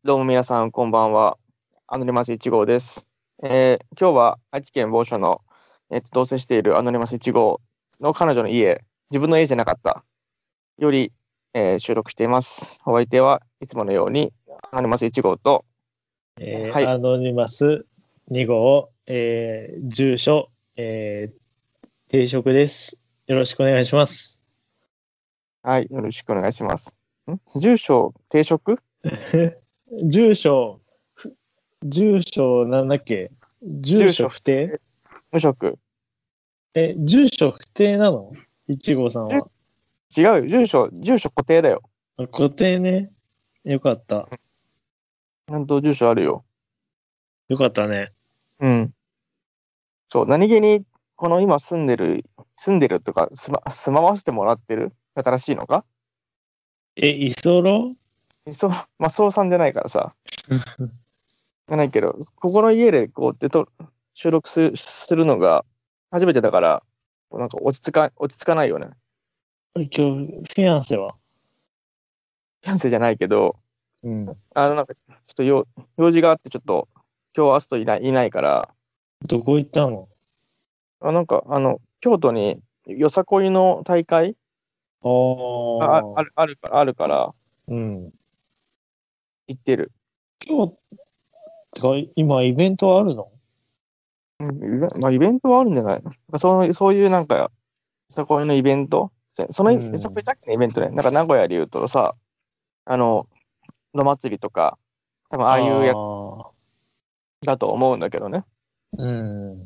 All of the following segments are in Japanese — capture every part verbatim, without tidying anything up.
どうも皆さん、こんばんは。アノニマスいち号です。えー今日は愛知県某所の、えっと同棲しているアノニマスいち号の彼女の家、自分の家じゃなかったより、えー収録しています。お相手はいつものようにアノニマスいち号と、 えーはい、 アノニマスに号、えー住所、えー定職です。よろしくお願いします。 はい、よろしくお願いします。ん住所、定職住所、ふ住所なんだっけ住所住所、 不定無職。 え、住所不定なの？いち号さんは。 違うよ、住所、住所固定だよ。 あ固定ね。よかった。 ちゃんと住所あるよ。 よかったね。 うん。そう、何気に、この今住んでる、住んでるとか、住ま、住まわせてもらってる新しいのかえ、居候？ そう、まあ、そうさんじゃないからさ、じゃないけど、ここの家でこうやってと収録すするのが初めてだから、なんか落ち着か、落ち着かないよね。 今日、フィアンセは？ フィアンセじゃないけど、 うん。 あの、なんか、ちょっと用、用事があって、ちょっと、今日明日といない、いないから、 どこ行ったの？ あ、なんか、あの、京都によさこいの大会あがあああ、 る、あるから、あるからうん。 行ってる。 今日、てか、今イベントあるの？ うんイベまあ、イベントはあるんじゃないのその、そういうなんか、よさこいのイベントせその、 うよさこいん。 だけのイベントね。なんか名古屋で言うとさ、あの、野祭りとか、多分ああいうやつああ、 だと思うんだけどね。 うん。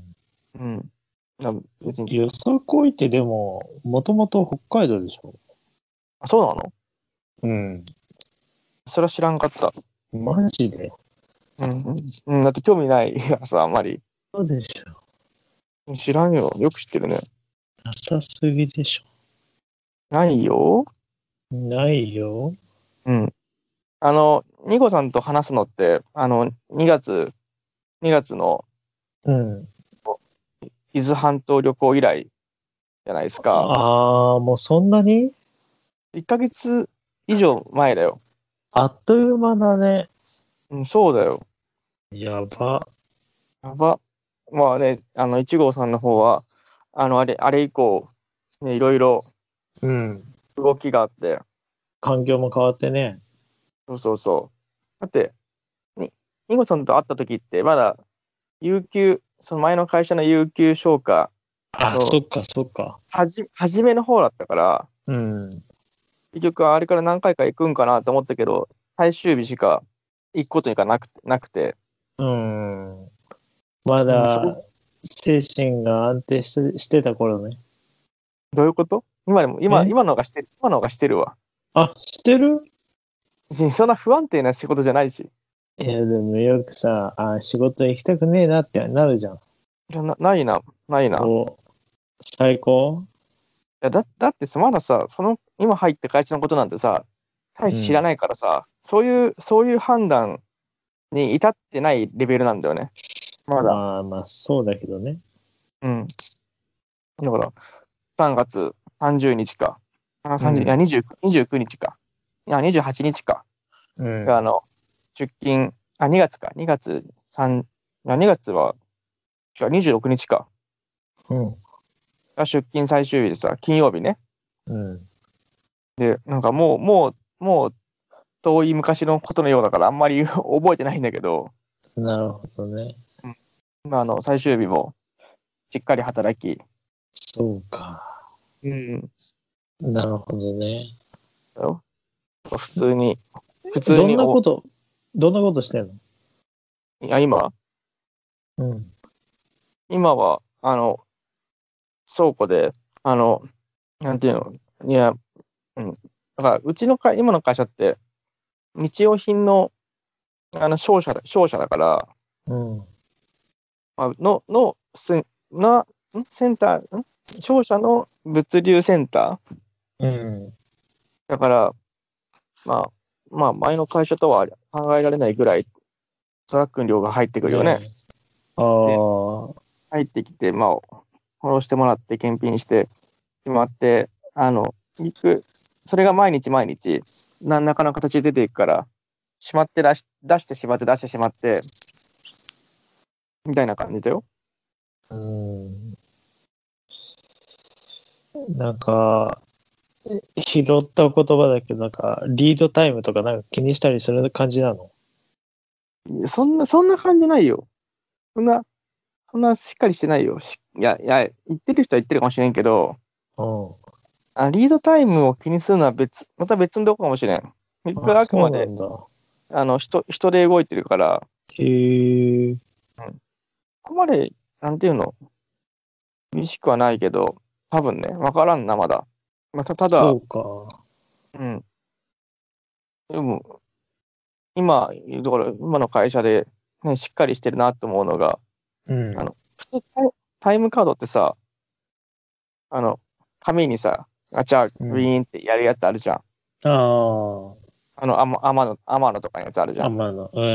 うん。な別に、 よさこいってでも、もともと北海道でしょ？ あ、そうなのうん。 それは知らんかった。 マジで？ うん。うん、だって興味ないからさ、あんまり。 そうでし知らんよ。よく知ってるね。 ょ。なさすぎでしないよ。 ょ。ないよ。 うん。あの、ニコさんと話すのって、あの、にがつ、にがつのうん。 伊豆半島旅行以来じゃないですか。 ああ、もうそんなに？ いっかげつ以上前だよ。 あっという間だね。 うん、そうだよ。 やば。 やば。まあね、あの、いち号さんの方は、あの、あれ、あれ以降、ね、いろいろうん。 動きがあって、 環境も変わってね。 そうそうそう。だって、に、ニゴさんと会った時って、まだ、有給、その前の会社の有給消化あ、そのっかそっか。 はじ、初めの方だったから、 うん。 結局あれから何回か行くんかなと思ったけど、最終日しか行くことにかなくて、なくて、 うん。まうん、そだ、精神が安定してしてた頃ね。 どういうこと今でも、今、 え今のがしてる、今のがしてるわ。 あ、してる？ 別にそんな不安定な仕事じゃないし。 いや、でもよくさ、あ、仕事行きたくねえなってなるじゃん。 いやな、ないな、ないな。 お、最高？ いやだ、だってさ、まださ、その、今入った会社のことなんてさ、大うん。 して知らないからさ、そういう、そういう判断に至ってないレベルなんだよね。まだ。 まあまあ、そうだけどね。 うん。だから、さんがつさんじゅうにちか。あ、さんじゅう、いや、 うん。 にじゅう、にじゅうくにちか。いや、にじゅうはちにちか。が、あうん。 の、出勤、あ、にがつか。にがつさん、いや、にがつは、違う、にじゅうろくにちか。 うん。 が出勤最終日でさ、金曜日ね。 うん。 で、なんかもう、もう、もう、遠い昔のことのようだからあんまり覚えてないんだけど、 なるほどね。 うん、まあ、あの、最終日もしっかり働き、 そうか。 うん、 なるほどね。 普通に、普通どんにお、 なこと、どんなことしてんの？ いや、今、 うん。 今は、あの、倉庫で、あの、なんていうの、いや、うん。だから、うちの会、今の会社って、日用品の、あの、商社だ、商社だから、 うん。 まあ、の、の、すな、んセンター、ん商社の物流センターうん。 だから、まあ、まあ、前の会社とは考えられないぐらいトラックの量が入ってくるよね。 ねえ。あで、 あ。 入ってきて、まあ、下ろしてもらって、検品して、決まって、あの、行く、それが毎日毎日、何らかの形で出ていくから、 しまって出し出してしまって出してしまって、みたいな感じだよ。 うん。なんか、拾った言葉だけど、なんか、リードタイムとかなんか気にしたりする感じなの？ いやそんな、そんな感じないよ。そんな、そんなしっかりしてないよ。しいや、いや、言ってる人は言ってるかもしれんけど、 うん。 あ、リードタイムを気にするのは別、また別のとこかもしれん。結局あ、 あくまで、 そうなんだ。 あの、人、人で動いてるから、 へえ。 うん、ここまで、なんていうの、厳しくはないけど、多分ね、わからんな、まだ。まあ、た、ただ、 そうか。 うん、でも、今、だから今の会社で、ね、しっかりしてるなって思うのが、 うん。 あの、普通タイ、タイムカードってさ、あの、紙にさ、ガチャ、ウィうん。 ーンってやるやつあるじゃん。 ああ、 あの、アマ、アマノ、アマノとかのやつあるじゃん。 あ、まあの、うん。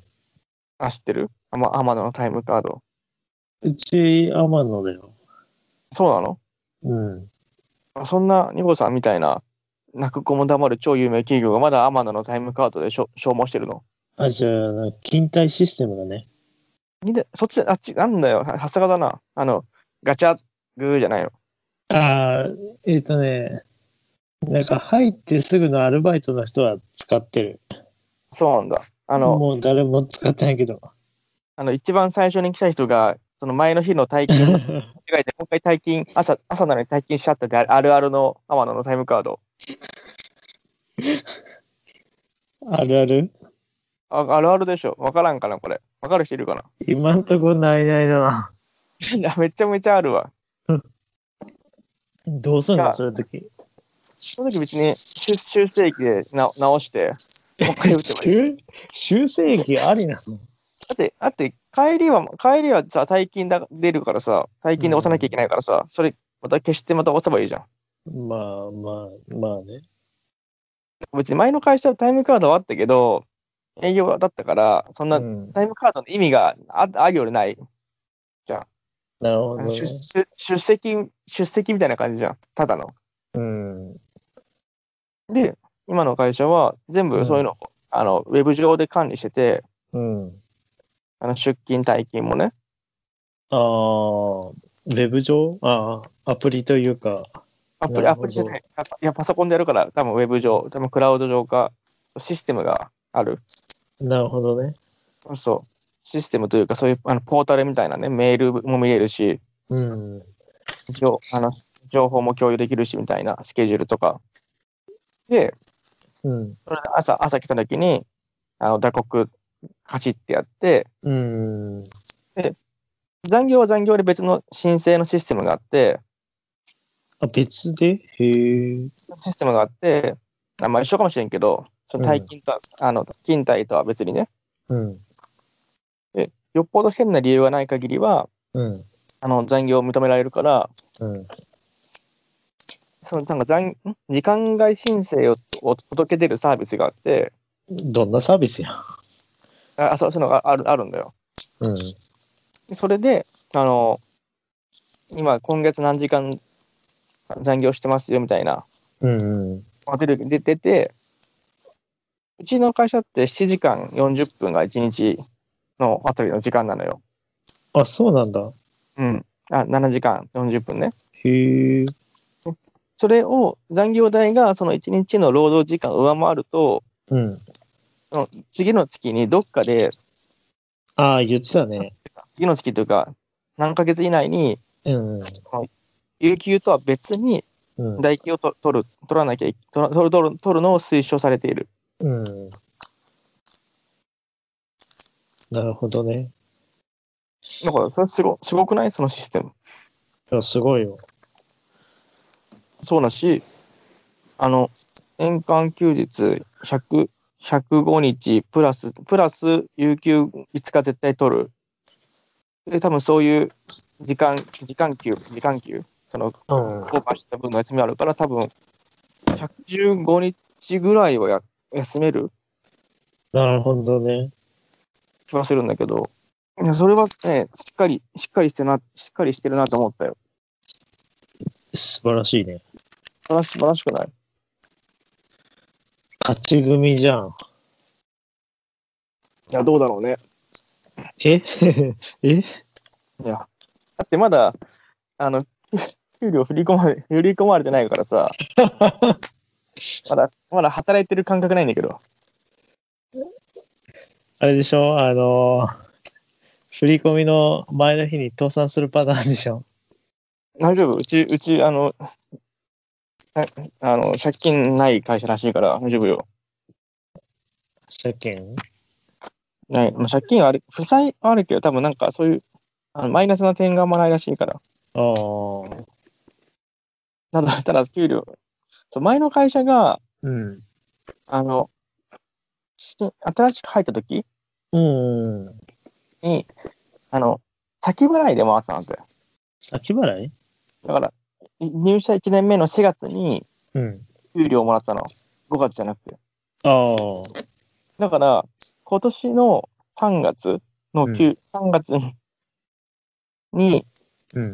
あ、知ってるアマ、アマノのタイムカード。 うち、天野だよ。 そうなの？ うん。 あ、そんな、ニコさんみたいな、泣く子も黙る超有名企業がまだアマノのタイムカードでしょ消耗してるの？ あ、じゃあ、勤怠システムだね。 にで、そっち、あっち、なんだよ、はさすがだな。あの、ガチャ、グーじゃないの。 ああ、えっとね、なんか入ってすぐのアルバイトの人は使ってる。 そうなんだ。あの、 もう誰も使ってないけど。 あの一番最初に来た人が、その前の日の退勤を間違えて、もう一回退勤、朝、朝なのに退勤しちゃったってあるあるの天野のタイムカード。 あるある。 あ、あるあるでしょ。わからんかな、これ。わかる人いるかな。 今んとこないないだな。 いや、めちゃめちゃあるわ。 どうすんのいや、 そういう時。 その時別に修修正機でな直して、もう一回打てばいいし。 修修正液ありなの？ だって、だって帰りは、帰りはさ、退勤だ出るからさ、退勤で押さなきゃいけないからさ、それまた消してまた押せばいいじゃん。 まあまあ、まあね。 別に前の会社はタイムカードはあったけど、営業だったから、そんなうん。 タイムカードの意味があ、あるよりないじゃん。 なるほあの出どね。 出出席、出席みたいな感じじゃん。ただの。 うん。 で、今の会社は全うん。 部そういうのをあのウェブ上で管理してて、 うん。 あの出勤、退勤もね。 ああ、ウェブ上ああ、アプリというか。なアプリ、 るほど。 アプリじゃない。やっぱいや、パソコンでやるから、多分ウェブ上、多分クラウド上か、システムがある。 なるほどね。 そう。システムというか、そういうあのポータルみたいなね、メールも見れるし、 うん。 情あの情報も共有できるし、みたいなスケジュールとか。で、 うん。 それで朝、朝来た時に、あの打刻、カチッてやって、 うん。 で、残業は残業で別の申請のシステムがあって、 あ、別でへえ。 システムがあって、あまあ、一緒かもしれんけど、そのうん。 退勤とは、あの、勤怠とは別にね、 うん。 で、よっぽど変な理由がない限りは、 うん。 あの、残業を認められるから、 うん。 その、なんか残、ん時間外申請を、を届け出るサービスがあって、 どんなサービスや。 あ、そう、そういうのがある、あるんだよ。 うん。 でそれで、あの、今、今月何時間残業してますよ、みたいな、 うん。 出る、出てて、うちの会社ってしちじかんよんじゅっぷんがいちにちのあたりの時間なのよ。 あ、そうなんだ。 うん。あ、しちじかんよんじゅっぷんね。 へえ。 それを残業代がそのいちにちの労働時間を上回ると、 うん。 その次の月にどっかで、 ああ、言ってたね。 次の月というか、何ヶ月以内に、 うん。 この有給とは別にうん。 代金をと取る、取らなきゃい、取ら取る、取る、取るのを推奨されている。 うん。なるほどね。 だから、それすご、すごくないそのシステム。 いや、すごいよ。 そうだし、あの、年間休日ひゃく、ひゃくごにちプラス、プラス有給いつか絶対取る。で、多分そういう時間、時間給、時間給、その、 うん。 オーバーした分の休みあるから、多分ひゃくじゅうごにちぐらいはや休めるなるほどね。 気はするんだけど、いや、それはね、しっかり、しっかりしてな、しっかりしてるなと思ったよ。 素晴らしいね。 それは素晴らしくない？ 勝ち組じゃん。 いや、どうだろうね。 ええいや、だってまだ、あの、給料振り込まれ、振り込まれてないからさ、まだ、まだ働いてる感覚ないんだけど。 あれでしょあの、振り込みの前の日に倒産するパターンでしょ。 大丈夫うち、うち、あの、ああの、借金ない会社らしいから大丈夫よ。 借金ない、まあ、借金はある、負債はあるけど、多分なんかそういう、あのマイナスな点があんまないらしいから。 ああ。 ただ、ただ、給料、そう前の会社が、 うん。 あの、し新しく入った時うん。 に、あの、先払いで回ってたんですよ。 先払いだから、い入社いちねんめのしがつにうん。 給料もらってたの。ごがつじゃなくて。 ああ。 だから、今年のさんがつのうん。 給、さんがつに、 うん。 ん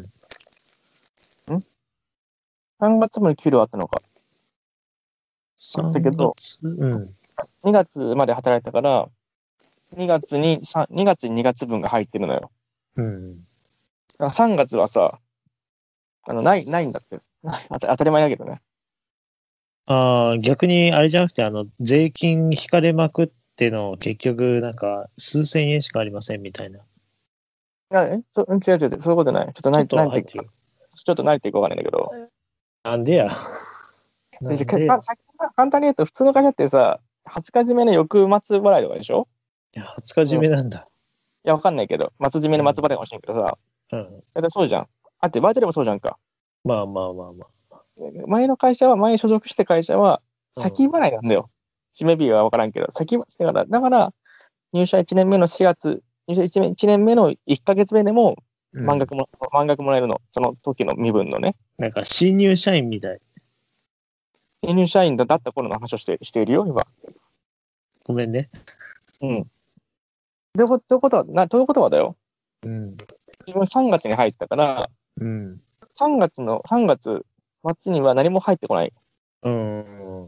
?さん 月まで給料あったのか。あったけ 3 ど、 月うん。 にがつまで働いたから、にがつに、さにがつににがつぶんが入ってるのよ。 うん。 だからさんがつはさ、あの、ない、ないんだって。当た当たり前だけどね。 ああ、逆にあれじゃなくて、あの、税金引かれまくっての、結局、なんか、数千円しかありませんみたいな。 あえそうん違う違う違う、そういうことない。ちょっとない、 ちょっとなんていうか、 入ってる。 ちょっとないっていうかわかんないんだけど。 なんでや。なで、じゃんでや。いかさ簡単に言うと、普通の会社ってさ、はつか締めの翌末払いとかでしょ？ や、はつか締うん。いめなんだ。 や、わかんないけど、末締めうん。 の末払いかもしれんけどさ、 うん。 だいたいそうじゃん。あって、バイトでもそうじゃんか。 まあまあまあま前の会社は、前所属して会社は、 あ。うん。 先払いなんだよ。締め日はわからんけど、先、だから、だから、入社いちねんめのしがつ、入社いちねん、一年目のいっかげつめでも、 うん。 満額も、満額もらえるの。その時の身分のね。 なんか、新入社員みたい。 新入社員だった頃の話をして、しているよ、今。 ごめんね。 うん。ということということは、な、ということはだよ。 うん。 自分さんがつに入ったから、 うん。 さんがつの、さんがつ末には何も入ってこないっうん。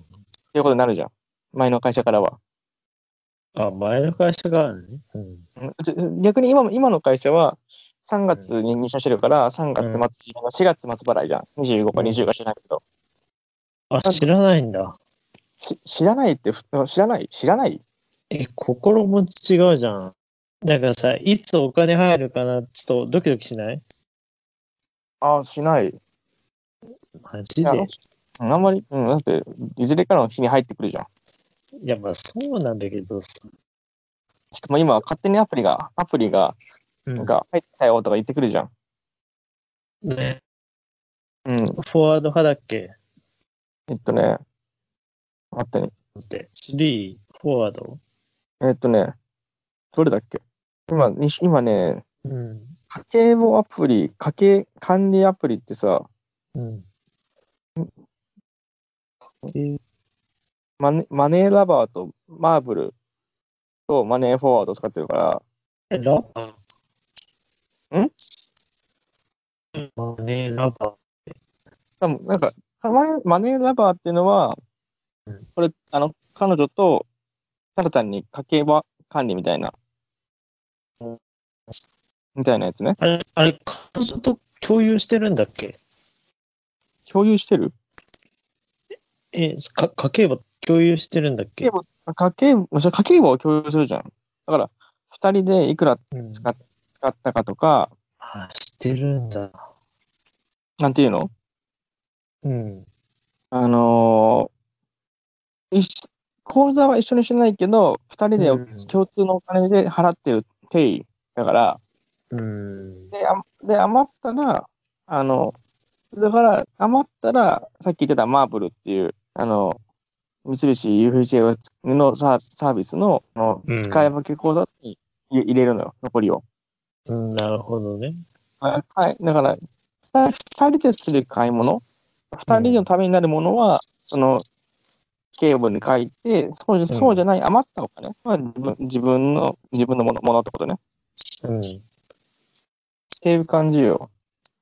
ていうことになるじゃん。前の会社からは。 あ、前の会社があるね。うん。 うんち逆に今も、今の会社は3月に入社してるから、3月うん。 末、しがつ末払いじゃん。にじゅうごかにじゅううん。 か知らないけど。 あ、知らないんだ。 し知らないってふ、知らない知らないえ、心持ち違うじゃん。だからさ、いつお金入るかな、ちょっとドキドキしないあ、しない。いや、 マジで。 うんあんまり、うん、だって、いずれかの日に入ってくるじゃん。 いや、まあそうなんだけどさ。 しかも今、勝手にアプリが、アプリが、 うん。 なんか、入ったよとか言ってくるじゃん。 ね。 うん。 フォワード派だっけえっとね、待ってね。 って。スリー、フォワードえっとね、どれだっけ今、に今ね、 うん。 家計簿アプリ、家計管理アプリってさ、 うん。え、 マネ、マネーラバーとマーブルとマネーフォワードを使ってるかえラバら、んーマネーラバ多分なんか、マネマネーラバーっていうのは、 ー。うん。 これ、あの、彼女と、ただ単に家計簿管理みたいな、みたいなやつね。 あれ、あれ、彼女と共有してるんだっけ共有してるえ、か、家計簿共有してるんだっけ家計簿、家計簿、それ家計簿を共有するじゃん。だから、二人でいくらうん。 使っ使ったかとか、 あ、してるんだ。 なんていうのうん。 あのー一緒口座は一緒にしてないけど、二人うでん。 共通のお金で払ってる定位だから、 うん。 で、あで余ったら、あの、だから余ったら、さっき言ってたマーブルっていう、あの、三菱 ユーエフジェー のサーサービスのあのうん。 使い分け口座に入入れるのよ、残りを。 うん、なるほどね。 はい、だから、二人でする買い物、二人のうん。 ためになるものは、その、ケーブルに書いて、そううん。 そうじゃない余ったお金は自分自分の、自分のもの、ものってことね。っうん。 ていう感じよ。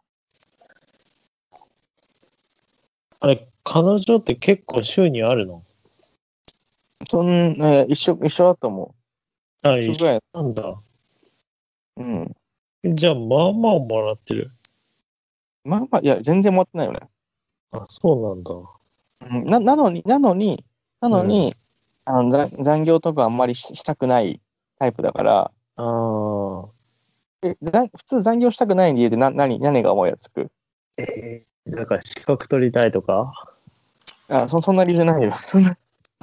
あれ、彼女って結構収入あるのそん、えー一緒、一緒だと思あ、 一緒ぐらい。 なんだ。 うん。 じゃあ、まあまあもらってる。 まあまあ、いや、全然もらってないよね。 あ、そうなんだ。 うん、な、なのに、なのに、なうん。 のに、あの、残残業とかあんまりし、したくないタイプだから、 ああ。 え、ざ普通残業したくない理由でな、何、何が思いつく？ えー、なんか資格取りたいとか。 あ、そ、そんな理由ないよ。そんな。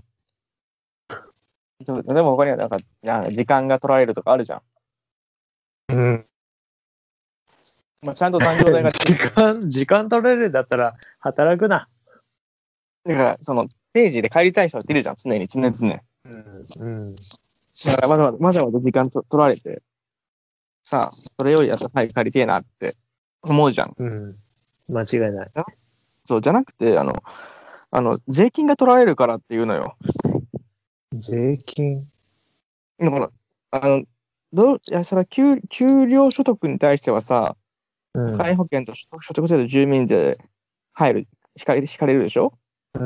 そうでも他にはなんか、いや、時間が取られるとかあるじゃん。 うん。 まあ、ちゃんと残業代が、だ時間、時間取れるんだったら働くな。 から、その、定時で帰りたい人が出るじゃん、常に、常々。だうん。うん。 からわざわざ、わざわざ時間と取られて、さあ、それよりやったら早く帰りてえなって思うじゃん。 うん。間違いない。 そう、じゃなくて、あの、あの、税金が取られるからっていうのよ。 税金。 だから、あの、どう、いや、それは給、給料所得に対してはさ、 うん。 社会保険と所得所得税と住民税入る、引かれる、引かれるでしょ？ うん。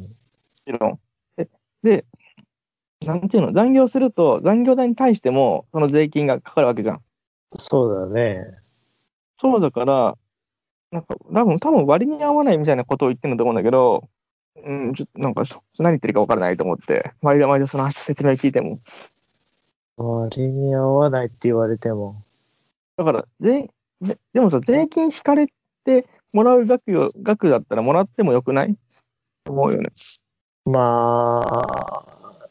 もちろん。で、で、なんていうの、残業すると、残業代に対しても、その税金がかかるわけじゃん。 そうだね。 そうだから、なんか、多分、多分割に合わないみたいなことを言ってるんだと思うんだけど、うん、ちょっとなんか、そ何言ってるか分からないと思って、毎度毎度その説明聞いても。 割に合わないって言われても。 だから、税、ぜでもさ、税金引かれてもらう額よ、額だったらもらってもよくないと思うよね。 まあ、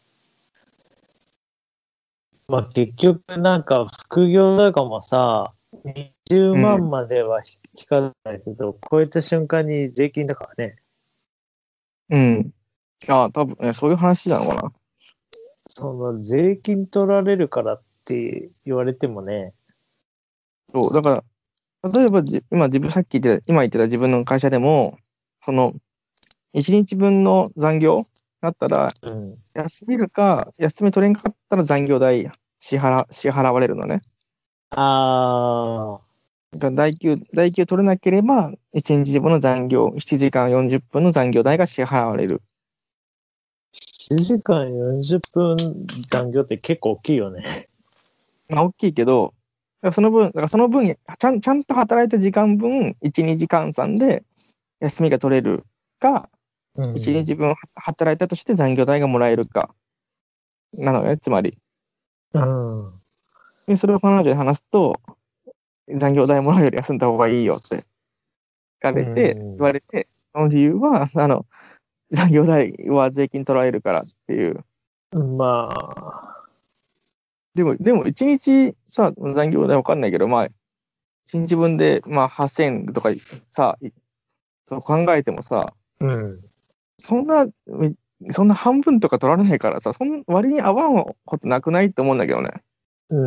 まあ結局なんか副業とかもさ、にじゅうまんうん。 までは引かないけど、超えた瞬間に税金だからね。 うん。ああ、多分、ね、そういう話なのかな。 その税金取られるからって言われてもね。 そう、だから、例えばじ、今自分、さっき言ってた、今言ってた自分の会社でも、その、いちにちぶんの残業だったら、 うん。 休めるか、休み取れんかったら残業代支払、支払われるのね。 ああ、 だから代給、代給取れなければ、いちにちぶんの残業、ななじかんよんじゅっぷんの残業代が支払われる。 ななじかんよんじゅっぷん残業って結構大きいよね。 まあ、大きいけど、だからその分、だからその分、ちゃん、ちゃんと働いた時間分、いち、にじかんさんで休みが取れるか、1 うん。 日分働いたとして残業代がもらえるか、なのね、つまり。 うん。 で、それを彼女に話すと、残業代もらうより休んだ方がいいよって聞かうれて、言ん。 われて、その理由は、あの、残業代は税金取られるからっていう。 まあ、 でも、でも、いちにちさ、残業代わかんないけど、まあ、いちにちぶんで、まあ、はっせんえんとかさ、そう考えてもさ、 うん。 そんな、そんな半分とか取られないからさ、そん割に合わんことなくないって思うんだけどね。 うん。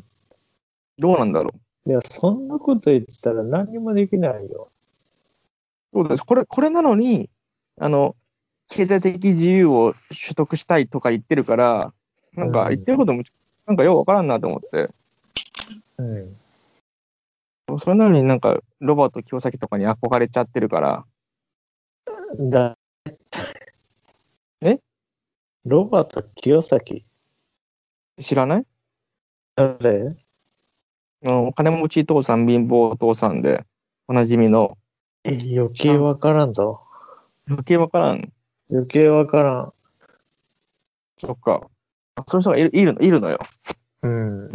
どうなんだろう。 いや、そんなこと言ってたら何もできないよ。 そうです。これ、これなのに、あの、経済的自由を取得したいとか言ってるから、なんか言うん。 ってることも、なんかようわからんなと思って、 うん。 それなのになんか、ロバート清崎とかに憧れちゃってるから、 だ、 えロバート清崎、 知らない？ 誰？ あのお金持ち父さん、貧乏父さんで、おなじみの、 え、余知らん、 計わからんぞ。 余計わからん。 余計わからん。 そっか。そういう人がいる、いるの、いるのよ。 うん。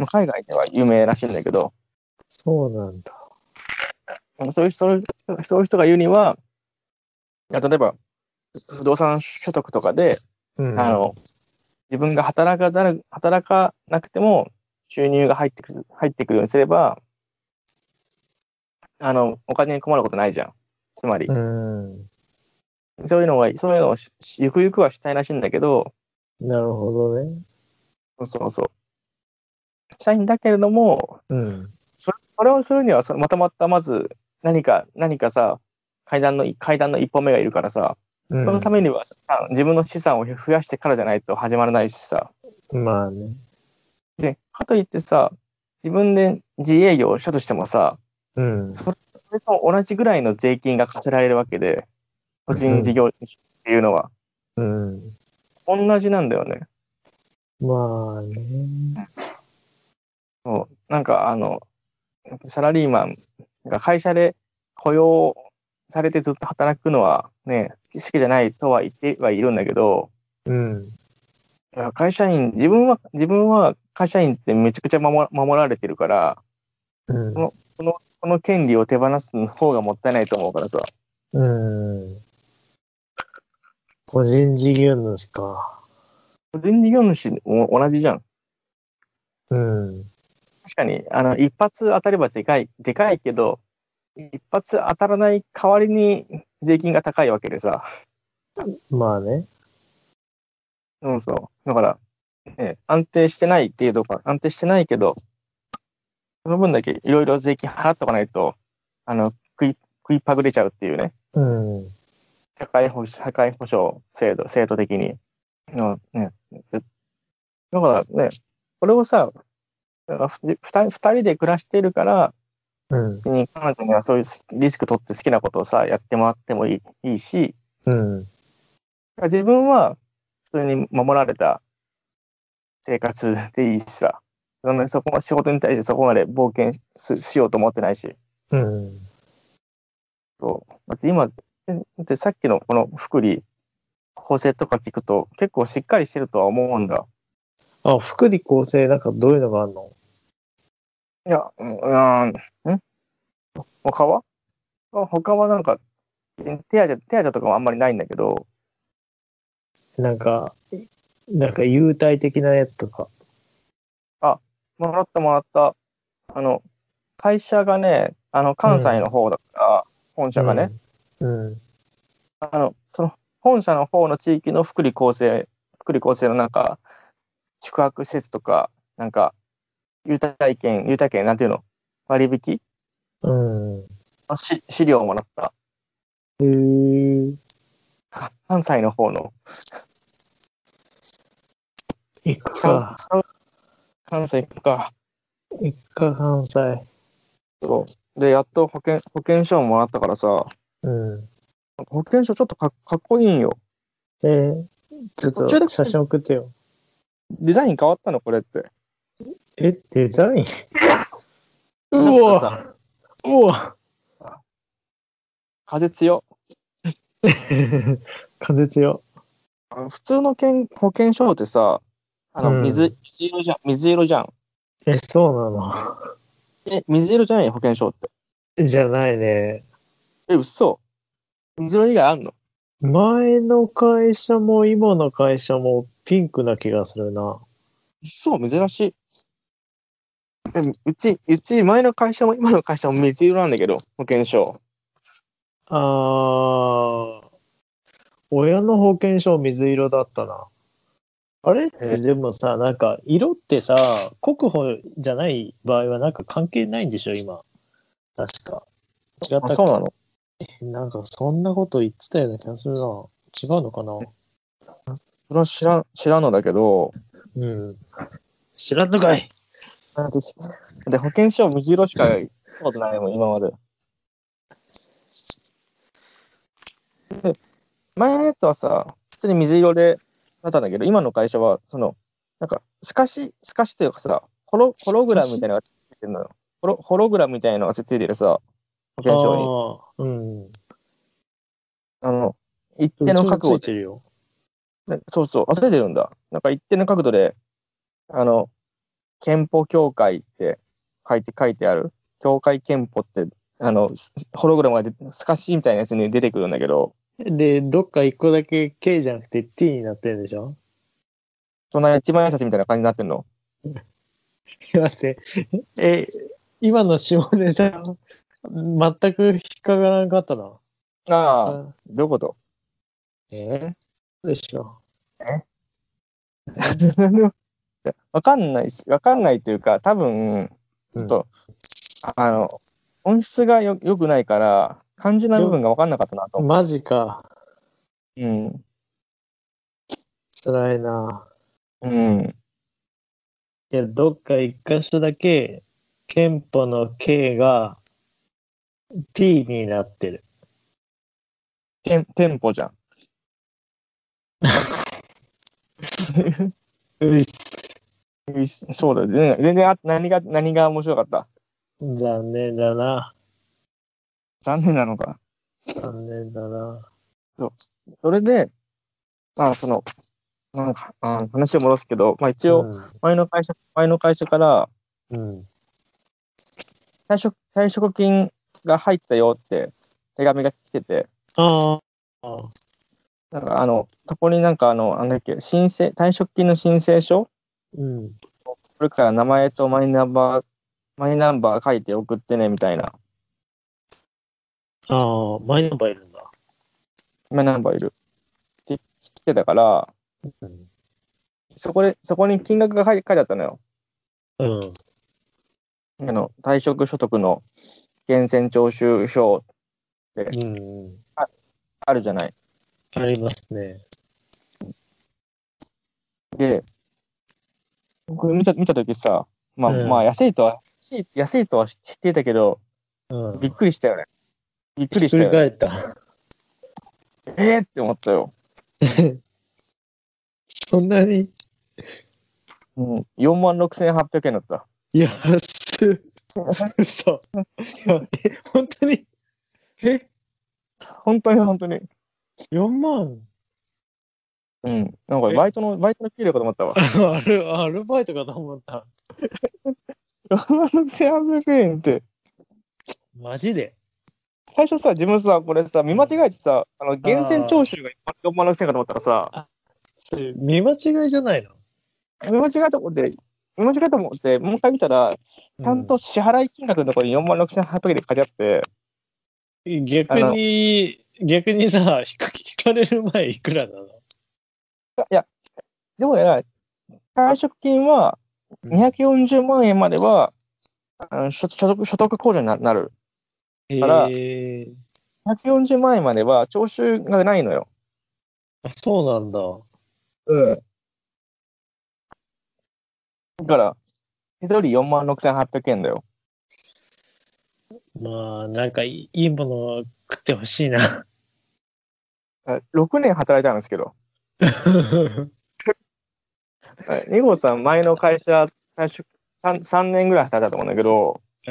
まあ海外では有名らしいんだけど、 そうなんだ。 そういう人、そういうそういう人が言うには、いや例えば、不動産所得とかで、 うん。 あの、自分が働かざる、働かなくても収入が入ってくる、入ってくるようにすれば、あの、お金に困ることないじゃん。つまり、 うん。 そういうのが、そういうのをしゆくゆくはしたいらしいんだけど、 なるほどね。 そうそうそう。したいんだけれども、 うん。 それ、それをするには、そのまとまったまず何か、何かさ、階段の、階段の一歩目がいるからさ、そのたうん。 めにはさ自分の資産を増やしてからじゃないと始まらないしさ。 まあね。 で、かといってさ、自分で自営業をしたとしてもさ、 うん。 それそれと同じぐらいの税金が課せられるわけで、個うん。 人事業主っていうのは。 うん。 同じなんだよね。 まあね。 そうなんかあの、サラリーマンが会社で雇用されてずっと働くのはね、好きじゃないとは言ってはいるんだけど、 うん。 いや会社員、自分は、自分は会社員ってめちゃくちゃ守守られてるから、 うん。 この、この、この権利を手放す方がもったいないと思うからさ。 うん。個人事業主か。 個人事業主も同じじゃん。 うん。 確かに、あの、一発当たればでかい、でかいけど、一発当たらない代わりに税金が高いわけでさ。 まあね。 うんそう。だから、ね、安定してないっていうとこ安定してないけど、その分だけいろいろ税金払っとかないと、あの、食い、食いパグれちゃうっていうね。 うん。 社会保、社会保障制度、制度的に。のね、だからね、これをさ、二人二人で暮らしているから、 うん。 別に彼女にはそういうリスク取って好きなことをさ、やってもらってもいいいいし、 うん。 自分は普通に守られた生活でいいしさ、そのそこは仕事に対してそこまで冒険ししようと思ってないし、 うん。 そうだって今、だってさっきのこの福利厚生とか聞くと結構しっかりしてるとは思うんだ。 あ、福利厚生、なんかどういうのがあるの？ いや、うん、ん他は他はなんか手当、手当とかもあんまりないんだけど、 なんか、なんか優待的なやつとか。 あ、もらったもらった。あの、会社がね、あの、関西の方だから、本社がね、 うん。うん。 あの、その、本社の方の地域の福利厚生、福利厚生のなんか、宿泊施設とか、なんか、優待券、優待券、なんていうの割引うん。 のし資料をもらった。 へえ。 か関西の方の、 行く使う、 か。 使う、関西か。 行くか、関西。 そう。で、やっと保険、保険証をもらったからさ、 うん。 保険証ちょっとか、かっこいいんよ。 えー、ちょっ途中でと写真送ってよ。 デザイン変わったのこれって。 え、デザイン？うなんかさ、 わうわ風強。 風強。 あの普通の健保険証ってさ、あうの水、 ん。 水色じゃん。水色じゃん。 え、そうなの？ え、水色じゃない保険証って。 じゃないね。 え、嘘。水色以外あんの？ 前の会社も今の会社もピンクな気がするな。 嘘、珍しい。え、うち、うち、前の会社も今の会社も水色なんだけど、保険証。 あー、親の保険証水色だったな。あれってえ、 でもさ、なんか色ってさ、国保じゃない場合はなんか関係ないんでしょ、今。確か。違っあ、 たっけ？ そうなの？ なんかそんなこと言ってたような気がするな。違うのかな？ それは知らん、知らんのだけど、 うん。知らんのかい。 あ私で、保険証水色しか見たことないもん、今まで。前のやつはさ、普通に水色でなったんだけど、今の会社は、その、なんか、透かし、透かしというかさ、ホロ、ホログラムみたいなのがついてるのよ。ホロ、ホログラムみたいなのがついてるさ、保険証に。 ああ、うん。 あの、一定うちもつの角度で、 いてるよ。 ねそうそう、忘れてるんだ。なんか一定の角度で、あの、憲法協会って書いて、書いてある。協会憲法って、あの、スホログラムがで透かしみたいなやつに出てくるんだけど、 で、どっか一個だけ K じゃなくて T になってるんでしょ？ そんな一万円札みたいな感じになってるの？ 待って、え、今の下ネタ、全く引っかからなかったな。 ああ、 あ、 どういうこと？ えー、でしょ。 ええわかんないし、わかんないというか、多分、ちうん。 ょっと、あの、音質がよ、良くないから、肝心な部よ、 分がわかんなかったなと思マジか。 う。うん。 辛いな。 うん。 いや、どっか一箇所だけ、憲法の K が T になってる。 テン、テンポじゃん。 ういっういそうだ、全然、全然あ何が、何が面白かった。 残念だな。 残念なのか。 残念だな。 そう。それで、まあ、その、なんか、あ話を戻すけど、まあ一応、 うん。 前の会社、前の会社から、 うん。 退職、退職金が入ったよって手紙が来てて、 ああ。 なんかあの、そこになんかあの、なんだっけ、申請、退職金の申請書、 うん。 これから名前とマイナンバー、マイナンバー書いて送ってね、みたいな。 ああ、マイナンバーいるんだ。 マイナンバーいるって来てたから、 うん。 そこで、そこに金額が書い書いてあったのよ。 うん。 あの、退職所得の源泉徴収票ってうん。 あ、あるじゃない。 ありますね。 で、これ見た、見たときさ、まあ、まあ、 うん。 安いとは、安い、安いとは知っていたけど、 うん。 びっくりしたよね。びっくひっくりりしたよね。 返った。 えーって思ったよ。 そんなにうん、よんまんろくせんはっぴゃくえんだった。 安っ。嘘。いやえ、本当にえ、 本当に本当に。 よんまんうん。なんかえ、 バイトの、バイトの給料かと思ったわ。 アル、アルバイトかと思った。 よんまんろくせんはっぴゃくえんって。 マジで最初さ、自分さ、これさ、見間違えてさ、あの、源泉徴あ収がよんまんろくせんかと思ったらさ、 あ、それ見間違いじゃないの見間違えたと思って、見間違えたと思って、もう一回見たら、ちゃんと支払い金額のところによんまんろくせんはっぴゃくえんで書いてあって、 うん。逆あの、 に、逆にさ、引か引かれる前いくらなのいや、でもや、退職金はうんにひゃくよんじゅうまん円までは、あの所所得、所得控除にななるから、 へえ、 ひゃくよんじゅうまん円までは徴収がないのよ。 あ、そうなんだ。 うん。だから、一人よんまんろくせんはっぴゃくえんだよ。 まあ、なんかいいいいものを食ってほしいな。 ろくねん働いたんですけど、に号さん、前の会社、退職 3, さんねんぐらい働いたと思うんだけど、 うん。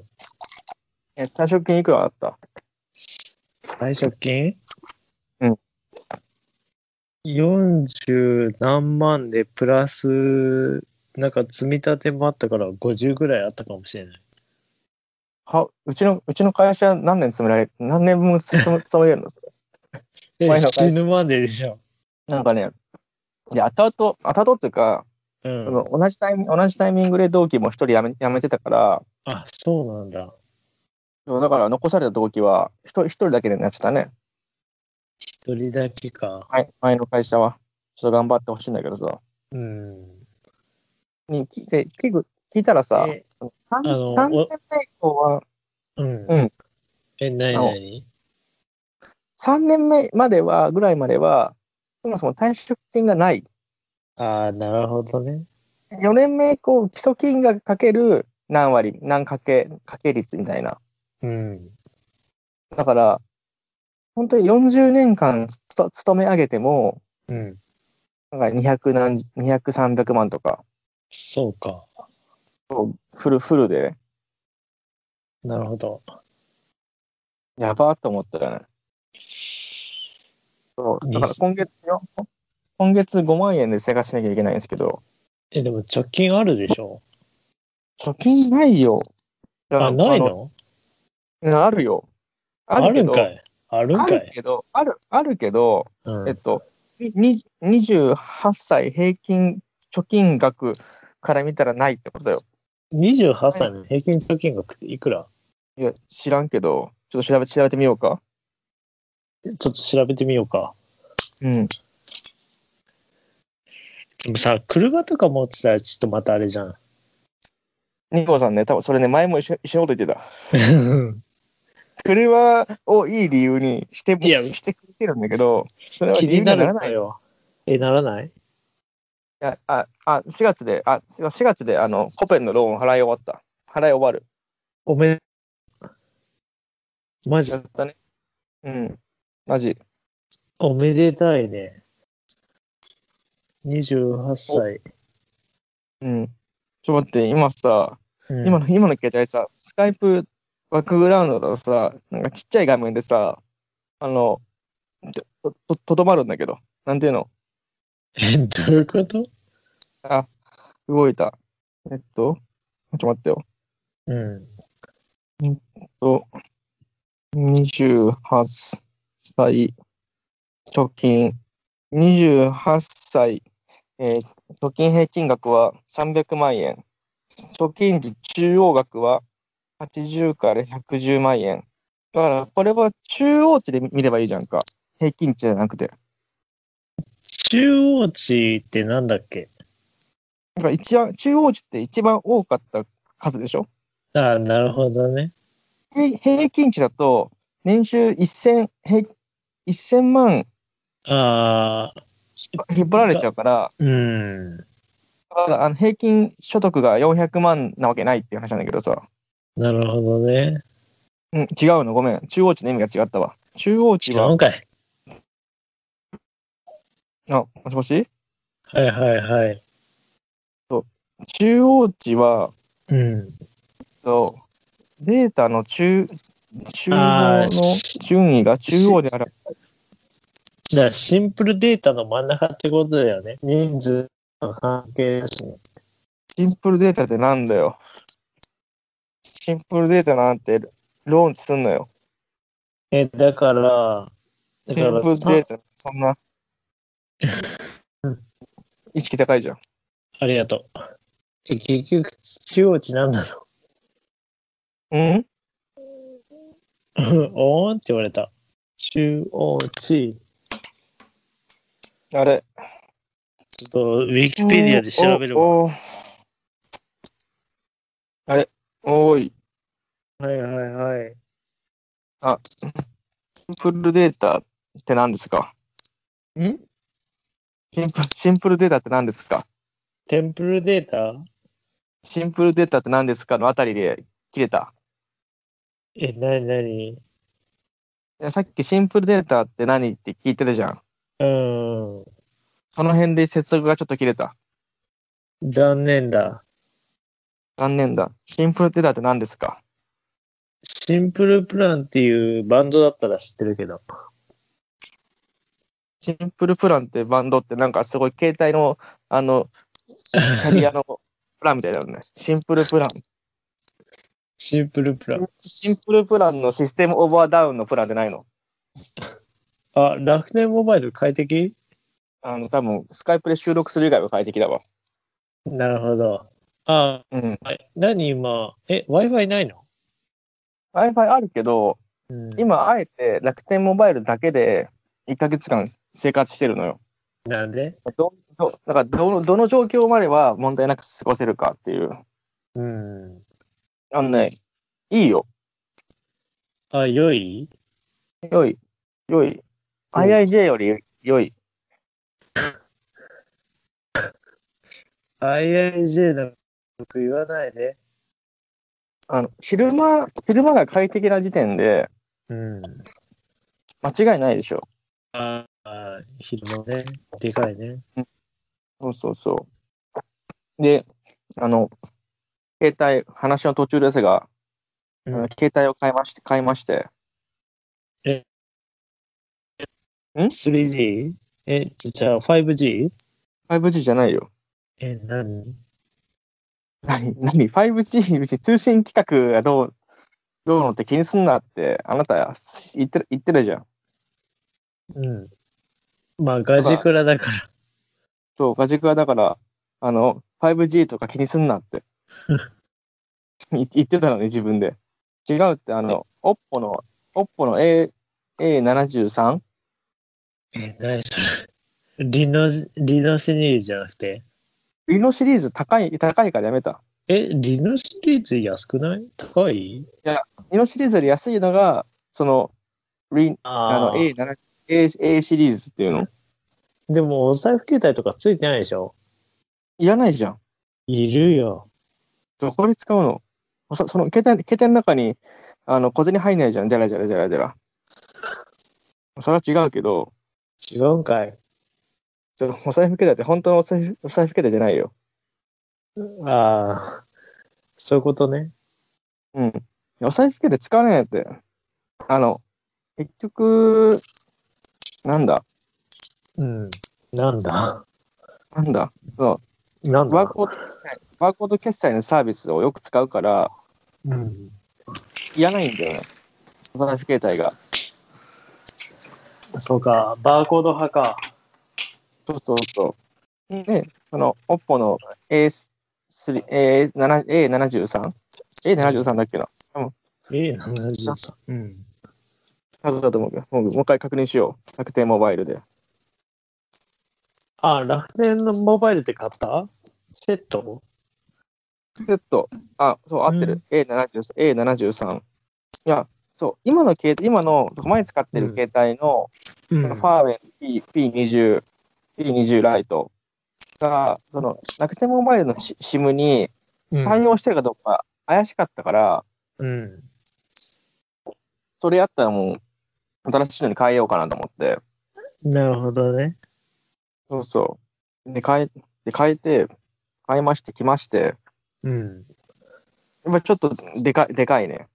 え退職金いくらあった？ 退職金うん。 よんじゅう何万でプラス、なんか積み立てもあったからごじゅうぐらいあったかもしれない。 は、うちの、うちの会社何年勤められ、何年分勤め勤めれるの？それえ、 前の会社。 死ぬまででしょ。 なんかね、で、後々、後々っていうか、そうん。 の同じタイミング、同じタイミングで同期も一人辞め、辞めてたから、 あ、そうなんだ。 そうだから残された同期は一人、一人だけでなっちゃったね。 一人だけか。 はい、前の会社は。ちょっと頑張ってほしいんだけどさ。 うん。 に聞いて、結構聞いたらさ、 え、あ 3、 の、 三年お、 目以降は、 うん。 うん、 え、なにあの、 なにさんねんめまでは、ぐらいまでは、そもそも退職金がない。 ああー、なるほどね。 よねんめ以降、基礎金額かける何割、何かけ、かけ率みたいな。 うん。 だから、本当によんじゅうねんかんつと勤め上げても、 うん。 なんかにひゃく何、にひゃく、さんびゃくまんとか、 そうか。 フル、フルで、 なるほど。 やばーと思ったよね。そう、だからに今月よ、今月ごまん円で生活しなきゃいけないんですけど、 え、でも貯金あるでしょ貯金ないよ。いやあ、なあの、 いのあるよ。ああるけど、 るんかい。あるんあかい。 るけど、ある、あるけど、 うん。 えっと、ににじゅうはっさい平均貯金額から見たらないってことだよ。 にじゅうはっさいはい。 の平均貯金額っていくらいや、知らんけど、ちょっと調べ、調べてみようか。 ちょっと調べてみようか。 うん。 でもさ、車とか持ってたらちょっとまたあれじゃん。 ニコさんね、多分それね、前も一緒、一緒のこと言ってた。車をいい理由にしても、 いや、 してくれてるんだけど、それは理由に気になはならない。いるのよ。え、ならないや、あ、あ、しがつで、あ、しがつで、あの、コペンのローン払い終わった。払い終わる。 おめ、マジ、 やったね。うん。マジ。 おめでたいね。にじゅうはっお、 さい。 うん。ちょっと待って、今さ、 うん。 今の、今の携帯さ、スカイプバックグラウンドのさ、なんかちっちゃい画面でさ、あの、と、と、とどまるんだけど、なんていうの？ え、どういうこと？ あ、動いた。えっと、ちょっと待ってよ。 うん。 えっと、にじゅうはっさい、貯金、にじゅうはっさい、えー貯金平均額はさんびゃくまん円。貯金時中央額ははちじゅうからひゃくじゅうまん円。だから、これは中央値で見ればいいじゃんか。平均値じゃなくて。 中央値ってなんだっけ？ だから一番、中央値って一番多かった数でしょ？ ああ、なるほどね。 平平均値だと、年収せん、平せんまんああ、 引っ張られちが、 ゃうから、 うん。 だからあの平均所得がよんひゃくまんなわけないっていう話なんだけどさ。 なるほどね。 うん、違うの、ごめん。中央値の意味が違ったわ。中央値は、 違うんかい。 あ、もしもしはいはいはい。 そう中央値は、 うん。 そう、データの中、集ああ、 合のし、 順位が中し、 央である。 だからシンプルデータの真ん中ってことだよね。人数の関係ですね。 シンプルデータってなんだよ。シンプルデータなんてローンチすんのよ。 え、だから、だかシンプルデーらさ、 タ、そんな意識高いじゃん。 ありがとう。え、結局、中央値なんだろうんう。おーんって言われた。中央値。 あれ。 ちょっと、ウィキペディアおで調おべるわ。 おあれ。おーい。 はいはいはい。 あ、シンプルデータって何ですか？ んシンプル、シンプルデータって何ですか？ テンプルデータ？ シンプルデータって何ですかのあたりで切れた。 え、なになに？ いやさっきシンプルデータって何って聞いてるじゃん。 うーん。 その辺で接続がちょっと切れた。 残念だ。 残念だ。シンプルデータって何ですか？ シンプルプランっていうバンドだったら知ってるけど。 シンプルプランってバンドってなんかすごい携帯のあのキャリアのプランみたいだよね。シンプルプラン。 シンプルプラン。 シンプルプランのシステムオーバーダウンのプランってないの？ あ、楽天モバイル快適？ あの、多分スカイプで収録する以外は快適だわ。 なるほど。あ、 うん。 はい。何今、え、Wi-Fi ないの？ Wi-Fi あるけど、 うん。 今あえて楽天モバイルだけでいっかげつかん生活してるのよ。 なんで？ ど、ど、だからどの、どの状況までは問題なく過ごせるかっていう。 うん。 あのね、いいよ。 あ、良い？ 良い。良い。 良い。 アイアイジェー より良い。 アイアイジェー なんか言わないで。 あの、昼間、昼間が快適な時点でうん。 間違いないでしょ。 ああ、昼間ね。でかいね。 うん、そうそうそう。で、あの、携帯、話の途中ですが、あのうん。 携帯を買いまして、買いまして、 え、 んスリージー？ え、じゃあ ファイブジー？ ファイブジー じゃないよ。 え、何？ 何、何 ?ファイブジー、別に通信規格がどう、どうのって気にすんなって、あなた言ってる、言ってるじゃん。 うん。まあ、ガジだから、 クラだから。 そう、ガジクはだから、あの、ファイブジー とか気にすんなって言言ってたのに自分で。違うって、あの、オッポの、オッポの A、エーななじゅうさん? え、何それ？リノ、リノシリーズじゃなくて？ リノシリーズ高い、高いからやめた。 え、リノシリーズ安くない？高い？ いや、リノシリーズより安いのが、その、リ、あのああ。 エーなな、A、A シリーズっていうのでも、お財布携帯とかついてないでしょ？ いらないじゃん。 いるよ。 どこで使うの？そ、その携帯、携帯の中に、あの、小銭入んないじゃん。じゃらじゃらじゃらじゃら。それは違うけど、 違うんかい。 そのお財布携帯って本当のお財布、お財布携帯じゃないよ。 ああ、そういうことね。 うん。お財布携帯使わないやって。あの、結局、なんだ、 うん。なんだなんだ、そなんう、バーだコード決済、バーコード決済のサービスをよく使うから、 うん。 いらないんだよね。お財布携帯が。 そうか、バーコード派か。 そうそうそう。で、その、OPPO の エースリー、エーなな エーななじゅうさん? エーななじゅうさん だっけな。うん。 エーななじゅうさん。うん。 はずだと思うけど、もうもう一回確認しよう。楽天モバイルで。 あ、楽天のモバイルって買ったセットセット、あ、そう、合ってる。 うん。 エーななじゅうさん。エーななじゅうさん。いや、そう、今の携帯、今の前使ってるうん。 携帯の、そのフうん。 ァーウェイ P- ピーにじゅう、ピーにじゅう ライトが、その楽天モバイルのシ SIM にうん。 対応してるかどうか怪しかったから、 うん。 それやったらもう新しいのに変えようかなと思って、 なるほどね。 そうそう。で、変え、で、変えて、変えまして、来まして、 うん。 やっぱちょっとでかい、でかいね。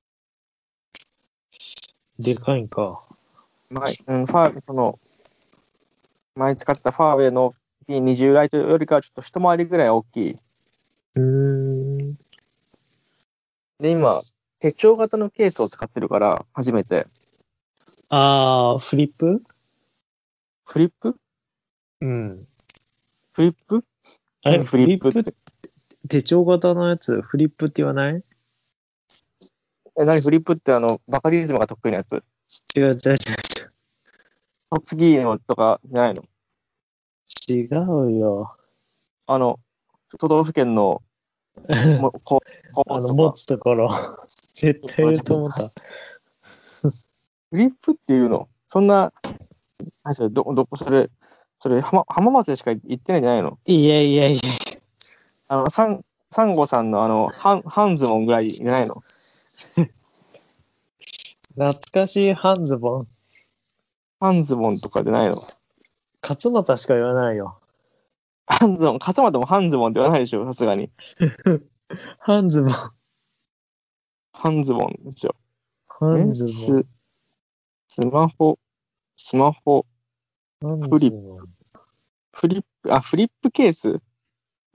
でかいんか。 前、うん、ファー、その、前使ってたファーウェイの ピーにじゅう ライトよりかはちょっと一回りぐらい大きい。 うーん。 で、今、手帳型のケースを使ってるから、初めて。 ああ、フリップフリップうん。 フリップあれ、 何フフリップリップって。 手帳型のやつ、フリップって言わない？ え、何フリップってあの、バカリズムが得意なやつ。 違う違う突撃のとかじゃないの？ 違う。違うよ。 あの、都道府県のもこ項あの、 目とか。 持つところ。絶対言うと思った。 フリップっていうのそんな、何それ、ど、ど、それ、それ、浜、浜松でしか行ってないんじゃないの？ いやいやいや。 あの、サン、サンゴさんのあの、ハン、ハンズモンぐらいじゃないの？ 懐かしいハンズボン。 ハンズモンとかじゃないの？ 勝俣しか言わないよ。 ハンズモン、勝俣もハンズモンって言わないでしょ、さすがに。 ハンズボン。 ハンズモンですよ。 ハンえス、 ズボン。 スマホ、スマホ、 ハンフリップ、 ズボン。 フリップ、あ、フリップケース。 うん。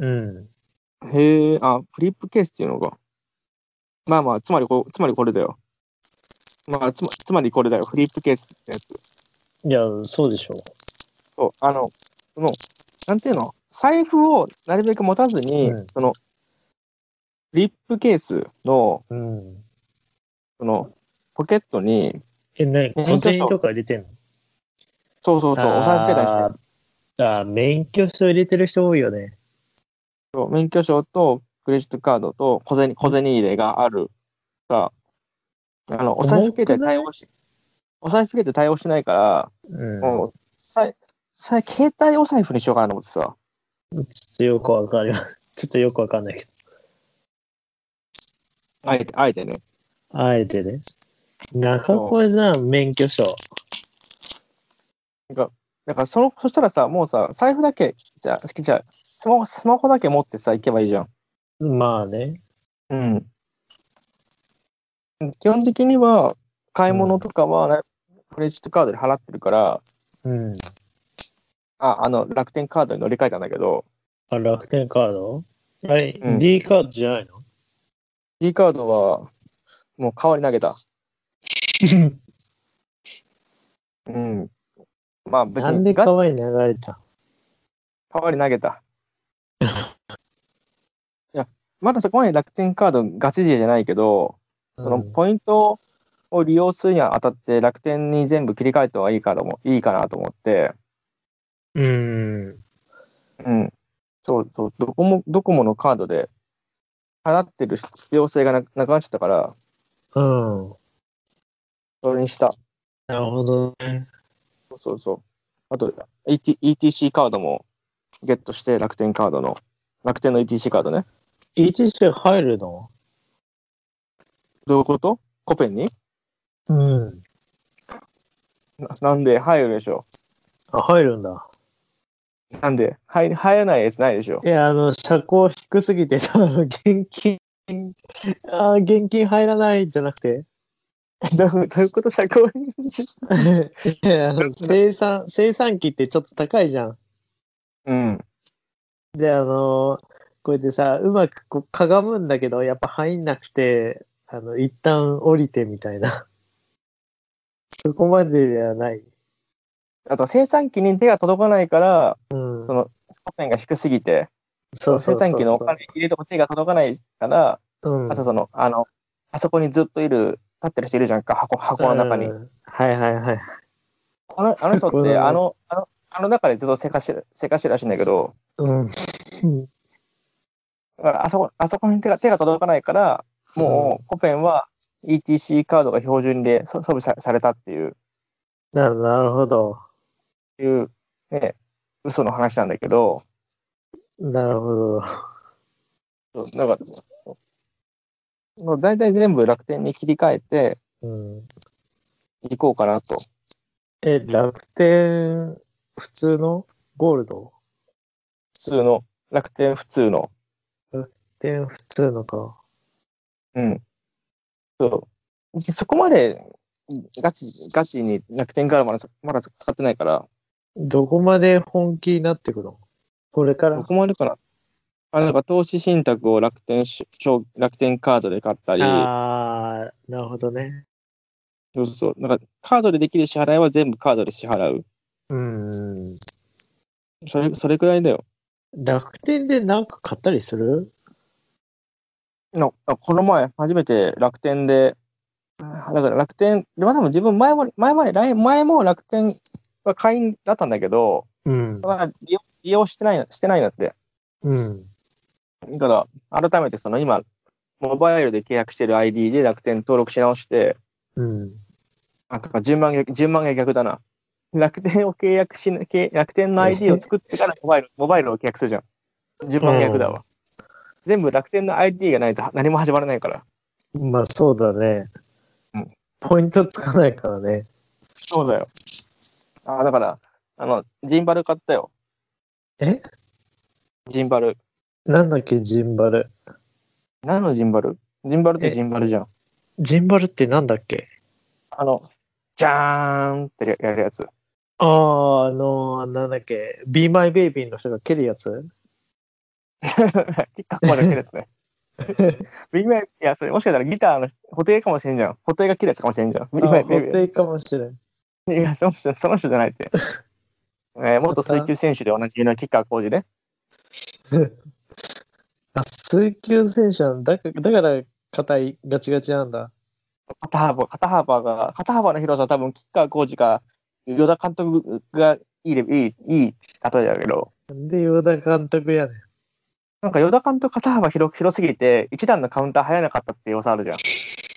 へえ、あ、フリップケースっていうのが。まあまあ、つまりこ、つまりこれだよ。まあ、つま、つまりこれだよ。フリップケースってやつ。 いや、そうでしょそう、あの、その、なんていうの、財布をなるべく持たずう。 に、 うん。 その、フリップケースの、 うん。 その、ポケットに、 え、なに、小免許証、 銭とか入れてんの？ そうそうそう、お財布携帯して、 あーあー、免許証入れてる人多いよね。 そう免許証とクレジットカードと小銭、小銭入れがあるさ、あの、お財布重携くない？ 帯対応し、お財布携帯対応してないから、 うん。 もう、さい、さい、携帯お財布にしようかなと思ってさ、 ちょっとよくわかる。ちょっとよくわかんないけど。 あえて、あえてね。 あえてね。中そ古じゃん、免許証。 う。なんか、だからその、そしたらさ、もうさ、財布だけ、じゃあ、じゃあ、スマホ、スマホだけ持ってさ、行けばいいじゃん。 まあね。 うん。基本的には、買いうん。 物とかは、ね、クレジットカードで払ってるから、 うん。 あ、あの、楽天カードに乗り換えたんだけど、 あ、楽天カードあれ、 うん。 D カードじゃないの？ D カードは、もう代わり投げた。うん。まあ別なんにガチ、 で川に流れた？ 代わり投げた。いや、まだそこまで楽天カードガチ勢じゃないけど、そのうん。 ポイントを利用するにあたって楽天に全部切り替えた方がいいかとも、いいかなと思って、 うん。 うん。そうそう、ドコモ、ドコモのカードで払ってる必要性がな、なくなっちゃったから、 うん。 それにした。 なるほどね。 そうそうそう。あと、ET、イーティーシー カードもゲットして、楽天カードの、楽天の イーティーシー カードね。 イーティーシー 入るの？ どういうこと？コペンにうん。 な、なんで入るでしょあ、入るんだ。 なんで入入らないやつないでしょ。 いや、あの、車高低すぎて、あの、現金、あー現金入らないじゃなくて、 どういうどういうこと社交いや、あの、生産、生産機ってちょっと高いじゃん。 うん。 で、あの、こうやってさ、うまくこうかがむんだけど、やっぱ入んなくて、あの、一旦降りてみたいな。そこまでではない。 あと生産機に手が届かないから、 うん。 その、コペンが低すぎて、 そうそう生産機のおそうそ金入れても手が届かないから、 う。うん。 あとその、あの、あそこにずっといる、立ってる人いるじゃんか、箱、 う箱の中に。 ん。はいはいはい。 あの、あの人って、あこの、 の、あの、あの中でずっとせかし、せかしてるらしいんだけど、 うん。 だからあそこ、あそこに手が、手が届かないから、 うん。 もうコペンは イーティーシー カードが標準でそ装備さ、されたっていう、 な、なるほど。 いう、ね、嘘の話なんだけど、 なるほど。 そうなんか、もう大体全部楽天に切り替えてうん。 いこうかなと。 え、楽天、普通のゴールド？ 普通の、楽天普通の。 楽天、普通のか。 うん。そう。そこまでガチ、ガチに楽天からまだ、まだ使ってないから、 どこまで本気になってくのこれかどら？ こまでかな。あ、なんか投資信託を楽天し、証楽天カードで買ったり、 あー、なるほどね。 そうそう。なんかカードでできる支払いは全部カードで支払う。 うん。 それ、それくらいだよ。 楽天でなんか買ったりする？ のこの前、初めて楽天で、だから楽天、でも多分自分前も、前まで、来前も楽天は会員だったんだけど、 うん。 だから利用、利用してない、してないんだって。 うん。 だから、改めてその今、モバイルで契約してる アイディー で楽天登録し直して、 うん。 あ、とか順番が、順番が逆だな。楽天を契約しな、契楽天の アイディー をえ作ってからモバイル、モバイルを契約するじゃん。順番が逆だわ。全部楽天の アイディー がないと何も始まらないから。 うん。まあそうだね。 うん。 ポイントつかないからね。 そうだよ。あ、だから、あの、ジンバル買ったよ。 えジンバル。 なんだっけ、ジンバル。 何のジンバル？ジンバルってえ、 ジンバルじゃん。 ジンバルってなんだっけ？ あの、じゃーんってやるやつ。 ああ、あのー、なんだっけ、Be My Baby の人が蹴るやつ？ キッカーまで切るやつね。ビーマイ、いや、それもしかしたらギターの補定かもしれんじゃん。補定が切るやつかもしれんじゃん。ビーマあ、 イベイビ補定かもしれん。 ー。いや、その人、その人じゃないって。えー、元水球選手でおなじみのキッカー工事ね。 あ、水球選手なんだ。だかだから、硬い、ガチガチなんだ。 肩幅、肩幅が、肩幅の広さは多分キッカー工事か、与田監督がいいで、いい、いい例えだけど、 なんで与田監督やねん。 なんか与田監督肩幅広広すぎて、一段のカウンター入らなかったっていう噂あるじゃん。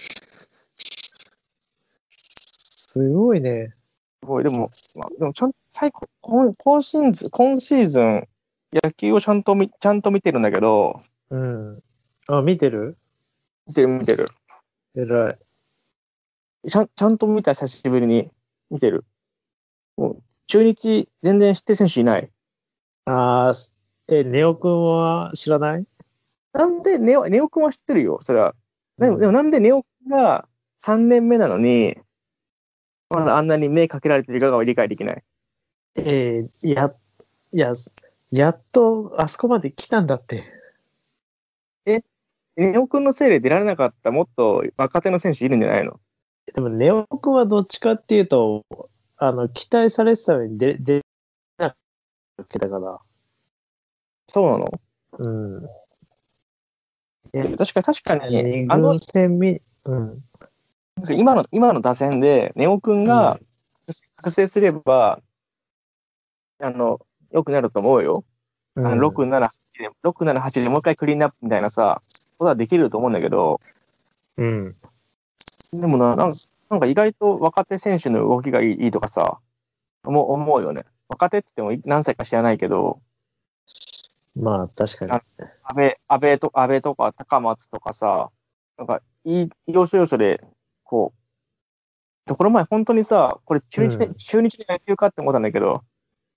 すごいね。 すごい、でも、まあ、でもちゃん最高、今今シーズン、今シーズン、野球をちゃんと見、ちゃんと見てるんだけど、 うん。あ、見てる？ 見てる見てる。 偉い。 ちゃん、ちゃんと見た、久しぶりに見てる。もう中日、全然知ってる選手いない。 あー、え、ネオくんは知らない？ なんでネオ、ネオ君は知ってるよ、それは。でも、でもうん。 なんでネオ君がさんねんめなのに、まだあんなに目かけられてるかが理解できない。 えー、や、や、やっとあそこまで来たんだって。 え、ネオ君のせいで出られなかったもっと若手の選手いるんじゃないの？ でも、ネオくんはどっちかっていうと、あの、期待されてたのに出、出なかっただから。 そうなの？ うん。いや、 確か、確かに、 二あの、 軍戦み、うん。 今の、今の打線で、ネオ君がうん覚醒すれば、あの、良くなると思うよ。あの、 うん。 ろく、なな、はちで、ろく、なな、はちでもう一回クリーンアップみたいなさ、ことはできると思うんだけど、 うん。 でもな、なんか、なんか意外と若手選手の動きがいい、いいとかさ、思う、思うよね。若手って言っても何歳か知らないけど、 まあ、確かに。 あ安倍、安倍と、安倍とか高松とかさ、なんか、いい、要所要所で、こう、ところ前本当にさ、これ中日で、 うん。 中日で野球かって思ったんだけど、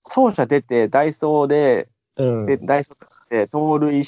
走者出て、ダイソーで、 うん。 でダイソーして、盗塁して、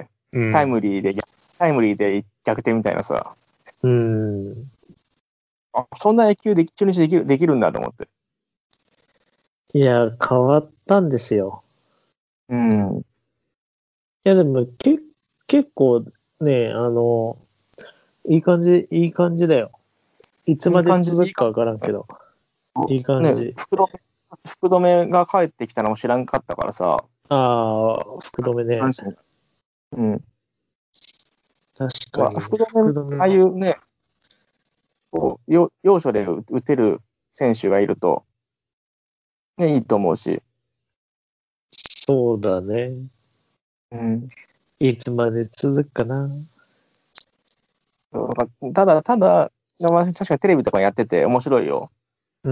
うんタイムリーで、タイムリーで逆転みたいなさ、 うん。 あ、そんな野球で中日できる、できるんだと思って。 いや、変わったんですよ。 うん。 いや、でも、け、結構ね、あの、いい感じ、いい感じだよ。いつまでいい感じ、いい感続くかわからんけど、いい感じ。 じ。 ね、福留、福留が帰ってきたのも知らんかったからさ、 ああ、福留ね。 阪神。うん。 確まあ、 かに。 福留、 福留ああいうね、こう、よ要所で打てる選手がいると、ね、いいと思うし。 そうだね。 うん。 いつまで続くかな。 そうなんかただ、ただ、まあ確かにテレビとかやってて面白いよ。 うん。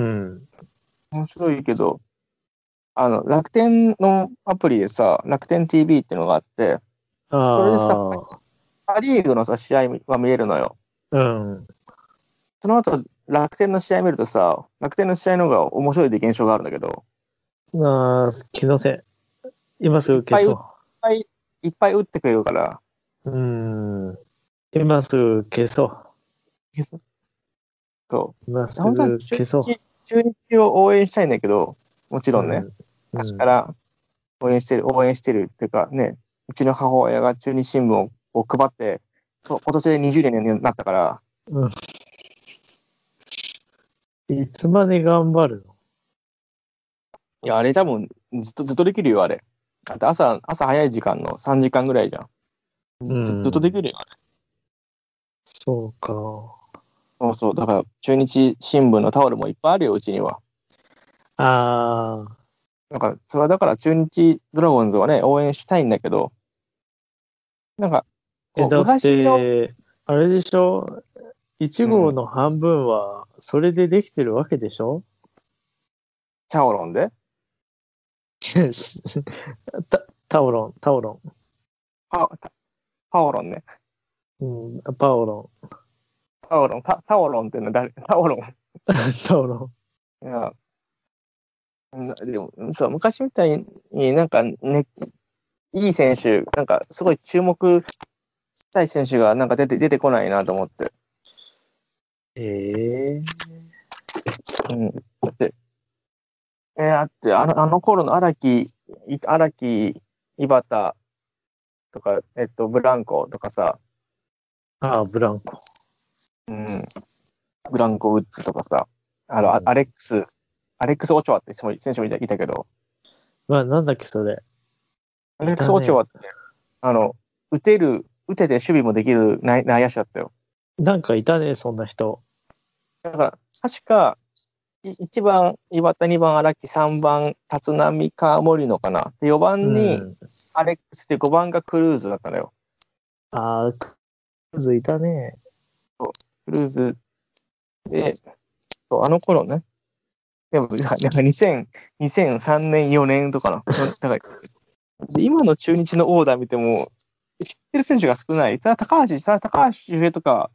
面白いけど、あの、楽天のアプリでさ、楽天 ティーブイ っていうのがあって、それでさ、 ああ、 パ・リーグのさ、試合は見えるのよ。 うん。 その後、楽天の試合見るとさ、楽天の試合の方が面白いって現象があるんだけど、 ああ、気のせい。今すいっぱい、いっぐ消そぱい、いっぱい打ってくれるから、 う。うん。今すぐ消そそう。今う。本当はすぐ中消そ日、中日を応援したいんだけど、もちう。 ろんね、 うん。うん。 昔から応援してる、応援してるっていうかね、うちの母親が中日新聞をを配って、そう今年でにじゅうねんになったから、 うん。いつまで頑張るの？ いや、あれ多分ずっとずっとできるよ、あれ。だって朝、朝早い時間のさんじかんぐらいじゃん。 うずずっとでん。 きるよ、あれ。 そうか。 そうそう。だから、中日新聞のタオルもいっぱいあるよ、うちには。 ああ。 なんか、それはだから中日ドラゴンズはね、応援したいんだけど、なんか、 え、 こう、 だっ昔の、 て、あれでしょ？ いちうん、 号の半分は、それでできてるわけでしょ？ タオロンで、 タ、タオロン、タオロパ、タタオロンね。 ン。うん、パオロタオロン、タ、タオロンっていうのは誰、タオロン。いン。タオロや、なでも、そう、昔みたいになんかね、いい選手、なんかすごい注目したい選手がなんか出て、出てこないなと思って。 ン。ええうん。だって、えー、だってあの、あの頃の荒木、い荒木、井端とか、えっと、ブランコとかさ、 ああ、ブランコ。 うん、ブランコウッズとかさ、あの、アうん、 アレックス、アレックス・オチョアって人も選手もいたいたけど、 まあ、なんだっけ、それ。 アレックス・いたね。 オチョアって、あの、打てる、打てて守備もできる内内野手だったよ。 なんかいたね、そんな人。 だから、確か、いいちばん岩田、にばん荒木、さんばん立浪か森野かな。で、よばんにうん。 アレックスでごばんがクルーズだったのよ。 ああ、クルーズいたね。 クルーズで、そうあの頃ね。でも、なんかにせん、にせんさんねん、よねんとかな。なんかで今の中日のオーダー見ても、知ってる選手が少ない。さ、高橋、さ、高橋周平とか、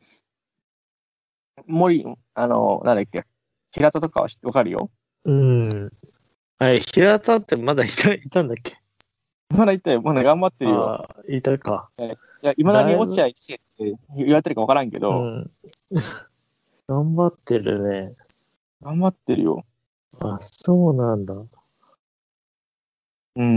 森、あの、なんだっけ、平田とかは知ってわかるよ。 うん。あれ、平田ってまだいた、いたんだっけ？ まだ言ったよ、まだ頑張ってるよ。 ああ、いたか。 いや、いまだにだいぶ、 落合一世って言われてるかわからんけど、 うん。頑張ってるね。 頑張ってるよ。 あ、そうなんだ。 うん。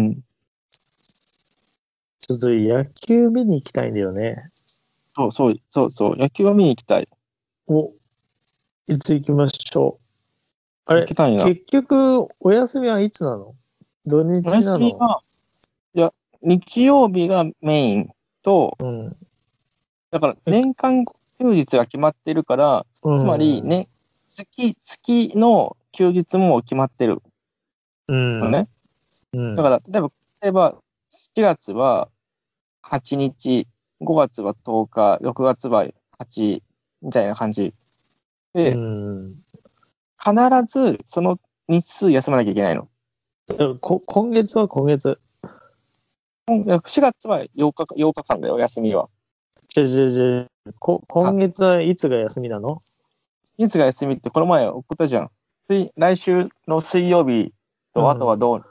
ちょっと野球見に行きたいんだよね。 そうそう、そうそう。野球は見に行きたい。 お、いつ行きましょう。あれ、 行きたいな。 結局、お休みはいつなの？土お日なの？ 休みは、いや、日曜日がメインと、 うん。 だから年間休日が決まってるから、 うつまり、 ん。 ね、月、月の休日も決まってるうん。 のね。 うん。 だから、例えば、例えば、しちがつははちにち、ごがつはとおか、ろくがつははちみたいな感じ。 うで、 ん。 必ずその日数休まなきゃいけないの。 こ今月は今月。 しがつはようか、ようかかんだよ、休みは。 じゃじゃじゃこ今月はいつが休みなの？ いつが休みってこの前送ったじゃん。水来週の水曜日と、あとはうん。 どう、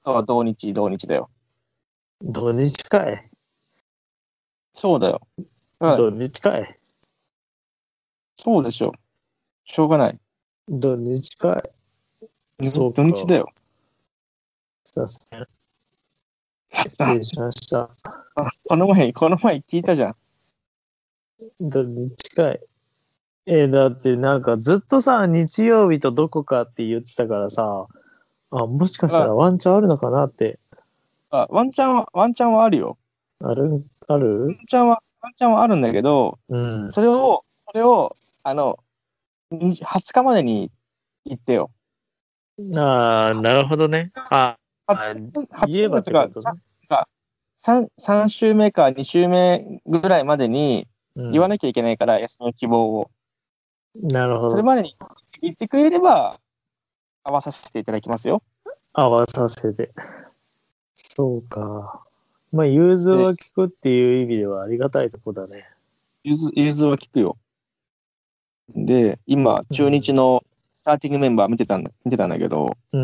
とは同日、同日だよ。 土日かい。 そうだよ。うん、 土日かい。 そうでしょ。しょうがない。 土日かい。そうか。 土日だよ。 さすがに。失礼しました。 あ、この前、この前聞いたじゃん。 土日かい。えーだってなんかずっとさ、日曜日とどこかって言ってたからさ、あ、もしかしたらワンチャンあるのかなって。 あ、ワンチャンは、ワンチャンはあるよ。 あるあワるンチャンは、ワンチャンはあるんだけど、 うん。 それを、それを、あの、にはつかまでに言ってよ。 ああ、なるほどね。ああ、 はつか、 言えばっとか、 てことね。 さん、三週目かに週目ぐらいまでに言わうなきゃいけないから、休みの希望を。 ん。なるほど。 それまでに言ってくれれば、合わさせていただきますよ。 合わさせて。そうか。まあ、融通はで、 聞くっていう意味ではありがたいとこだね。 融通、融通は聞くよ。で、今、中日うん。 のスターティングメンバー見てたんだ、見てたんだけど、 うん。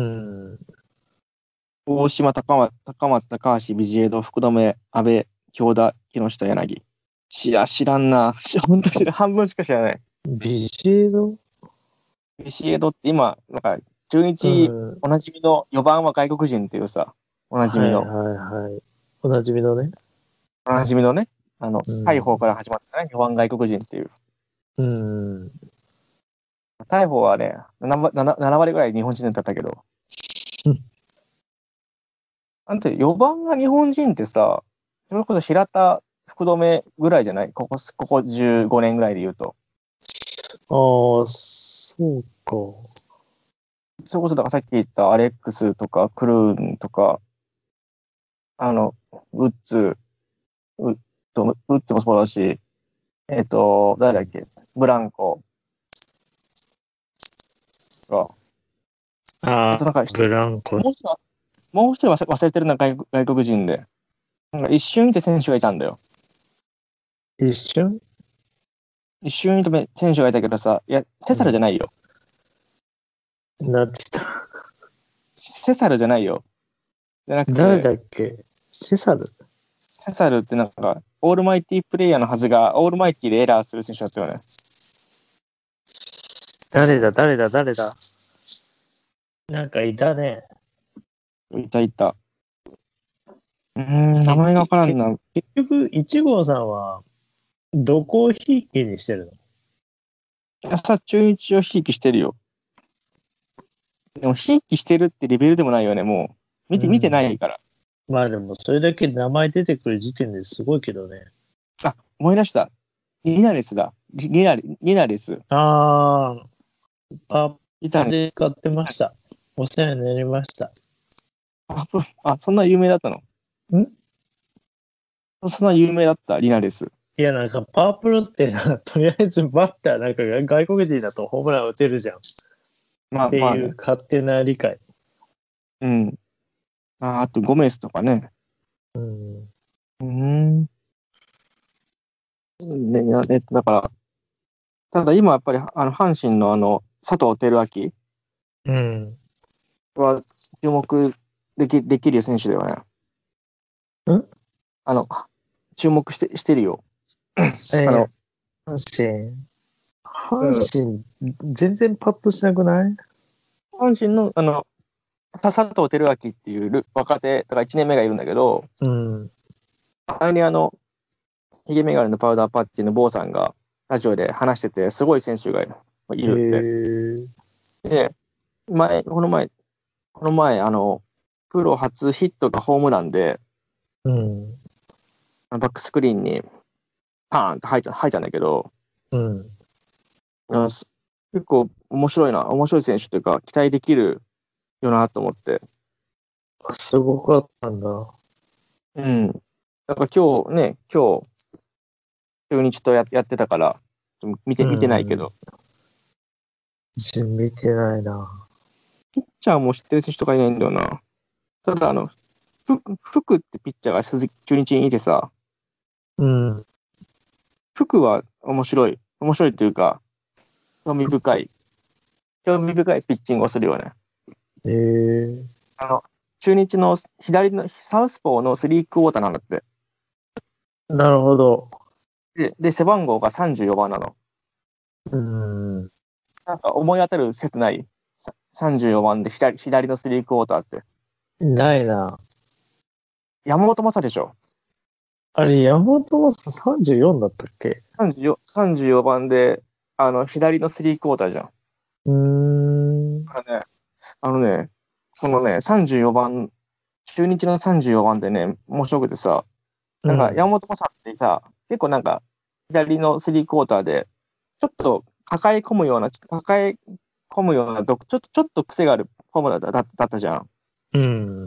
大島、高松、高松、高橋、ビジエド、福留、阿部、京田、木下、柳。いや、知らんな。し本当知らん。半分しか知らない。 ビシエドビシエドって今、なんか、中う日ん。 おなじみのよばんは外国人っていうさ、おなじはいはいみの、 はい。おなじみのね。 おなじみのね、あの、 うん。 大砲から始まったね、よばん外国人っていう。 うん。 大砲はね、なな, なな, なな割ぐらい日本人だったけど、あんたよばんが日本人ってさ、それこそ平田、福留ぐらいじゃないここ、ここじゅうごねんぐらいで言うと。 ああ、そうか。 それこそ、だからさっき言ったアレックスとか、クルーンとか、あの、ウッズ、ウッドウッズもそうだし、えっと、誰だっけブランコが、あとああ、 なんか一人、 ブランコ。 もう一人、もう一人忘れ忘れてるな、外国外国人で。なんか一瞬見て選手がいたんだよ。 一瞬一瞬見て選手がいたけどさ、いや、セサルじゃないよ。 なってた。 セサルじゃないよ。じゃなく誰て、 だっけセサルセサルってなんか、オールマイティプレイヤーのはずが、オールマイティでエラーする選手だったよね。 誰だ誰だ誰だなんかいたね。 いたいた。うーん、名前がわからんな。 結局、いち号さんは、どこをひいきにしてるいやさ、中日をひいきしてるよ。でも、ひいきしてるってレベルでもないよね、もう。見て、 の見てなうん。 いから。 まあでも、それだけ名前出てくる時点ですごいけどね。 あ、思い出した。リナレスだ。リリナリリナレス。 ああ、パリタレで使ってました。お世話になりました。 あ、ぷあそんな有名だったのんそんな有名だった、リナレス。 いや、なんか、パープルってな、とりあえずバッターなんかが外国人だとホームラン打てるじゃん。っまあ、 ていうまあね。 勝手な理解。 うん。あ、あと、ゴメスとかね。 うん。 うーん。ね、いやえっと、だから、ただ今やっぱり、あの、阪神のあの、佐藤輝うん。 明は注目でき、できる選手だよね。 んあの、注目して、してるよ。あえの、 ー、阪神。 うん、 阪神、全然パッとしなくない阪神の、あの、佐藤輝明っていう若手、だからいちねんめがいるんだけど、 うん。 前にあの、ヒゲメガネのパウダーパッチの坊さんがラジオで話してて、すごい選手がいへるって。 え。 で、前、この前、この前、あの、プロ初ヒットがホームランで、 うん。 バックスクリーンにパーンって入った入ったんだけど、 うん。 あす結構面白いな、面白い選手というか、期待できるよなと思って。 すごかったんだ。 うん。だから今日ね、今日、中日とややってたから、ちょっと見て、見てないけうん。 ど、 自分見てないな。 ピッチャーも知ってる選手とかいないんだよな。ただ、あの、ふ福ってピッチャーが鈴木中日にいてさ、 うん。 福は面白い、面白いというか、興味深い、興味深いピッチングをするよね。 ええ。 あの、 中日の左のサウスポーのスリークォーターなんだって。 なるほど。 で、で背番号がさんじゅうよんばんなの。 うん。 なんか思い当たる説ない？ささんじゅうよんばんで左左のスリークォーターって。 ないな。 山本昌でしょ。 あれ、山本はさんじゅうよんだったっけ？ さんじゅうよん、さんじゅうよんばんで、あの、左のスリークォーターじゃん。 うーん。 あのね、あのね、このね、さんじゅうよんばん、中日のさんじゅうよんばんでね、面白くてさ、なんかうん。 山本昌ってさ、結構なんか、左のスリークォーターで、ちょっと抱え込むような、抱え込むような、ちょっと、ちょっと癖があるフォームだっただだったじゃん。 うん。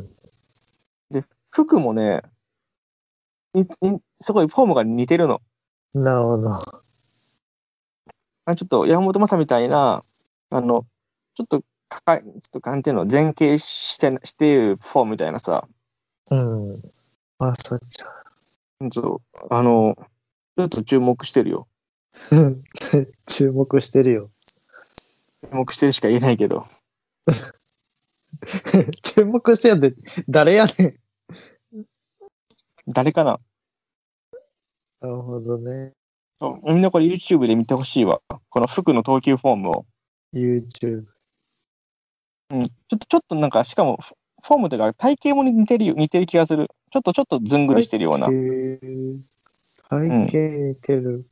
で、服もね、いいすごいフォームが似てるの。 なるほど。 あちょっと山本昌みたいな、あの、ちょっと抱え、ちょっとなんていうの、前傾して、しているフォームみたいなさ、 うん。あ、そっちは。 ちょっと、あの、ちょっと注目してるよ。 注目してるよ。 注目してるしか言えないけど。 注目してるやつ、誰やねん。 誰かな？ なるほどね。 そうみんなこれ YouTube で見てほしいわ。この服の投球フォームを。 YouTube。 うん、ちょっと、ちょっとなんか、しかも、フフォームというか、体型も似てるよ、似てる気がする。ちょっと、ちょっとずんぐりしてるような。 体型、 うん。 体型似てる。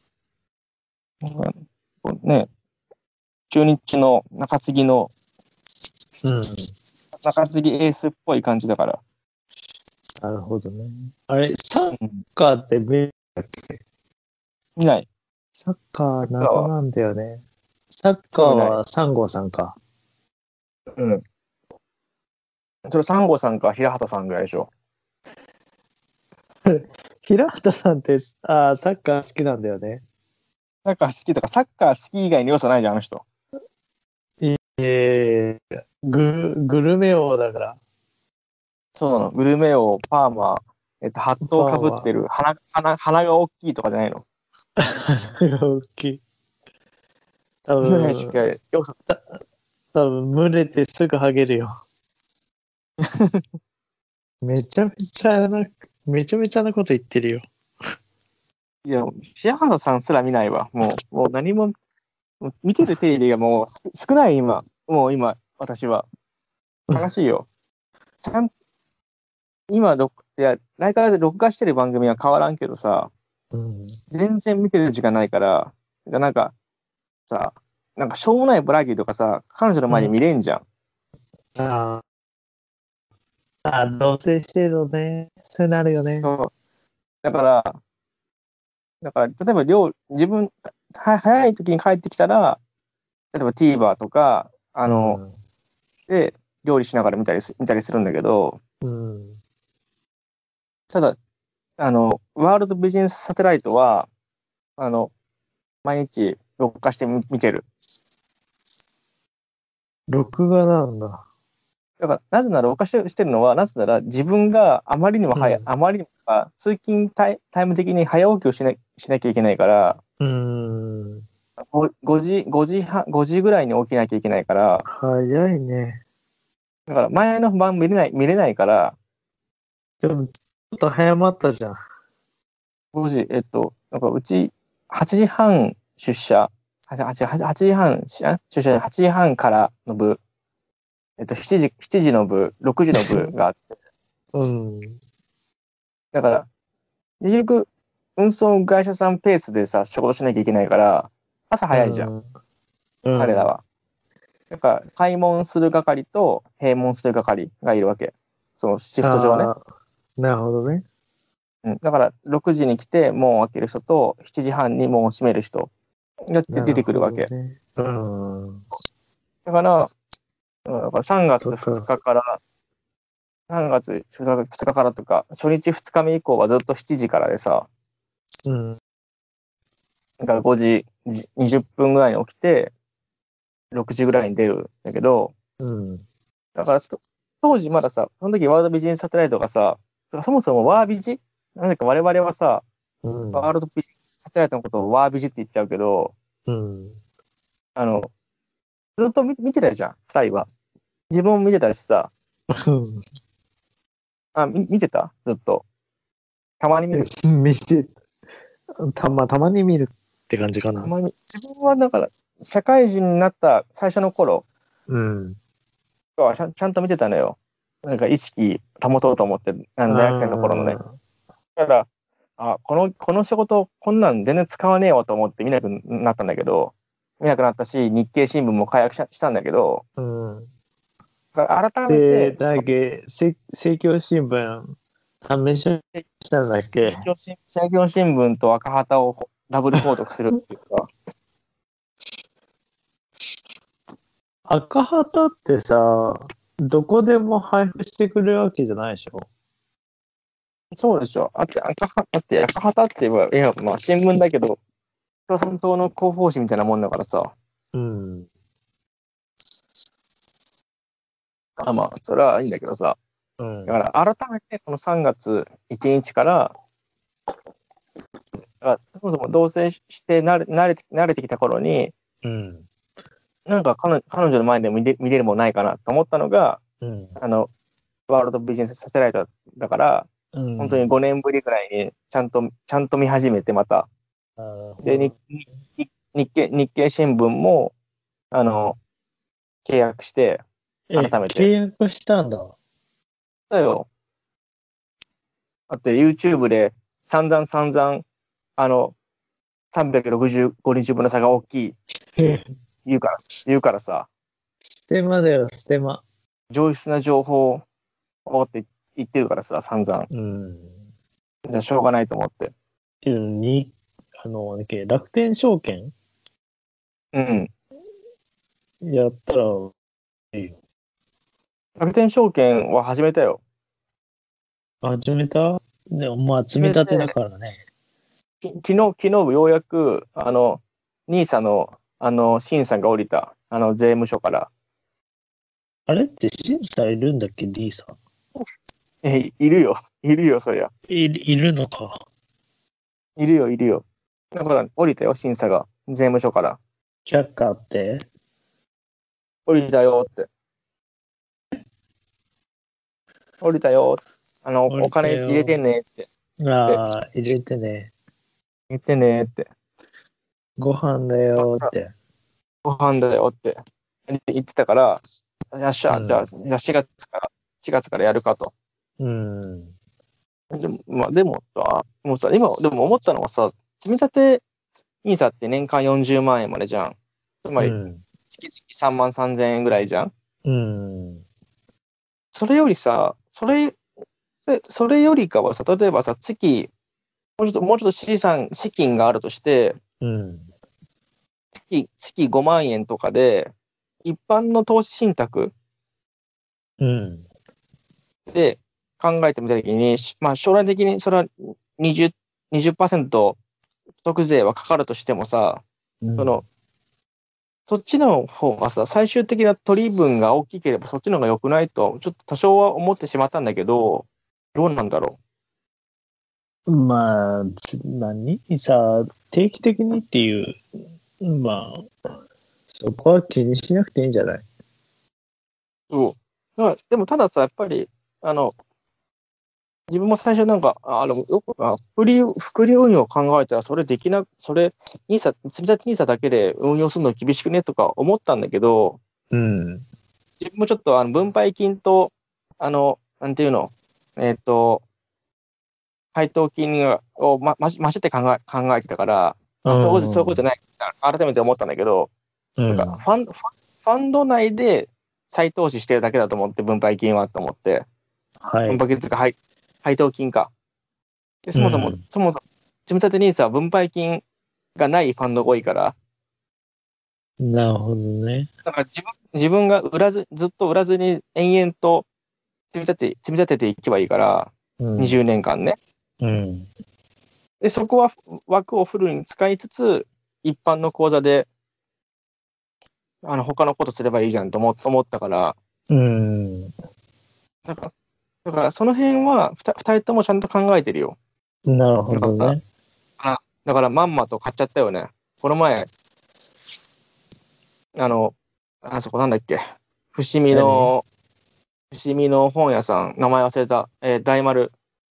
ね、中日の中継ぎの、 うん。 中継ぎエースっぽい感じだから。 なるほどね。あれ、サッうん、 カーって見見ない。 サッカーサッカーは謎なんだよね。サッカー興味ない。 はさん号さんか。 うん。それさん号さんか平畑さんぐらいでしょ。 平畑さんってあサッカー好きなんだよね。 サッカー好きとか、サッカー好き以外に要素ないじゃん、あの人。 えー、ググルメ王だから。 そうなの。グルメ王、パーマ、えっと、ハットをかぶってる、鼻、鼻、鼻が大きいとかじゃないの。 大きい。多ぐらいしか分、 要素。 た多分、群れてすぐハゲるよ。めちゃめちゃな、めちゃめちゃなこと言ってるよ。 いや、平畑さんすら見ないわ。もう、もう何も、もう見てるテレビがもうす少ない、今。もう今、私は。悲しいよ。ちゃん、今、録いや、相変わらず録画してる番組は変わらんけどさ、 うん、 全然見てる時間ないから、なんかさ、なんかしょうもないバラエティとかさ、彼女の前に見れんじゃん。 ああ、同棲してるのね。そうなるよね。 そう。だから、だから、例えば料、自分、は早い時に帰ってきたら、例えば TVer とか、あうの、 ん。 で、料理しながら見たりす、見たりするんだけど、 うん。 ただ、あの、ワールドビジネスサテライトは、あの、毎日録画してみ見てる。 録画なんだ。 だから、なぜなら録画してしてるのは、なぜなら自分があまりにも早い、 うん。 あまりにもあ通勤タイ、タイム的に早起きをしな、しなきゃいけないから、 うーん。 ご ごじ、ごじはん、ごじぐらいに起きなきゃいけないから、 早いね。 だから前の晩見れない、見れないから、 でも、ちょっと早まったじゃん。 ごじ、えっと、なんかうちはちじはん出社、はち、はち、はちじはんしあ出社、はちじはんからの部、えっと、しちじ、しちじの部、ろくじの部があって、 うん。 だから、結局、運送会社さんペースでさ、仕事しなきゃいけないから、朝う早いじゃん、 ん。うん。 彼らは。だから、開門する係と閉門する係がいるわけ。そのシフト上ね。 ああ、なるほどね。 うん、だから、ろくじに来て門を開ける人と、しちじはんに門を閉める人が出てくるなるほわけ。 どね。うん。 だから、うんだから3月2 とか。 日から、さんがつふつかからとか、初日ふつかめ以降はずっとしちじからでさ、 うん。 だからごじにじゅっぷんぐらいに起きて、ろくじぐらいに出るんだけど、 うん。 だからと当時まださ、その時ワールドビジネスサテライトがさ、そもそもワービジなんでか我々はさ、 うん。 ワールドビジネスサテライトのことをワービジって言っちゃうけど、 うん。 あの、ずっと見見てたじゃん、ふたりは。自分も見てたしさ、 あ、み見てたずっと。たまに見る。 見て、たま、たまに見るって感じかな。 たまに。自分はだから、社会人になった最初の頃うん。 はちゃん、ちゃんと見てたのよ。なんか意識保とうと思って、あの大学生の頃のね。 あただ、あ、この、この仕事、こんなん全然使わねえわと思って見なくなったんだけど、見なくなったし、日経新聞も解約ししたんだけど、 あ、うん。 改めで、 て、 だっけ、せ政教新聞、試ししたんだっけ。 政教新政教新聞と赤旗をダブル購読するっていうか、 赤旗ってさ、どこでも配布してくれるわけじゃないでしょ。 そうでしょ。あって、赤旗あって赤旗って言えば、いや、まあ、新聞だけど、共産党の広報誌みたいなもんだからさ、 うん。 あ、まあ、それはいいんだけどさ、 うん。 だから改めてこのさんがついちにちから、だからそもそも同棲して慣れ慣れて慣れてきた頃に、 うん。 なんか彼女彼女の前で見れ見れるもんないかなと思ったのが、 うん。 あの、ワールドビジネスサテライトだから、 う本当にん。 ごねんぶりぐらいにちゃんと、ちゃんと見始めてまた。 なるほで、日ど。 日日経、日経新聞も、あの、契約して、 え、 改めて。 契約したんだ。 だよ。だって YouTube で散々散々、あの、さんびゃくろくじゅうごにちぶんの差が大きい言うから、言うからさ、 ステマだよ、ステマ。 上質な情報をって言ってるからさ、散々。 うん。 じゃあしょうがないと思って。 けど、に、あの、なんだっけ、楽天証券うん。 やったらいいよ。 楽天証券は始めたよ。 始めた。でも、まあ、積始めて、 み立てだからね。 き昨日、昨日ようやく、あの、ニーサの、あの、審査が降りた。あの、税務署から。 あれって審査いるんだっけ、D さん。 え、いるよ。いるよ、そりゃ。 い、いるのか。 いるよ、いるよ。だから、降りたよ、審査が。税務署から。 却下って。 降りたよって。降りたよ。あの、 降りたお金入れてよ。 ねって。で、 ああ、入れてね。 言ってねって。 ご飯だよって。 ご飯だよって言ってたから、よっしゃ、じゃあ、 うん。 じゃあしがつから、しがつからやるかと。 うん。 でも、まあ、でもさ、もうさ、今、でも思ったのはさ、積み立て ニーサ って年間よんじゅうまん円までじゃん。つまり、 うん。 月々さんまんさんぜんえんぐらいじゃん。 うん。 それよりさ、それ、それよりかはさ、例えばさ、月、もうちょっと、もうちょっと資産、資金があるとして、 うん。 月、月ごまん円とかで、一般の投資信託うん。 で考えてみたときに、しまあ、将来的にそれは20、にじゅっパーセント所得税はかかるとしてもさ、 うん。 その、そっちの方がさ、最終的な取り分が大きければそっちの方が良くないと、ちょっと多少は思ってしまったんだけど、どうなんだろまあ、つ何さ、定期的にっていう、まあ、そこは気にしなくていいんじゃない。 う。そう。だからでもたださ、やっぱり、あの、自分も最初なんか、ああの、よく、あ、複利、複利運用を考えたら、それできな、それ、ニーサ、積み立てニーサだけで運用するの厳しくねとか思ったんだけど、 うん。 自分もちょっとあの分配金と、あの、なんていうの、えっと、配当金をま、まじ、まじって考え、考えてたから、 うあ、そう、そういうことじん。 ゃない。改めて思ったんだけど、なんか、 うん。 ファン、ファンファンド内で再投資してるだけだと思って、分配金はと思って、 はい。 分配金とか配、配当金か。で、そもそも、 うん。 そもそも、積み立てニーサは分配金がないファンドが多いから、 なるほどね。 だから自分、自分が売らず、ずっと売らずに延々と積み立て、積み立てていけばいいから、 うん。 にじゅうねんかんね。 うん。 で、そこは枠をフルに使いつつ、一般の口座で、あの、他のことすればいいじゃんと思思ったから、 うん。 だから、だからその辺はふた、二人ともちゃんと考えてるよ。 なるほだから、 どね。 あだからまんまと買っちゃったよね。この前、あの、あそこなんだっけ、伏見何の伏見の本屋さん、名前忘れた。えー大丸。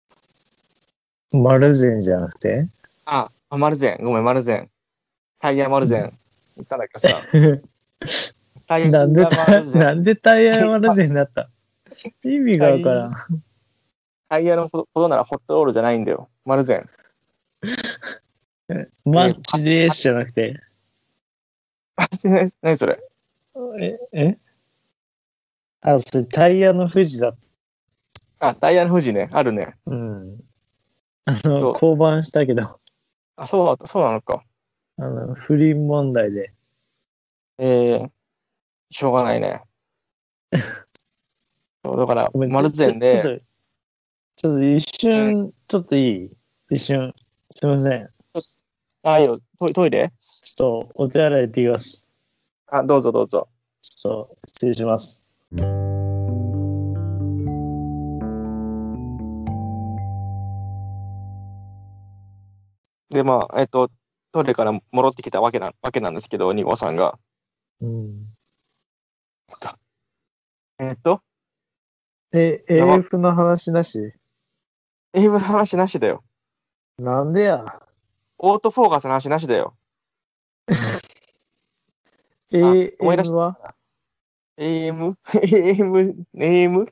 丸善じゃなくてあ、あ丸善。ごめん、丸善。タイヤ丸善。言ったんだけどさ。タイなんでヤた、 丸善。 なんでタイヤ丸善になった意味がわからん。 タイヤのことならホットロールじゃないんだよ。丸善。 マッチですじゃなくて。 何それ。 え、えあ、それタイヤの富士だ。 あ、タイヤの富士ね。あるね。 うん。あの、 そう。 降板したけど、 あ、そうだった。そうなのか。 あの、不倫問題で。 えー、しょうがないね。そうだから、 ごめん、ちょ、 丸ちょ、 善で、 ちょっと、ちょっと一うん、 瞬、ちょっといい一瞬。すいません。 あ、いいよ。トイトイレちょっと、お手洗い行ってきます。 あ、どうぞどうぞ。 ちょっと、失礼します。 で、まあ、えっと、トイレから戻ってきたわけな、わけなんですけど、に号さんが。 うん。 えっと、 え、 やば、 エーエフ の話なし英語の話なしだよ。 なんでやオートフォーカスの話なしだよ。あ、思い出 ?エーエムしはた。エーエム? エーエム? エーエム?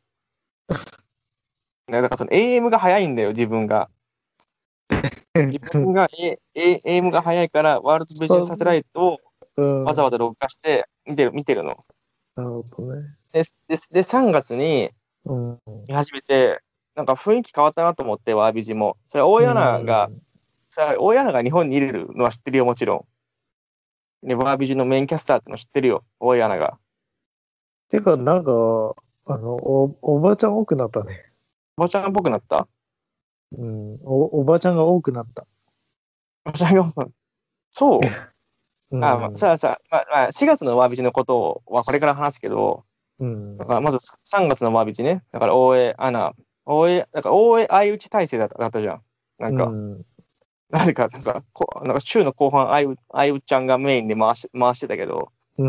ね、だからその エーエム が早いんだよ、自分が。自分が A- A- エーエム が早いから、ワールドビジネスサテライトをうん。 わざわざ録画して見てる、見てるの。 なるほどね。 で、で、でさんがつにうん。 見始めて、なんか雰囲気変わったなと思って、ワービジも。それ、大う柳が、 ん。 さ、大柳が日本にいるのは知ってるよ、もちろん。ね、ワービジのメインキャスターっての知ってるよ、大柳が。 てか、なんか、あの、お、おばちゃん多くなったね。 おばちゃんっぽくなった。 うん。お、おばちゃんが多くなった。 おばちゃんが、そううあ、まあ、 ん。 さあさあ、まあ、まあ、しがつのワービジのことはこれから話すけど、 うん。 だからまずさんがつのワービジね。だから大江アナ、大江、だから大江相打ち体制だっただったじゃん。なんか、 うん。 なぜか、なんか、こなんか週の後半、相打相打ちゃんがメインで回し回してたけど、 うん。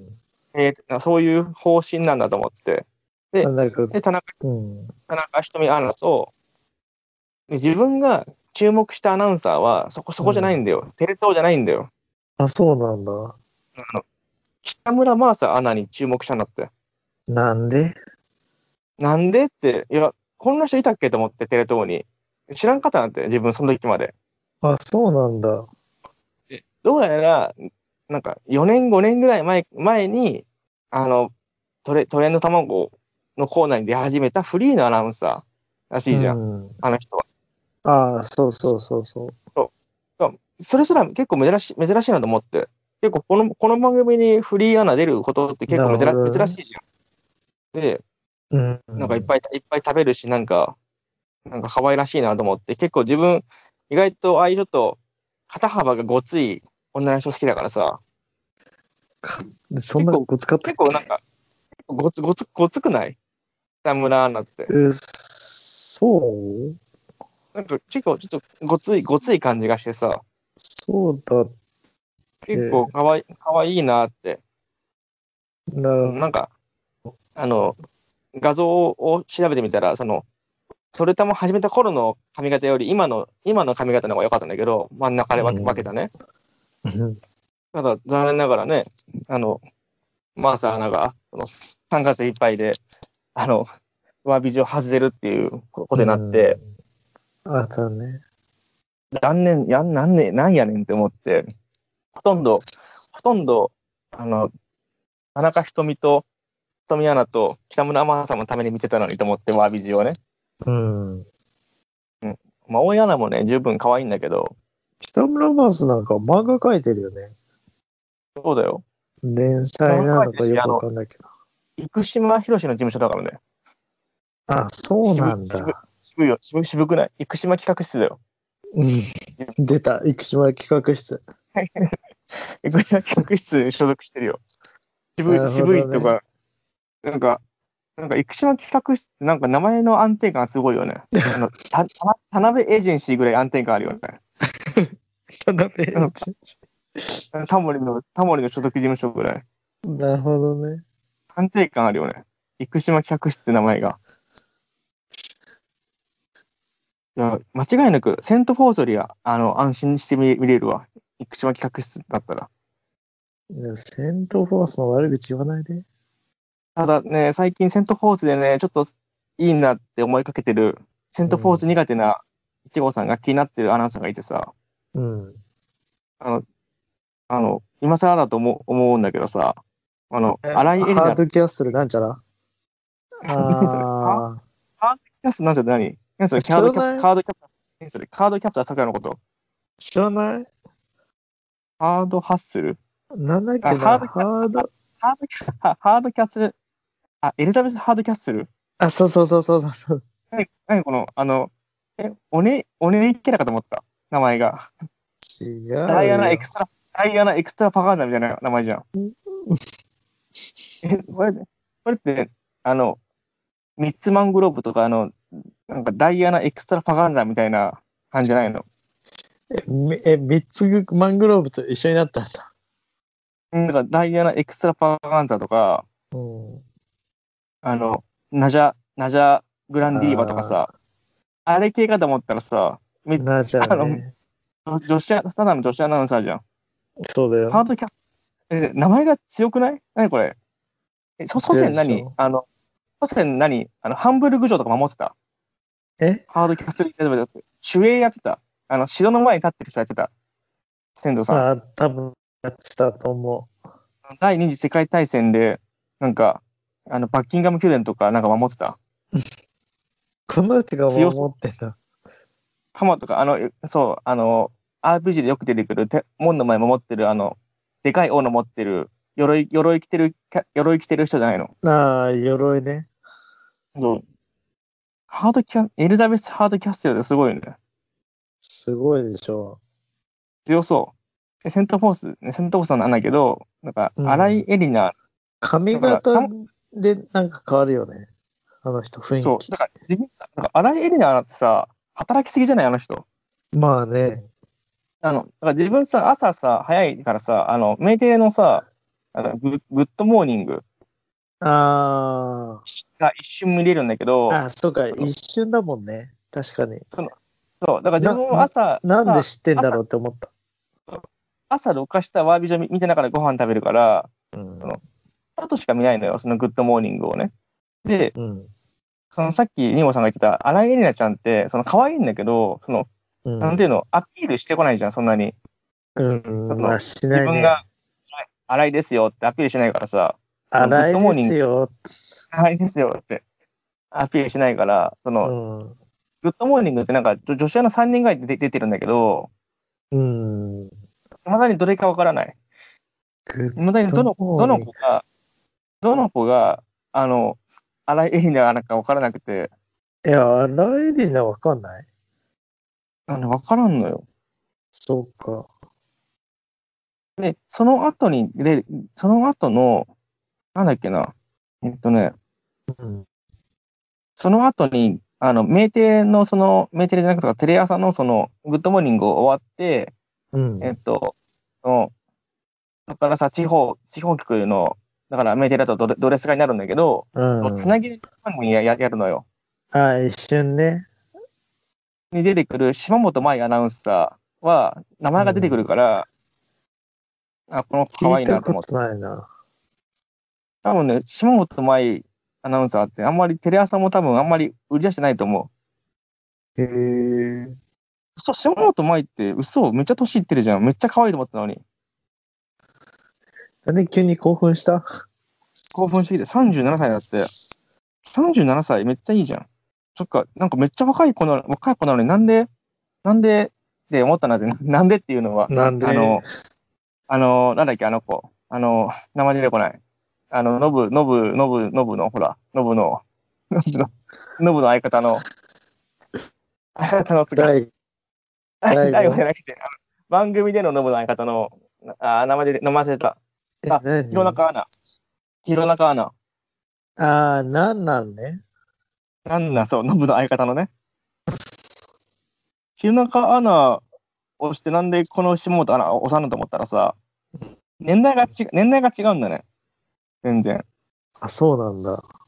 えーなんかそういう方針なんだと思って。で、 あなんか、 で田中、 うん。 田中瞳アナと、で自分が注目したアナウンサーは、そこ、そこじゃないんうん。 だよ。テレ東じゃないんだよ。 あ、そうなんだ。 あの北村真麻アナに注目したんだって。 なんでなんでって、いや、こんな人いたっけと思って、テレ東に。知らんかったなんて、自分その時まで。 あ、そうなんだ。 でどうやら、なんかよねん、ごねんぐらい前前に、あの、トレトレンド卵のコーナーに出始めたフリーのアナウンサーらしういじゃん、 ん。 あの人は。 ああ、そうそうそうそう。 そうそれすら結構珍しい珍しいなと思って。結構この、この番組にフリーアナ出ることって結なる構珍ほどね。 珍しいじゃん。で、 うん。 なんかいっぱいいっぱい食べるし、なんか、なんか可愛らしいなと思って、結構自分、意外とああいうちょっと肩幅がごつい女の人好きだからさ、 そんな結構、 ごつかったっけ結構なんか、ごつ、ごつ、ごつくない北村アナって。 うそうなんか結構ちょっとごつい、ごつい感じがしてさ、 そうだっ結構け。 かわい、かわいいなって。 なるなんか、あの、画像を調べてみたら、その、トレタも始めた頃の髪型より今の、今の髪型の方が良かったんだけど、真ん中で分け分けたね。 ほど。 ただ、残念ながらね、あの、マーサーアナが、そのさんがついっぱいで、あの、ワービジを外れるっていうことになって、 うん。あったね。 残念、やん、なんね、なんやねんって思って、ほとんど、ほとんど、あの、田中瞳と、富アナと北村真さんのために見てたのにと思って、ワービジをね。 うん。 うん。まあ、大江アナもね、十分可愛いんだけど、 北村マースなんか漫画描いてるよね。 そうだよ。 連載漫画なの描いてるし、 かよくわあの、 かんないけど。 生島博士の事務所だからね。 あ、そう渋、 なん渋、 だ。 渋いよ。渋、渋くない？生島企画室だよ。 うん。出た。生島企画室。 生島企画室に所属してるよ。渋い、 なるほどね。 渋いとか、なんか、なんか、生島企画室ってなんか名前の安定感すごいよね。あの、た、た、田辺エージェンシーぐらい安定感あるよね。 田辺あのタモリの、タモリの所属事務所ぐらい。 なるほどね。 安定感あるよね。 生島企画室って名前が。いや、間違いなく、セントフォースよりは、あの、安心して見見れるわ。生島企画室だったら。 いやセントフォースの悪口言わないで。 ただね、最近セントフォースでね、ちょっといいなって思いかけてる、セントフォース苦手ないちごさんが気になってるアナウンサーがいてさ、 うん。 あの、あの、今更だと思う思うんだけどさ、あの、新井恵里ハー奈、 ドキャッスルなんちゃら何それハあハードキャストなんて何何それあ。知カードキャらないカードキャプター、何それカードキャプター桜のこと知らないハードハッスルなんだっけあ、ハーなドキャハード。 ハードキャハハードキャッスル、あ、エリザベスハードキャッスルあ、そうそうそうそうそう。 何何この、あの、え、おね、おねキャラかと思った。名前が。 違うダイアナエクよ。 ストラ、ダイアナエクストラパガンダみたいな名前じゃん。え、これ、これって、あの、ミッツマングローブとか、あの、なんかダイアナエクストラパガンダみたいな感じじゃないの。 え、みえ三つマングローブと一緒になったんだ。 うんだからダイアナエクストラパガンダとか、 うん。 あの、ナジャ、ナジャグランディーバとかあさ、あれ系かと思ったらさ、めあ、なじゃあの、 ね。 女子ア、ただの女子アナウンサーじゃん。 そうだよ。 ハードキャスえ、名前が強くない何これえ、そ祖強い先でしょ。 何あの、祖先何あの、ハンブルグ城とか守ってたえハードキャスルだって守衛やってたあの、城の前に立ってる人やってた先祖さん。 ああ、多分やってたと思第二次世界大戦で、なんか、あの、バッキンガム宮殿とかなんか守ってたう。この人が強そう。 守ってんだ。 鎌とか、あの、そう、あの、アールピージー でよく出てくるて門の前守ってる、あの、でかい斧持ってる、鎧、鎧着てる、鎧着てる人じゃないの。 ああ、鎧ね。 そう。ハードキャ、エリザベス・ハードキャッスルってすごいね。 すごいでしょ。 強そう。でセントフォース、ねセントフォースなんだけど、なんか、 うん新井恵里奈、 髪だから、 型たでなんか変わるよね。あの人、雰囲そう、 気。 だから、自分さ、なんか新井恵里奈ってさ、働きすぎじゃないあの人。 まあね。 あの、だから自分さ、朝さ、早いからさ、あの、メーテレのさ、あのグッグッドモーニングあが一瞬見れるんだけあ。 ど、 あ、そうか、 あの、 一瞬だもんね。確かに。 その、そう、だから自な、 分も朝、 なんで朝、 知ってんだ朝、 ろうって思った。 朝録画したワービジョン見見てながらご飯食べるから、 うん。 その、あとしか見ないのよ、そのグッドモーニングをね。で、 うん。 そのさっきニモさんが言ってた新井恵里奈ちゃんって、その可愛いんだけど、その、 うん。 なんていうの、アピールしてこないじゃん、そんなに。 うん。まその、 あ、しないね。 自分が新井ですよってアピールしないからさ、そのグッ荒いでドモーニング、 すよ。 新井ですよってアピールしないから、その、 うん。 グッドモーニングってなんか女女子アナさんにんぐらいで出てるんだけど、 うん。グいまだにどれかわからない。 ッいまだにどドの、どモーニング。 の子が、どの子が、あの、新井恵里奈なんかわからなくて、 いや、荒いでな、わかんない。 あの、わからんのよ。 そうか。 で、その後に、で、その後の、なんだっけな、えっとね、 うん。 その後に、あの、メーテレの、その、メーテレじゃなくて、テレ朝の、その、グッドモーニング終わって、 うん。 えっと、そのそこからさ、地方、地方局の、だからメーテレだとドレドレスがになるんだけど、 うん。 つなぎ番組やややるのよ。 あ、一瞬ね。 に出てくる島本舞アナウンサーは、名前が出てくうん。 るから、あ、この子可聞い愛いたことなと思って。 ないな。 多分ね、島本舞アナウンサーってあんまりテレ朝も多分あんまり売り出してないと思へえ。 う。そう、島本舞って嘘、めっちゃ年いってるじゃん。めっちゃ可愛いと思ったのに。 なんで急に興奮した興奮してきてさんじゅうななさいだって。さんじゅうななさいめっちゃいいじゃん。そっか、なんかめっちゃ若い子なの、若い子なのになんで、なんでって思ったなって、なんでっていうのは、 なんで、 あの、あの、なんだっけ、あの子。あの、名前出てこない。あの、ノブ、ノブ、ノブ、ノブの、ほら、ノブの、ノブの、ノブの相方の、相方のつか、 大、大大悟じゃ悟なくて、あの番組でのノブの相方の、あ、名前で、名前忘れた。 え、 あ、弘何中アナ。弘中アナ。 ああー、なんなんね。 なんだ、そう、ノブの相方のね。弘中アナをして、なんでこの下本アナを押さんのと思ったらさ、年代がち、年代が違うんだね。全然。 あ、そうなんだ。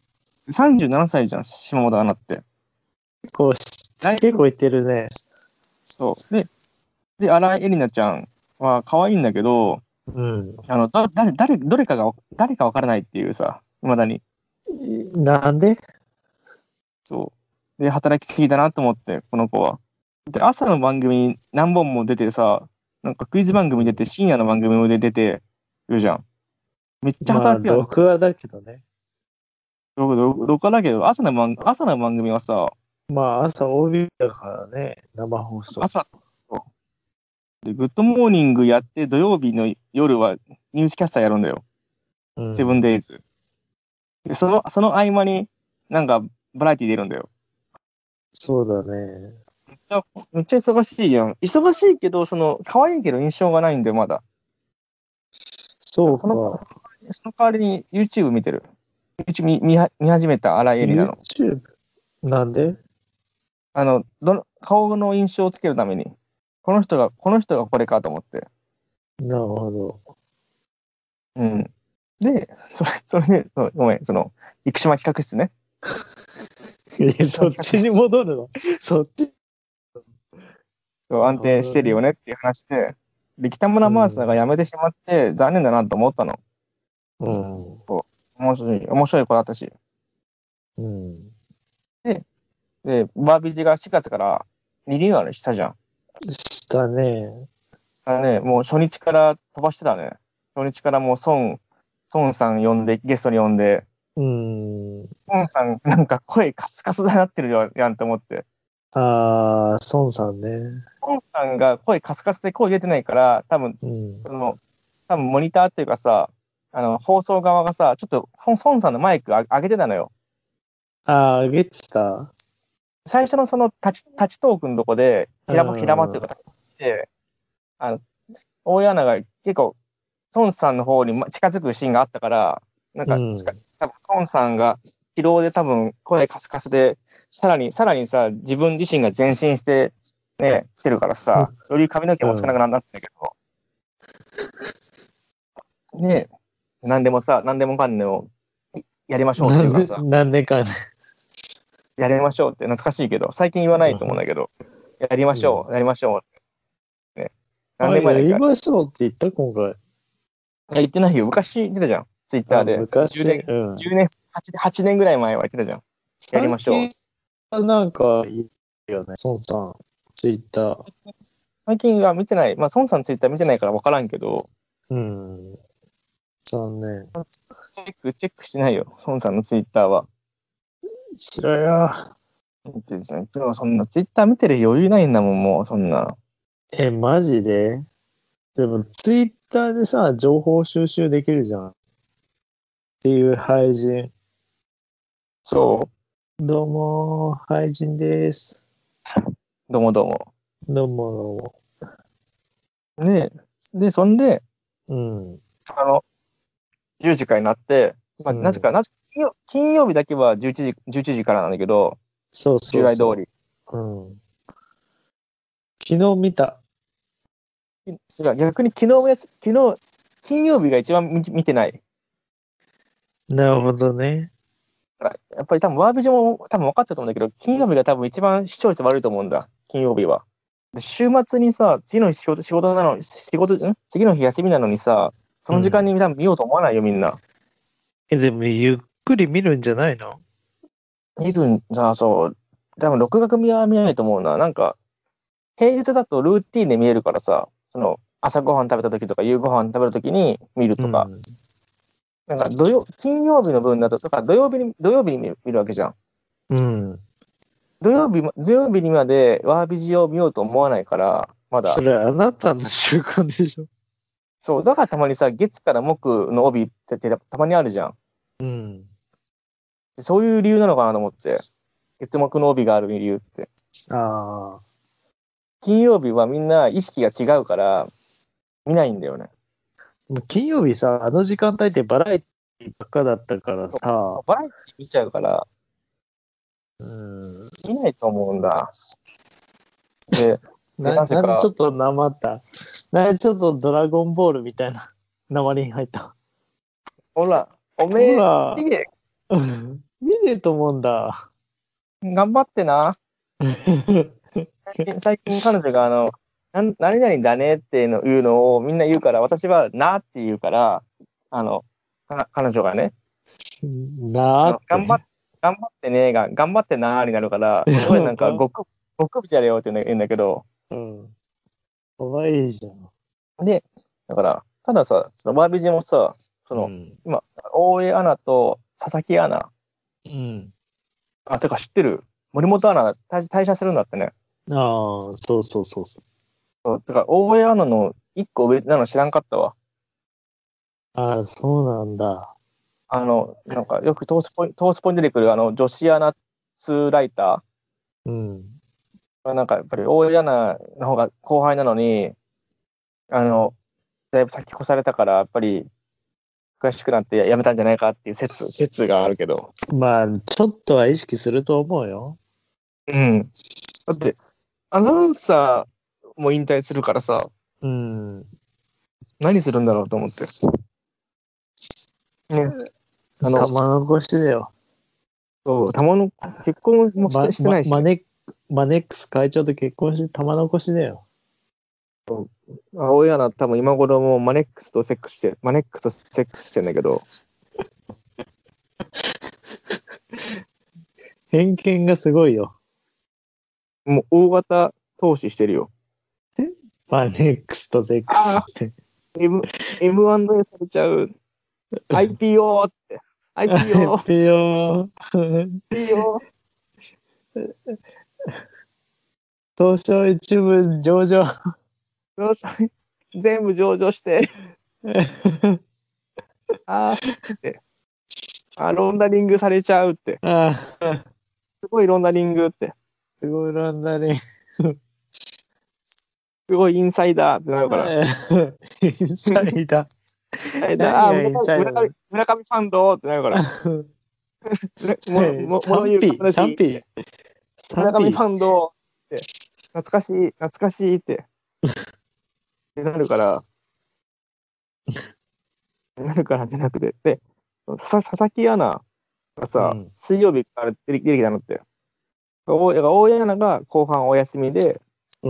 さんじゅうななさいじゃん、島本アナって。 結構、結構いってるね。 そう。で、で、新井恵理那ちゃんは可愛いんだけど、 うん。 あの、だ誰、誰、どれかが、誰かわからないっていうさ、いまだに。 なんで？ そう。で、働きすぎだなと思って、この子は。で、朝の番組に何本も出てさ、なんかクイズ番組出て、深夜の番組も出てるじゃん。めっちゃまあ、 働くよね。 録画だけどね。 録録画だけど、朝の番、朝の番組はさ、 まあ、朝 オービー だからね、生放送。 朝、で、グッドモーニングやって、土曜日の夜はニュースキャスターやるんだよ。 うん、 セブンデイズ。で、その、その合間になんかバラエティ出るんだよ。 そうだね。 めっちゃ、めっちゃ忙しいじゃん。忙しいけど、その、可愛いけど印象がないんだよ、まだ。 そうその、 か。 その代わりに YouTube 見てる。YouTube 見見は見始めた新井恵理那の。 YouTube？ なんで？ あの、どの、顔の印象をつけるために。この人が、この人がこれかと思って。 なるほど。 うん。で、それ、それで、そうごめん、その、生島企画室ね。 いや、そっちに戻るの？そっち？ そう安定してるよねっていう話で、で、北村マーサが辞めてしまって残念だなと思ったの。 うん。 そう、面白い、面白い子だったし。 うん。 で、で、バービージがしがつからリニューアルしたじゃん。 したね。 あのね、もう初日から飛ばしてたね。初日からもう孫、孫さん呼んで、ゲストに呼んで、 うん。 孫さんなんか声カスカスだなってるよやんって思って。 ああ、孫さんね。 孫さんが声カスカスで声出てないから、多分、 うん。 その、多分モニターっていうかさ、あの、放送側がさ、ちょっと、孫さんのマイクあ上げてたのよ。 ああ、あげてた？ 最初のその立ち、立ちトークのとこで、 う平場、平場っていうん。 か、で、あの、大柳が結構、孫さんの方にま近づくシーンがあったから、なんか、 うん。 つか多分孫さんが疲労で多分声カスカスで、さらに、さらにさ、自分自身が前進して、ね、来てるからさ、より髪の毛も少なくなったんだけど、ね、何でもさ、何でもかんでもやりましょうっていうかさ、 なんでかね。 やりましょうって懐かしいけど、最近言わないと思うんだけど、やりましょう、やりましょう。ね、何あ、やり年前だっけあれ。 ましょうって言った今回。 いや、言ってないよ。昔言ってたじゃん。ツイッタあ、 ーで。 昔。 じゅうねん、 うん。 じゅうねん、はち、はちねんぐらい前は言ってたじゃん。やりましょう。 最近なんかいいよね。孫さん、ツイッター。 最近は見てない。まあ、孫さんツイッター見てないから分からんけど、 うん。残念。 チェック、チェックしてないよ。孫さんのツイッターは。 しろよ。 見てですね。でもそんなツイッター見てる余裕ないんだもん、もう、そんな。 え、マジで？でも、ツイッターでさ、情報収集できるじゃん。っていう配信。 そどうも、配信です。 う。どうもどうも。 どうもどうも。 で、で、そんで、 うん。 あの、じゅうじからになって、まあ、 うんなぜか、なぜ金曜、金曜日だけはじゅういちじ、じゅういちじからなんだけど、 そうそうそ従来通り。 う。うん。昨日見た。 いや逆に昨日のやつ、昨日、金曜日が一番見見てない。 なるほどね。 だからやっぱり多分ワービジョンも多分分かってたと思うんだけど、金曜日が多分一番視聴率悪いと思うんだ、金曜日は。で週末にさ、次の日仕事、仕事なの、仕事、ん次の日休みなのにさ、その時間に多分見ようと思わないよ、みんな。 え、でも、ゆっくり見るんじゃないの？ 見るんさ、そう、多分録画組は見ないと思うな。なんか、平日だとルーティンで見えるからさ、その、朝ごはん食べた時とか夕ごはん食べる時に見るとか、 うん。 なんか土曜、金曜日の分だと、とか土曜日に、土曜日に見る、見るわけじゃん。 うん。 土曜日ま、土曜日にまでワービジを見ようと思わないから、まだ。 それ、あなたの習慣でしょ。 そう、だからたまにさ、月から木の帯ってたたまにあるじゃん。 うん。 そういう理由なのかなと思って。月木の帯がある理由って。 ああ。 金曜日はみんな意識が違うから、見ないんだよね。 もう金曜日さ、あの時間帯ってバラエティばっかだったからさ、 バラエティ見ちゃうから、 うん。 見ないと思うんだ。で、 な、 なぜかなんでちょっとなまった？なんでちょっとドラゴンボールみたいな鉛に入った？ ほら、おめほえ、 ら、 ちげえ、 見ねえと思うんだ。 頑張ってな。最近、最近彼女があの、なん何々だねっていうの言うのをみんな言うから、私はなって言うから、あの、か彼女がね、あなーっの頑張って。 頑張ってねが、頑張ってなーになるから、すごいなんか、 なんか、 極、極口やれよって言うんだけど、 うん。かわいいじゃん。 で、だから、たださ、そのバービージもさ、その、 うん。 今、大江アナと佐々木アナ、 うん。 あ、てか知ってる森本アナ退、退社するんだってね。 ああ、そうそうそうそそうてか、大江アナの一個上なの知らんかったわ。 う。ああ、そうなんだ。 あの、なんか、よくトースポに、トースポに出てくる、あの、女子アナツーライタうん。 ー、なんか、やっぱり大江アナの方が後輩なのに、あの、だいぶ先越されたから、やっぱり、詳しくなってやめたんじゃないかっていう説、説があるけど。 まあ、ちょっとは意識すると思うよ。 うん。だって、アナウンサーも引退するからさ、 うん。 何するんだろうと思って。ね、あの、 玉残しだよ。 そう、たまの結婚もしま、 て、してま、 ないしね。 マネ、マネックス会長と結婚して玉残しだよ。 青いアナ多分今頃もマネックスとセックスして、マネックスとセックスしてんだけど、 偏見がすごいよ。 もう大型投資してるよ。 マネックスとセックスああ、 って。 M、エムアンドエー されちゃう。アイピーオー って。アイピーオー、 ピヨー。 アイピーオー。 東証一部上場。 どうしよう全部上場して、あーって。あ、ロンダリングされちゃうって。 ああ、 すごいロンダリングって。 すごいなんだね。 すごいインサイダーってなるから。 インサイダー。 インサイダー、あー、 何がイン村上、村上、 サイダー村上ファンドってなるから。もの、も、もの言う ?さんピー、 株主さんピー、 村上フさんピー。 ァンドって、懐かしい、懐かしいって、ってなるから、なるからじゃなくて、で、さ佐々木アナがさ、 うん。 水曜日から出て出てきたのって、大だから大江アナが後半お休みで、 うん。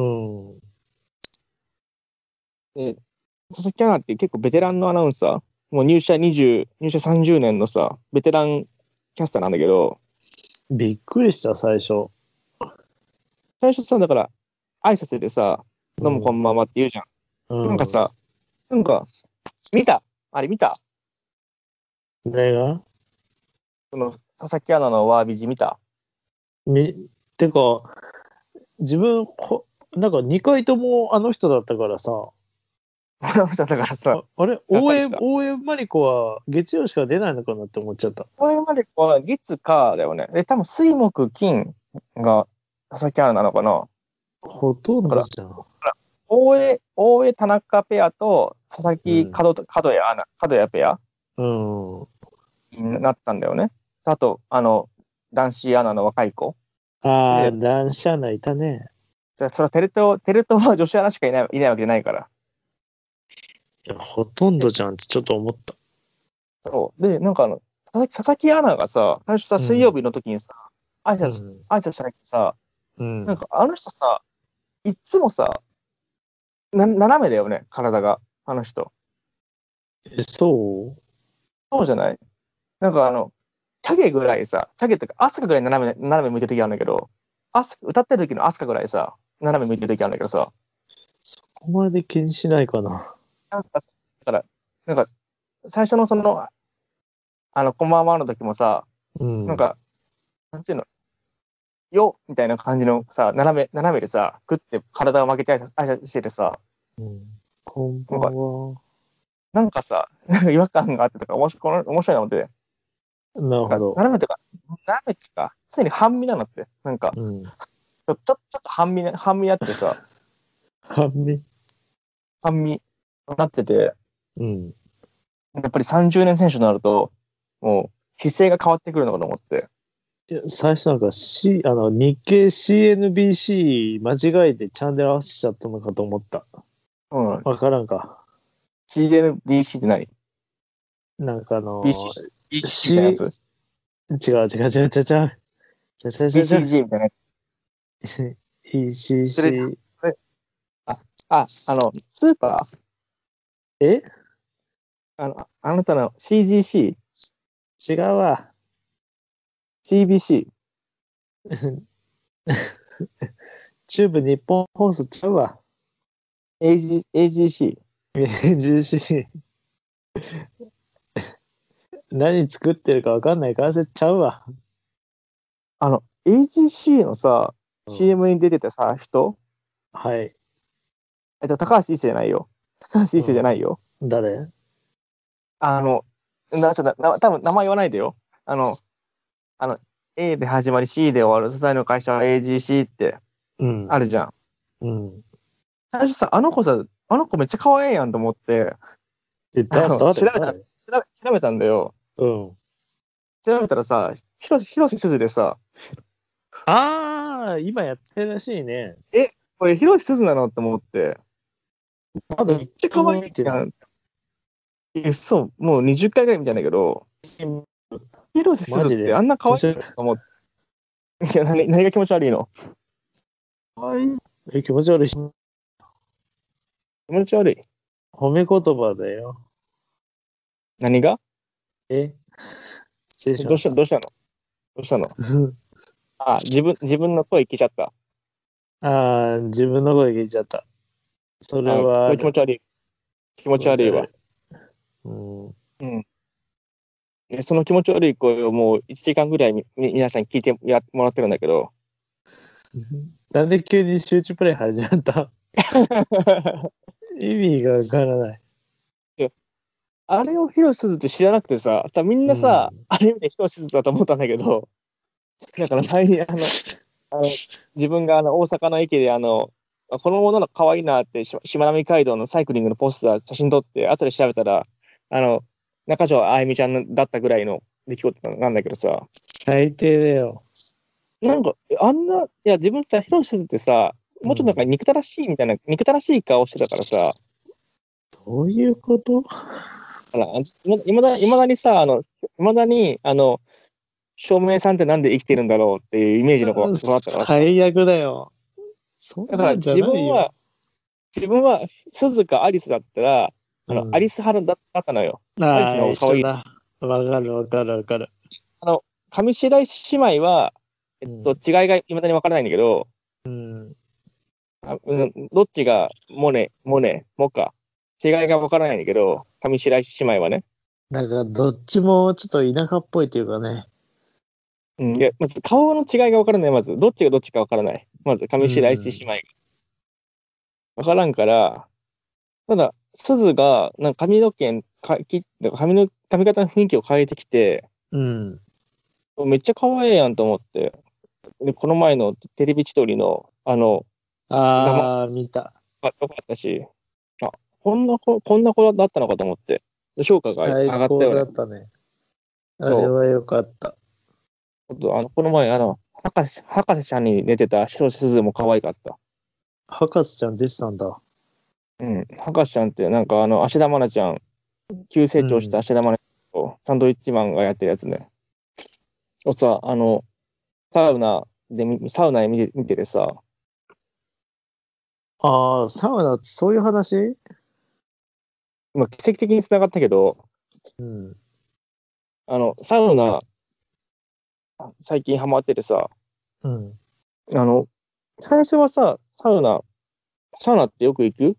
で佐々木アナって結構ベテランのアナウンサー、もう入社にじゅう、入社さんじゅうねんのさ、ベテランキャスターなんだけど、 びっくりした、最初。 最初さ、だから、挨拶でさ、どうもこうん。 んばんはって言うじゃん。なんかうん。 さ、なんか、見たあれ見た誰がその、佐々木アナのワービジ見たみ、てか、自分、ほなんかにかいともあの人だったからさ、 アナウンサーだからさ、 あ、あれ応援、 がっかりした。 応援マリコは月曜しか出ないのかなって思っちゃった。 これまでは月火だよね。で、多分水木金が佐々木アナなのかな。 ほとんだから、 どじゃん。 大江、大江田中ペアと佐々木うん。 角、角谷アナ、角谷ペアうん。 になったんだよね。あと、あの、男子アナの若い子。 ああ、 で、 男子アナいたね。 じゃあそれはテレ東、テレ東は女子アナしかいない、いないわけじゃないから。 いや、ほとんどで、 じゃんってちょっと思った。 そう。で、なんかあの、佐々木佐々木アナがさ、最初さ、 うん。 水曜日の時にさ、挨拶、 うん。 挨拶した時さ、 うん。 なんかあの人さ、いっつもさ、な、斜めだよね、体が。あの人。 え、そそうじゃないなんかあの、チャゲぐらいさ、チャゲっていうか、アスカぐらい斜め、斜め向いてる時あるんだけど、アスカ、歌ってる時のアスカぐらいさ、斜め向いてる時あるんだけどさ、 うここまで気にしないかな。 なんかさ、だから、なんか、最初のその、あの、こんばんはの時もさ、 うん。 なんか、なんていうの、よみたいな感じのさ、斜め、斜めでさ、グッて体を曲げて挨拶挨拶しててさ、 うん。こんばなんか、 んは。 なんかさ、なんか違和感があってとか、面白い、面白いなので、なんか、 なるほど。 斜めとか、斜めっていうか、常に半身なのって、なんか、 うん。 ちょ、ちょ、ちょっと半身な、半身あってさ、 半身。 半身なってて、 うん。 やっぱりさんじゅうねん選手になると、もう姿勢が変わってくるのかと思って。 いや、最初なんか、C、あの、日経 シーエヌビーシー 間違えてチャンネル合わせちゃったのかと思った。 うん。 わからんか。 シーエヌディーシー って何？ なんかあの、 ビーシー、ビーシー みたいなや C、 つ？ 違う違う違う違う違う。違う違う違う違う。 ビーシージー みたいなやつ。それ、 イーシーシー。 それ、あ、あ、あの、スーパーえあの、あなたの シージーシー、 違うわ。 シービーシチューブ日本放送ちゃうわ。 ー、エージー、エージーシー。 エージーシー。何作ってるか分かんないからせちゃうわ。 あの、エージーシー のさ、 うんシーエム に出てたさ、人、 はい。 えっと、高橋一生じゃないよ。高橋一生じゃないよ。 誰あの、な、ちょっとな、多分名前言わないでよ。あの、あの、A で始まり C で終わる素材の会社は エージーシー ってうん。 あるじゃん。 うん。 最初さ、あの子さ、あの子めっちゃ可愛いやんと思って、 え、だ、 あの、調べた、 誰誰調べ、調べたんだよ。 うん。 調べたらさ、広瀬、広瀬すずでさ、 ああ、今やってるらしいね。 え、これ広瀬すずなのって思って、 まだめっちゃ可愛いやん。え、そう、もうにじゅっかいぐらい見たんだけど、広瀬すずってマジで。 あんな可愛い気持ちと思って、いや、何、何が気持ち悪いの？可愛い。 え、気持ち悪い。 気持ち悪い。 褒め言葉だよ。 何が？ え、失礼しどうした、 ました。 どうしたの？どうしたの？あ、自分、自分の声聞いちゃった。 ああ、自分の声聞いちゃった。それあ、こはある。 れ気持ち悪い。気持気ち悪いわ。 持ち悪い。うん。 うん。でその気持ち悪い声をもういちじかんぐらいみみ皆さん聞いてやってもらってるんだけど、 なんで急に集中プレイ始まった意味がわからない。 あれを広瀬すずって知らなくてさ、多分みんなさ、 うん。 あれ見て広瀬すずだと思ったんだけど、だから前にあの、あの自分があの大阪の駅であの、あこの女の子可愛いなってししまなみ海道のサイクリングのポスター写真撮って後で調べたら、あの、中条あやみちゃんだったぐらいの出来事なんだけどさ、 最低だよ。 なんか、えあんな、いや、自分さ、広瀬すずってさ、もうちょっとなんか憎たらしいみたいな、憎たらしい顔してたからさ、 どういうことあら、いまいまだ、いまだにさ、あの、いまだに、あの、照明さんってなんで生きてるんだろうっていうイメージの子子だったからさ、 最悪だよ。そだからんなんじゃないよ。 自分は、自分は、鈴かアリスだったら、あの、アリうん。 ス派だだったのよ。アリスああ、 の方が可愛い。 一緒だ。わかるわかるわかる。 あの、上白石姉妹は、えっと、 うん。 違いがいまだに分からないんだけど、 うん。 あうん、どっちがモネ、モネ、モカ、違いが分からないんだけど、上白石姉妹はね。 なんか、どっちもちょっと田舎っぽいっていうかね。 うん、いや、まず顔の違いが分からない、まず。どっちがどっちか分からない。まず、上白石姉妹が。分からんから、ただ、鈴が、なんか髪の毛かき、髪の、髪型の雰囲気を変えてきて、 うん。 めっちゃ可愛いやんと思って。で、この前のテレビ千鳥の、あの、生ああ、見た。 が良かったし、あ、こんな子、こんな子だったのかと思って、評価が上最高がったよね。 だったね。あれそは良かった。 う。あと、あの、この前、あの、博士、博士ちゃんに出てた広瀬すずも可愛かった。 博士ちゃん出てたんだ。 うん。博士ちゃんって、なんかあの、芦田愛菜ちゃん、急成長した芦田愛菜とサンドイッチマンがやってるやつね。をさ、あの、サウナで見、サウナで見て、見ててさ、 ああ、サウナってそういう話まあ、奇跡的に繋がったけど、 うん。 あの、サウナ、最近ハマっててさ、 うん。 あの、最初はさ、サウナ、サウナってよく行く？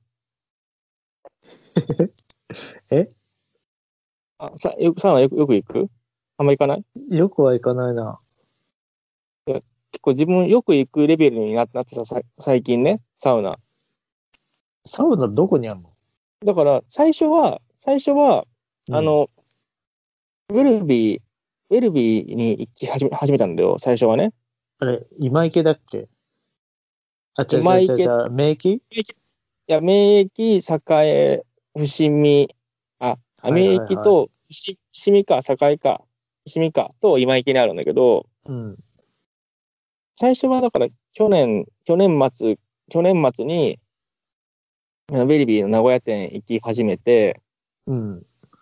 えあ、さ、よく、サウナよく、よく行く？あんま行かない？ よくはいかないな。 結構自分よく行くレベルにななってさ、さ最近ね、サウナ。 サウナどこにあるのだから、最初は、最初は、 うん。 あの、ウェルビー、ウェルビーに行き始め、始めたんだよ、最初はね。 あれ、今池だっけあ、違う違今池、いう違う違う。名駅や、名駅、栄、伏見、あ、あはい名はいはい。 駅と、伏伏見か、栄か、伏見か、と今池にあるんだけど、 うん。 最初はだから去年、去年末、去年末に、あのウェルビーの名古屋店行き始めて、 うん。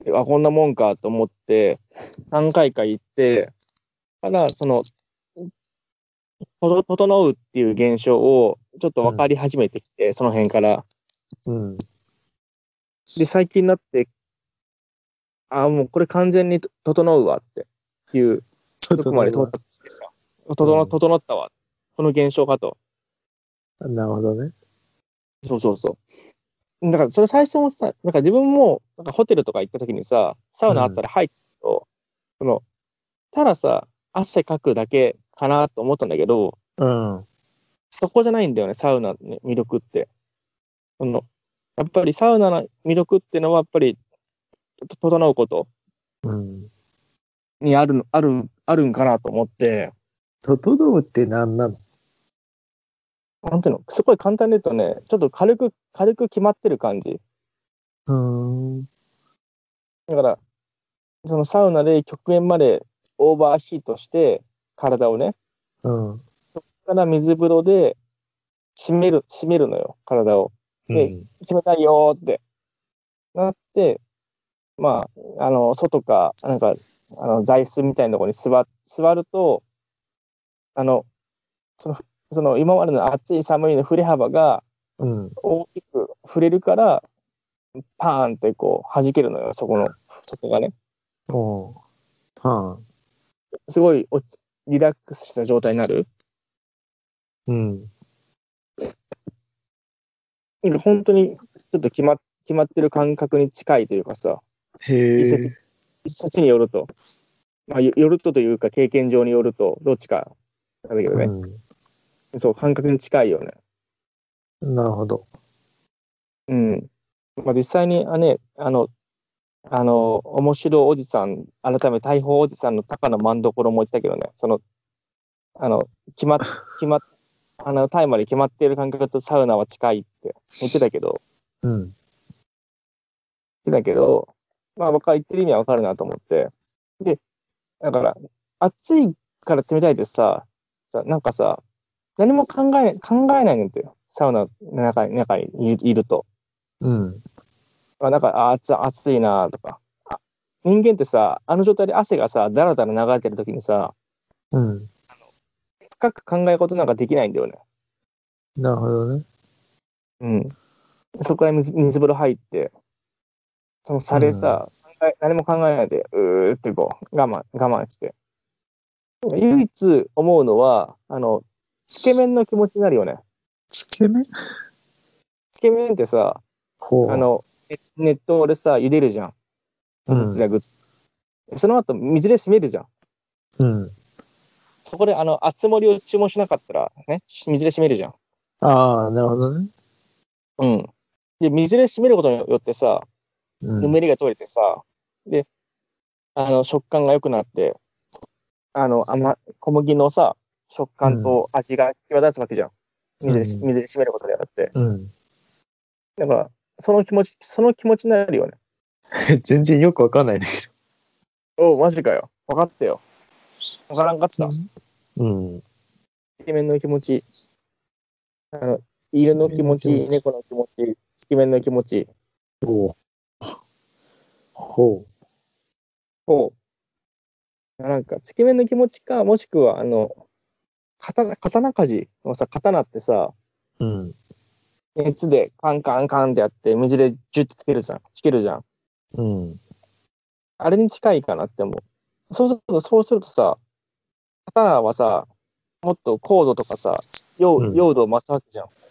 あ、こんなもんかと思って、何回か行って、ただ、その、と整うっていう現象をちょっと分かり始めてきて、その辺から。 うん。 で、最近になって、あ、もうこれ完全にと整うわっていうとこまで到整うわ。 達してさ、整、 うん。 整ったわ。この現象かと。 なるほどね。 そうそうそう。だからそれ最初もさ、なんか自分もなんかホテルとか行った時にさ、サウナあったら入ってると、その、たださ、汗かくだけかなと思ったんだけど、 うん。 そこじゃないんだよね、サウナの魅力って。その、やっぱりサウナの魅力っていうのは、やっぱり、と整うことうん。 にあるの、ある、あるんかなと思って、 整うって何なの？ なんていうの、すごい簡単に言うとね、ちょっと軽く、軽く決まってる感じ。 うーん。 だから、そのサウナで極限までオーバーヒートして、体をね、 うん。 そこから水風呂で締める、締めるのよ、体を。で、 うん。 冷たいよーってなって、まあ、あの、外か、なんか、あの、座椅子みたいなところに座、座ると、あの、その、その今までの暑い寒いの振れ幅がうん。 大きく触れるから、パーンってこう弾けるのよ、そこの、そこがね。 おう。はあ。 すごい落ちリラックスした状態になる。 うん。 本当にちょっと決ま、決まってる感覚に近いというかさ、 へ一説、 え。 一説によると、まあ、よよるとというか経験上によると、どっちかなんだけどね。 うん。 そう、感覚に近いよね。 なるほど。 うん。まあ、実際に、あね、あの、あの、面白おじさん、改め大砲おじさんの高野万所も言ったけどね、その、あの、決まっ、決まっ、あの、タイまで決まっている感覚とサウナは近いって言ってたけど、 うん。 言ってたけど、まあ僕は言ってる意味はわかるなと思って。で、だから、暑いから冷たいってさ、さなんかさ、何も考え、考えないねんて、サウナの中に、中にいいると。 うん。 あ、なんか、あ、暑、暑いなとか。あ、人間ってさ、あの状態で汗がさ、だらだら流れてる時にさ、 うん。 深く考えることなんかできないんだよね。 なるほどね。 うん。そこから水、水風呂入って、そのう差でん。 さ、考え何も考えないで、うーってこう、我慢、我慢して。唯一思うのは、あの、つけ麺の気持ちになるよね。 つけ麺。 つけ麺ってさ、あほの、え熱湯でさ、茹でるじゃん。 う。うぐつん。 らぐつ。その後、水で締めるじゃん。 うん。 そこで、あの、熱盛を注文しなかったら、ね、水で締めるじゃん。 ああ、なるほどね。 うん。で、水で締めることによってさ、 うん。 ぬめりが取れてさ、で、あの、食感が良くなって、あの、甘、小麦のさ、食感うん。 と味が際立つわけじゃん。水でし、 うん。 水で締めることであって。 うん。 だから、その気持ち、その気持ちになるよね。 全然よくわかんないんだけおう、マジかよ。分かったよ。分からんかった。 ど。うん。 つけ麺の気持ち、あの、犬の気持ち、 気持ち。 猫の気持ち、つけ麺の気持ちほう。ほを、なんか、つけ麺の気持ちか、もしくは、あの、刀、刀鍛冶のさ、刀ってさ、 う。うん。 熱でカンカンカンってやって、水でジュッてつけるじゃん。つけるじゃん。 うん。 あれに近いかなって思う。そうすると、そうするとさ、刀はさ、もっと高度とかさ、用、 うん。 用度を増すわけじゃん。だ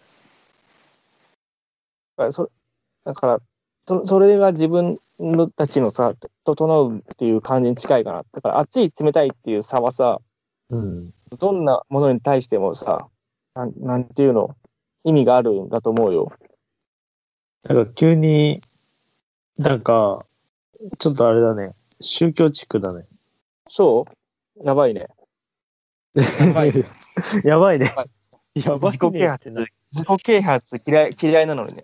からそ、だからそ、それが自分のたちのさ、整うっていう感じに近いかな。だから熱い冷たいっていう差はさ、 うん。 どんなものに対してもさ、なん、なんていうの、意味があるんだと思うよ。 なんか急に、なんか、ちょっとあれだね。宗教チックだね。 そうやばいね。やばいね。 やばいね。 やばい。 やば自己いね啓発、 ってな。 自己啓発嫌い、嫌いなのにね。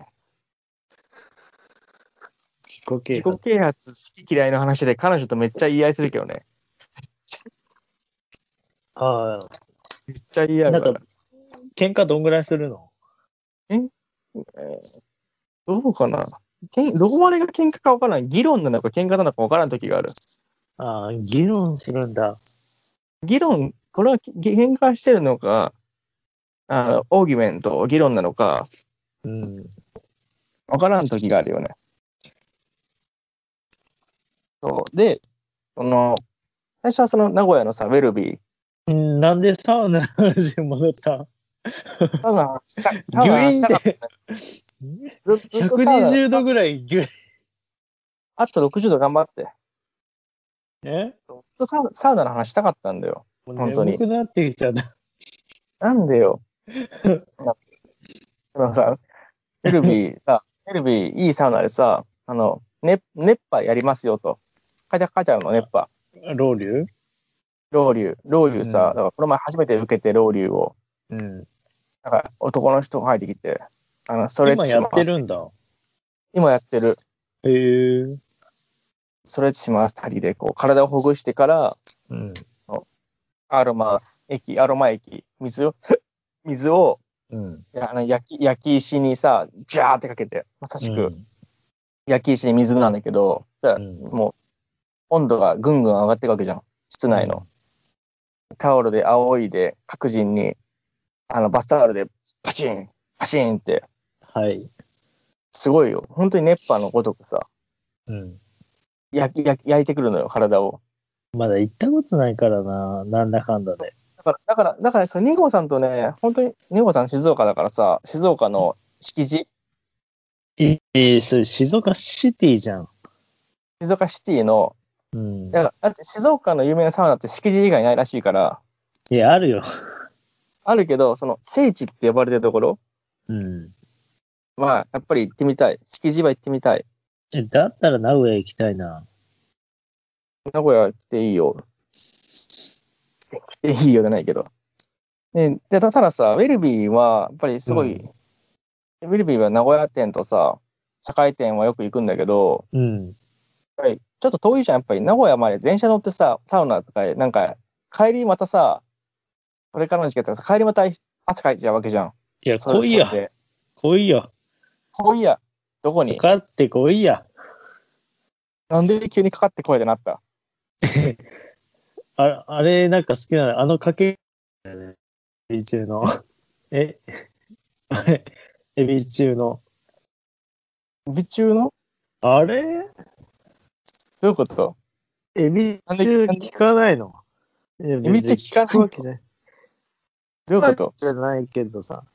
自己啓自己発。 啓発好き嫌いの話で彼女とめっちゃ言い合いするけどね。 ああ、 めっちゃ言い合うなんか、 から。 喧嘩どんぐらいするの？ え、えーどうかな。 けんどこまでが喧嘩か分からない。議論なのか喧嘩なのか分からん時がある。 ああ、議論するんだ。 議論、これはけ喧嘩してるのか、あの、オーギュメント、議論なのか、 うん。 分からん時があるよね。そう。で、その、最初はその名古屋のさ、ウェルビー。 うんなんでサウナの話に戻ったサウナ、ササウギュナしたかっインってたね。ずずっとサウナ、 ひゃくにじゅうどぐらいギュイン。 あとろくじゅうど頑張って。 えずっとサウナ、サウナの話したかったんだよ。 もう本当に。 眠くなってきちゃった。 なんでよ。でもさ、ウェルビーさ、ウェルビーいいサウナでさ、あの、ね、熱波やりますよと。書いて書いてあるの、熱波。 ロウリュロウリュ、ロウリュさ、 うんだからこの前初めて受けてロウリュを、 うん。 なんか男の人が入ってきて、あの、ストレッ今やっチします。 てるんだ。 今やってる。 へえ。 ストレッチします。二人でこう、体をほぐしてから、 うん。 アロマ液、アロマ液、水を、水を、 うん。 いやあの焼き、焼き石にさ、ジャーってかけて、まさしく焼き石に水なんだけど、 うん。 もう温度がぐんぐん上がっていくわけじゃん。室内の。タオルで仰いで、各人に、あの、バスタオルでパチン、パチンって、 はい。 すごいよ。本当に熱波のごとくさ、 うん。 焼き、焼き、焼いてくるのよ、体を。 まだ行ったことないからな、なんだかんだで。 だから、だから、だから、その二号さんとね、本当に、二号さん静岡だからさ、静岡の敷地、 ええそれ静岡シティじゃん。 静岡シティの、 うん。 だからだって静岡の有名なサウナって敷地以外ないらしいから、 いや、あるよ。 あるけど、その聖地って呼ばれてるところうん。 は、やっぱり行ってみたい。敷地は行ってみたい。 え、だったら名古屋行きたいな。 名古屋来ていいよ。来ていいよじゃないけど。で、でたたださ、ウェルビーは、やっぱりすごい、 うんウェルビーは名古屋店とさ、栄店はよく行くんだけど、 うん。 やっぱりちょっと遠いじゃん。やっぱり名古屋まで電車乗ってさ、サウナとか、なんか、帰りまたさ、これからの時期だったらさ、帰りまた汗かいちゃうわけじゃん。 いや、 それ来いや。 それで。 来いよ。 こういや、どこにかかってこいや。 なんで急にかかって声でなった？ ああれ、なんか好きなの。あのかけ、エビ中の。え、あれ、エビ中の。 備中のあれどういうこと？ エビなんで、 中なんで聞かないのいや、 エビ中聞かない聞くわけじゃない。 どういうこと？ じゃないけどさ。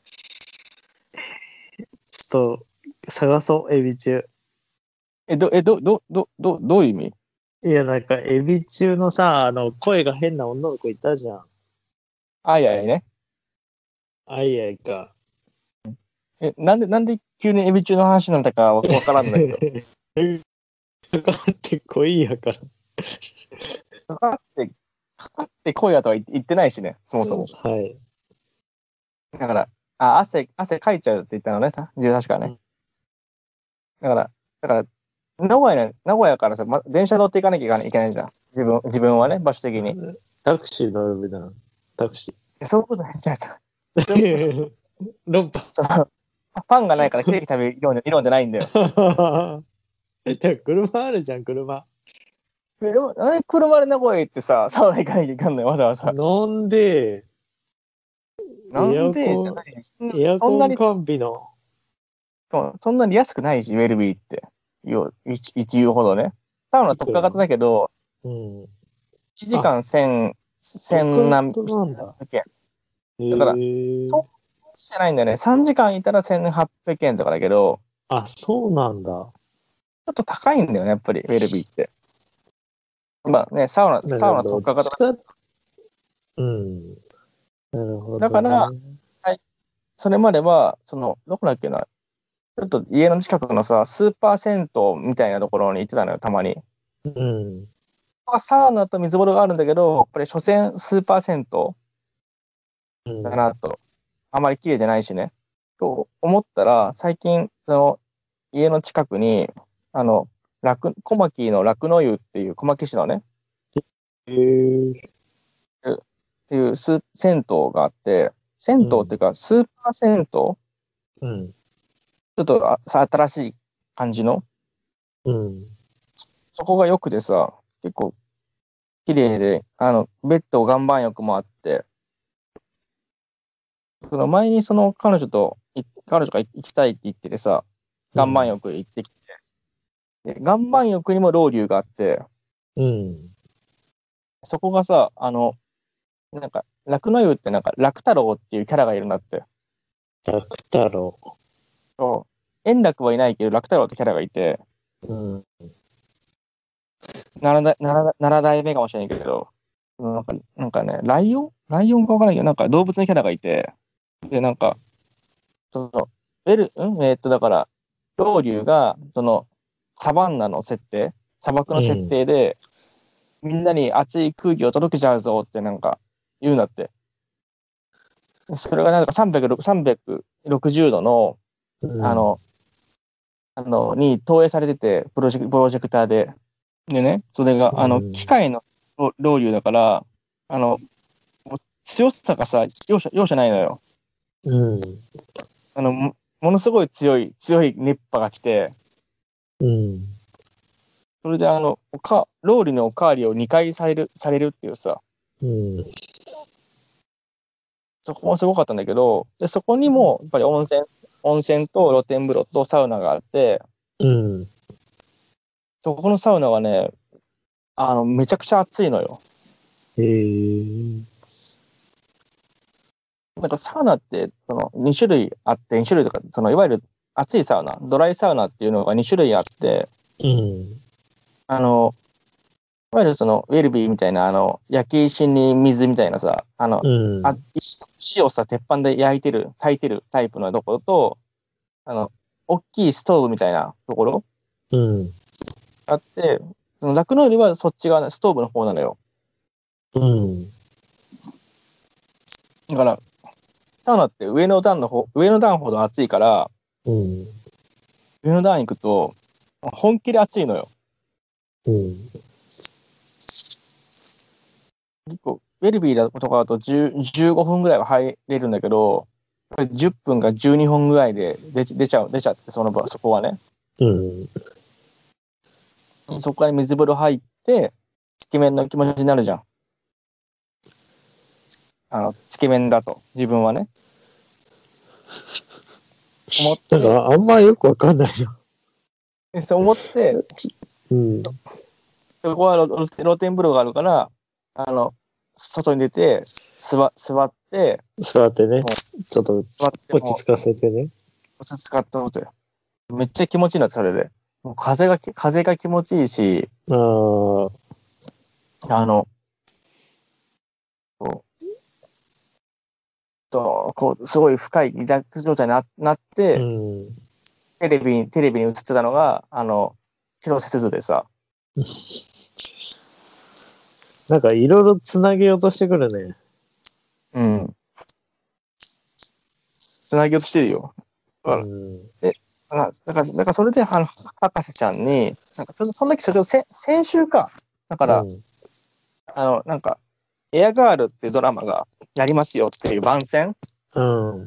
ちょっと、探そう、エビ中。 え、ど、え、ど、ど、ど、ど、どういう意味？ いや、なんか、エビ中のさ、あの、声が変な女の子いたじゃん。 あいあいね。 あいあいか。 え、なんで、なんで急にエビ中の話なんだかわわからんんだけど。 かかってこいやから。 かかって、かかって声やとは言言ってないしね、そもそも。 はい。 だから、あ、汗、汗かいちゃうって言ったのね、た確かね。だから、だから、名古屋ね、名古屋からさ、ま、電車乗っていかなきゃいけないいけないじゃん。自分、自分はね、場所的に。 タクシー乗るべな。タクシえそういうことないじゃん。 ー。論破。 そのパンがないからケーキ食べる色で色でないんだよ。 でも車あるじゃん、車。 えでもなんで車で名古屋行ってさ、サウナ行かなきゃいけんのよ、わざわざ。 なんで、 なんエアコン、 でじゃないエアそんなに、 コン完備の。 そんなに安くないし、ウェルビーって。よ一一言うほどね。サウナ特化型だけど、 うん。 いちじかん千、千何特化型なんだ。 円。 へだから、 え。 そうじゃないんだよね。さんじかんいたらせんはっぴゃくえんとかだけど、 あ、そうなんだ。 ちょっと高いんだよね、やっぱり、ウェルビーって。まあね、サウナ、サウナ特化型だ。 うん。なるほど、ね。 だから、はい、それまでは、その、どこだっけな、ちょっと家の近くのさ、スーパー銭湯みたいなところに行ってたのよ、たまに。 うん。 サウナと水風呂があるんだけど、これ、所詮スーパー銭湯だなと。うん、あまり綺麗じゃないしね。と思ったら、最近、その家の近くに、あの、楽小牧の楽の湯っていう小牧市のね、 へえ。 っていうス銭湯があって、銭湯っていうか、スーパー銭湯、 うん。 ちょっとあ新しい感じの。 うん。 そこが良くてさ、結構綺麗で、あの、ベッド岩盤浴もあって、その前にその彼女と、い彼女が行きたいって言っててさ、岩盤浴行ってきて、で岩盤浴にもロウリュがあって、 うん。 そこがさ、あの、なんか、楽の湯ってなんか、楽太郎っていうキャラがいるんだって。 楽太郎。 そう。円楽はいないけど、楽太郎ってキャラがいて、 うん。 なな代なななな代目かもしれないけど、なんか、なんかね、ライオンライオンかわからないけど、なんか動物のキャラがいて、で、なんか、その、エル、うんえーっと、だから、ロウリュが、その、サバンナの設定、砂漠の設定で、みんなに熱い空気を届けちゃうぞってなんか言うんだって。それがなんかさんびゃく、さんびゃくろくじゅうどの、 うん。 あの、あの、に投影されてて、プロジェク、プロジェクターで。でね、それが、あの、機械のロロウリュだから、あの、もう強さがさ、容赦、容赦ないのよ。 うん。 あの、も、ものすごい強い、強い熱波が来て、 うん。 それであの、おか、ロウリュのおかわりをにかいされる、されるっていうさ、 うん。 そこもすごかったんだけど、で、そこにも、やっぱり温泉、温泉と露天風呂とサウナがあって、 うん。 そこのサウナはね、あの、めちゃくちゃ暑いのよ。 へえ。 なんかサウナって、そのに種類あって、に種類とか、そのいわゆる暑いサウナ、ドライサウナっていうのがに種類あって、 うん。 あの、いわゆるそのウェルビーみたいな、あの、焼き石に水みたいなさ、あの、 うん。 あ石石をさ、鉄板で焼いてる、炊いてるタイプのところと、あの、大きいストーブみたいなところうん。 あって、その酪農よりはそっち側のストーブの方なのよ。 うん。 だから、サウナって上の段の方、上の段ほど暑いから、 うん。 上の段行くと、本気で暑いのよ。 うん。 結構、ウェルビーだとかだとじゅう、じゅうごふんぐらいは入れるんだけど、じゅっぷんかじゅうにほんぐらいで出出ちゃう、出ちゃって、その場、そこはね。 うん。 そこから水風呂入って、つけ麺の気持ちになるじゃん。あの、つけ麺だと、自分はね。思っなんて、 かあんまよくわかんないな。 そう思って、 うん。 そこは露露天風呂があるから、あの、外に出て、座座って、 座ってね。ちょっと座っても落ち着かせてね。 落ち着かってことよ。めっちゃ気持ちいいなって、それで。もう風が、風が気持ちいいし、 ああ。 あの、こう、とこうすごい深いリラックス状態にな、なっうて、 ん。 テレビに、テレビに映ってたのが、あの、広瀬すずでさ、 なんかいろいろつなげようとしてくるね。 うん、つなげようとしてるよ。だうから、 ん。 で、あだから、だからそれで、あの、博士ちゃんに、なんか、ちょっとその時、ちょっとせ先週か。だから、 うん。 あの、なんか、エアガールっていうドラマがやりますよっていう番宣うん。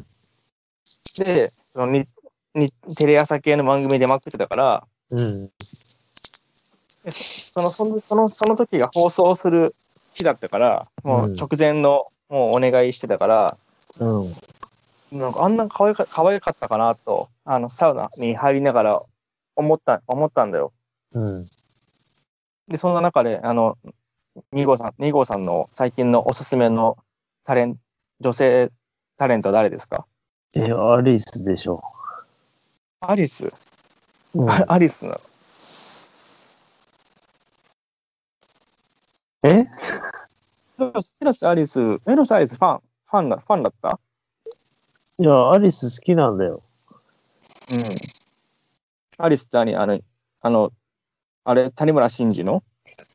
で、そのににテレ朝系の番組で出まくってたから、 うん。 でそのそのそのその時が放送する日だったから、もう直前のもうお願いしてたから、 うん。 なんかあんな可愛か可愛かったかなと、あのサウナに入りながら思った思ったんだよ。 うん。 で、そんな中で、あの、に号さん、に号さんの最近のおすすめのタレン女性タレントは誰ですか？ え、アリスでしょ。 アリス。 うん。 あアリスなの。 えエロス・アリス、エロス・アリスファン、ファンだ、ファンだった？ いや、アリス好きなんだよ。 うん。アリスって何あの、あの、あれ、谷村新司の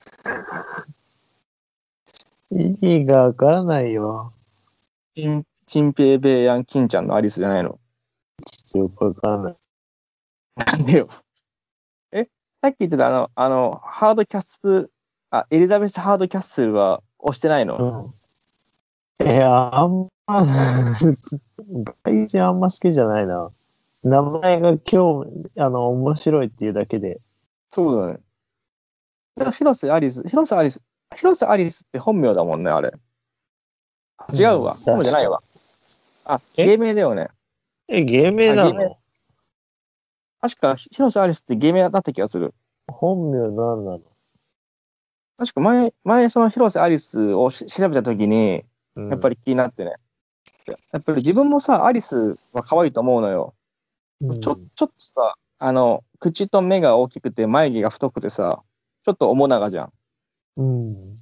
意味がわからないよ。 チン、チンペイベイヤン・キンちゃんのアリスじゃないの？ よくわからない。 なんでよ。え、さっき言ってたあの、あの、ハードキャッス、あ、エリザベス・ハードキャッスルは押してないの？ うん。え、あんま、外人あんま好きじゃないな。 名前が今日、あの、面白いっていうだけで。 そうだね。広瀬アリス、広瀬アリス、広瀬アリスって本名だもんね、あれ。違うわ。 うん本名じゃないわ。あ、 え芸名だよね。 え、芸名あ、芸名。 なの？ 確か、広瀬アリスって芸名だった気がする。 本名なんなの？ 確か前、前その広瀬アリスをし調べたときに、 うん。 やっぱり気になってね。やっぱり自分もさ、アリスは可愛いと思うのよ。 うちょ、 ん。 ちょっとさ、あの、口と目が大きくて眉毛が太くてさ、ちょっと面長じゃん。 うん。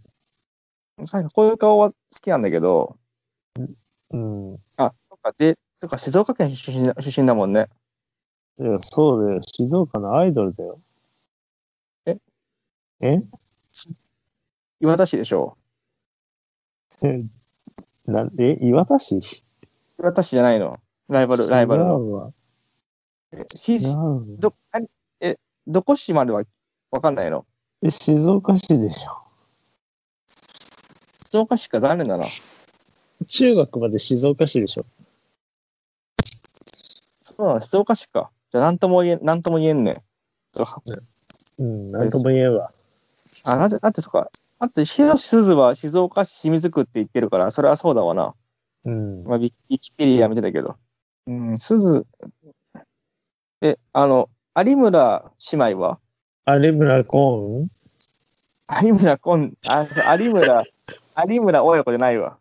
最初こういう顔は好きなんだけど、 うん。 あ、そっか、で、そっか、静岡県出身だ、出身だもんね。 いや、そうだよ。静岡のアイドルだよ。 え、 え岩田市でしょ？ えな、え、岩田市？ 岩田市じゃないの？ライバル、 違ライバルの。 うわ。 え、し、 違しうわ。 ど、あれえ、どこ市まではわかんないの？ え、静岡市でしょ。 静岡市か、残念だな。 中学まで静岡市でしょ。 そうなの、静岡市か。じゃあ、なんとも言え、なんとも言えんね。 うん、なんとも言えんわ。 あ、なぜ、だってそっか。だって、広瀬すずは静岡市清水区って言ってるから、それはそうだわな。 うん。 まあ、ウィウィキペディア見てたけど。うん、すず、え、あの、有村姉妹は？ 有村コーン。 有村こん、あ、そう有村、有村親子じゃないわ。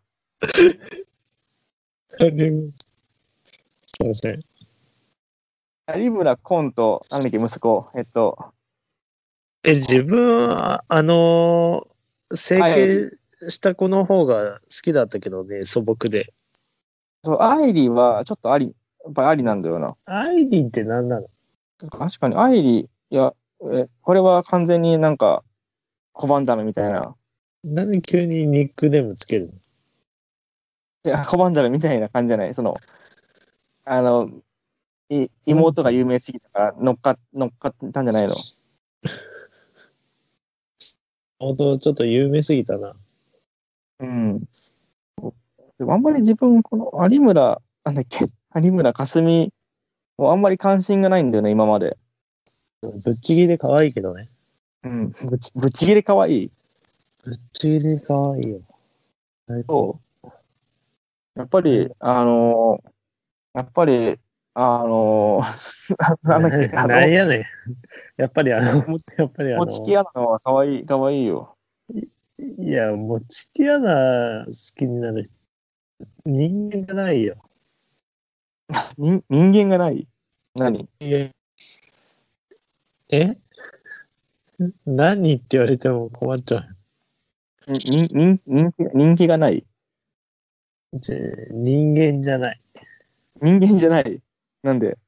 有村すいません。 有村昆と、なんだっけ、息子。えっと、 え、自分は、あのー整愛理。 形した子の方が好きだったけどね、素朴で。 そう、愛理は、ちょっとあり、やっぱりありなんだよな。 アイリンって何なの？ 確かに、愛理、いや、え、これは完全になんか、小判ザメみたいな。 なんで急にニックネームつけるの？ いや、小判ザメみたいな感じじゃない。その、あの、いワンちゃん。 妹が有名すぎたから乗っか、乗っかったんじゃないの？ 本当ちょっと有名すぎたな。 うん。でもあんまり自分、この有村、なんだっけ、有村架純、もうあんまり関心がないんだよね、今まで。 ぶっちぎりで可愛いけどね。 うん。ぶち、ぶち切れ可愛い。 ぶっちぎりで可愛いよ。最高。 そう。やっぱり、あのーやっぱり、あのーな、なんだっけ、 な、 あの、 なんやねん。やっぱりあの、 も、 やっぱりあもちきの、 アナは可愛い、可愛いよ。 いや、もちきアナ好きになる人間じゃないよ。 人、人間がない。何？ ええ何って言われても困っちゃ人、人、人気、人気がない。 う。じ人間じゃない。 人間じゃない。なんで？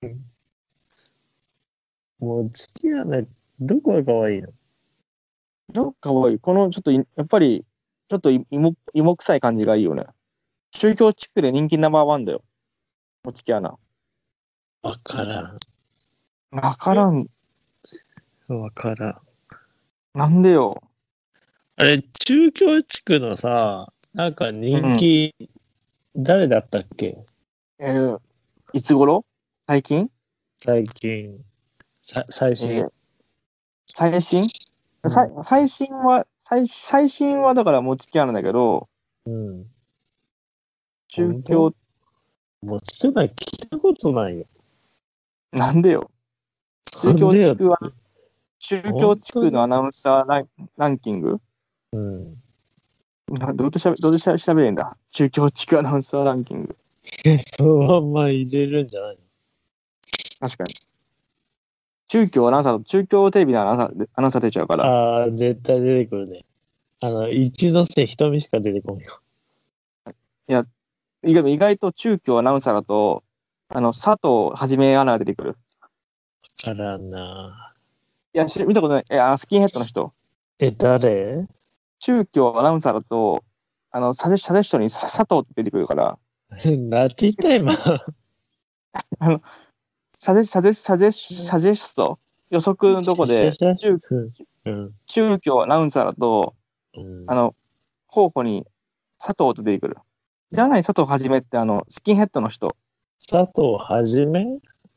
もちきアナ、どこが可愛いの？ なんか可愛い。この、ちょっとい、やっぱり、ちょっとい芋、芋臭い感じがいいよね。宗教チックで人気ナンバーワンだよ。もちきアナ。 わからん。 わからん。 わからん。 なんでよ。 あれ、中京地区のさ、なんかうん。 人気、誰だったっけ？ えーいつ頃？最近？ 最近、さ、最新。 えー最新？さいうん。 最新は、最、最新はだからもちきアナだけど、 うん。本当？ 宗教、 もちきアナ聞いたことないよ。 なんでよ。宗なんでよ。 教地区は、宗教本当に？ 地区のアナウンサーラン、ランキング？ うん。 などうやってしゃべ、どうやって調べれんだ？宗教地区アナウンサーランキング。 え、そのまんま入れるんじゃない確かに。宗教アナウンサー、宗教テレビのアナウンサー、アナウンサー出ちゃうから。 の？ああー、絶対出てくるね。あの、一ノ瀬瞳しか出てこんよ。 いや、意外意外と宗教アナウンサーだと、あの、佐藤はじめアナが出てくる。 わからんな。 いや、し見たことない。え、あの、スキンヘッドの人。 え、誰？ 宗教アナウンサーだと、あの、サジェサジェストにさ佐藤って出てくるから、 え、なんて言った今。 あの、サジェ、サジェ、サジェ、サジェスト、予測のとこで、 シャシャシャ宗、 うん。うん。 宗教アナウンサーだと、 うん。 あの、候補に佐藤と出てくる。じゃない佐藤はじめって、あの、スキンヘッドの人。 佐藤はじめ？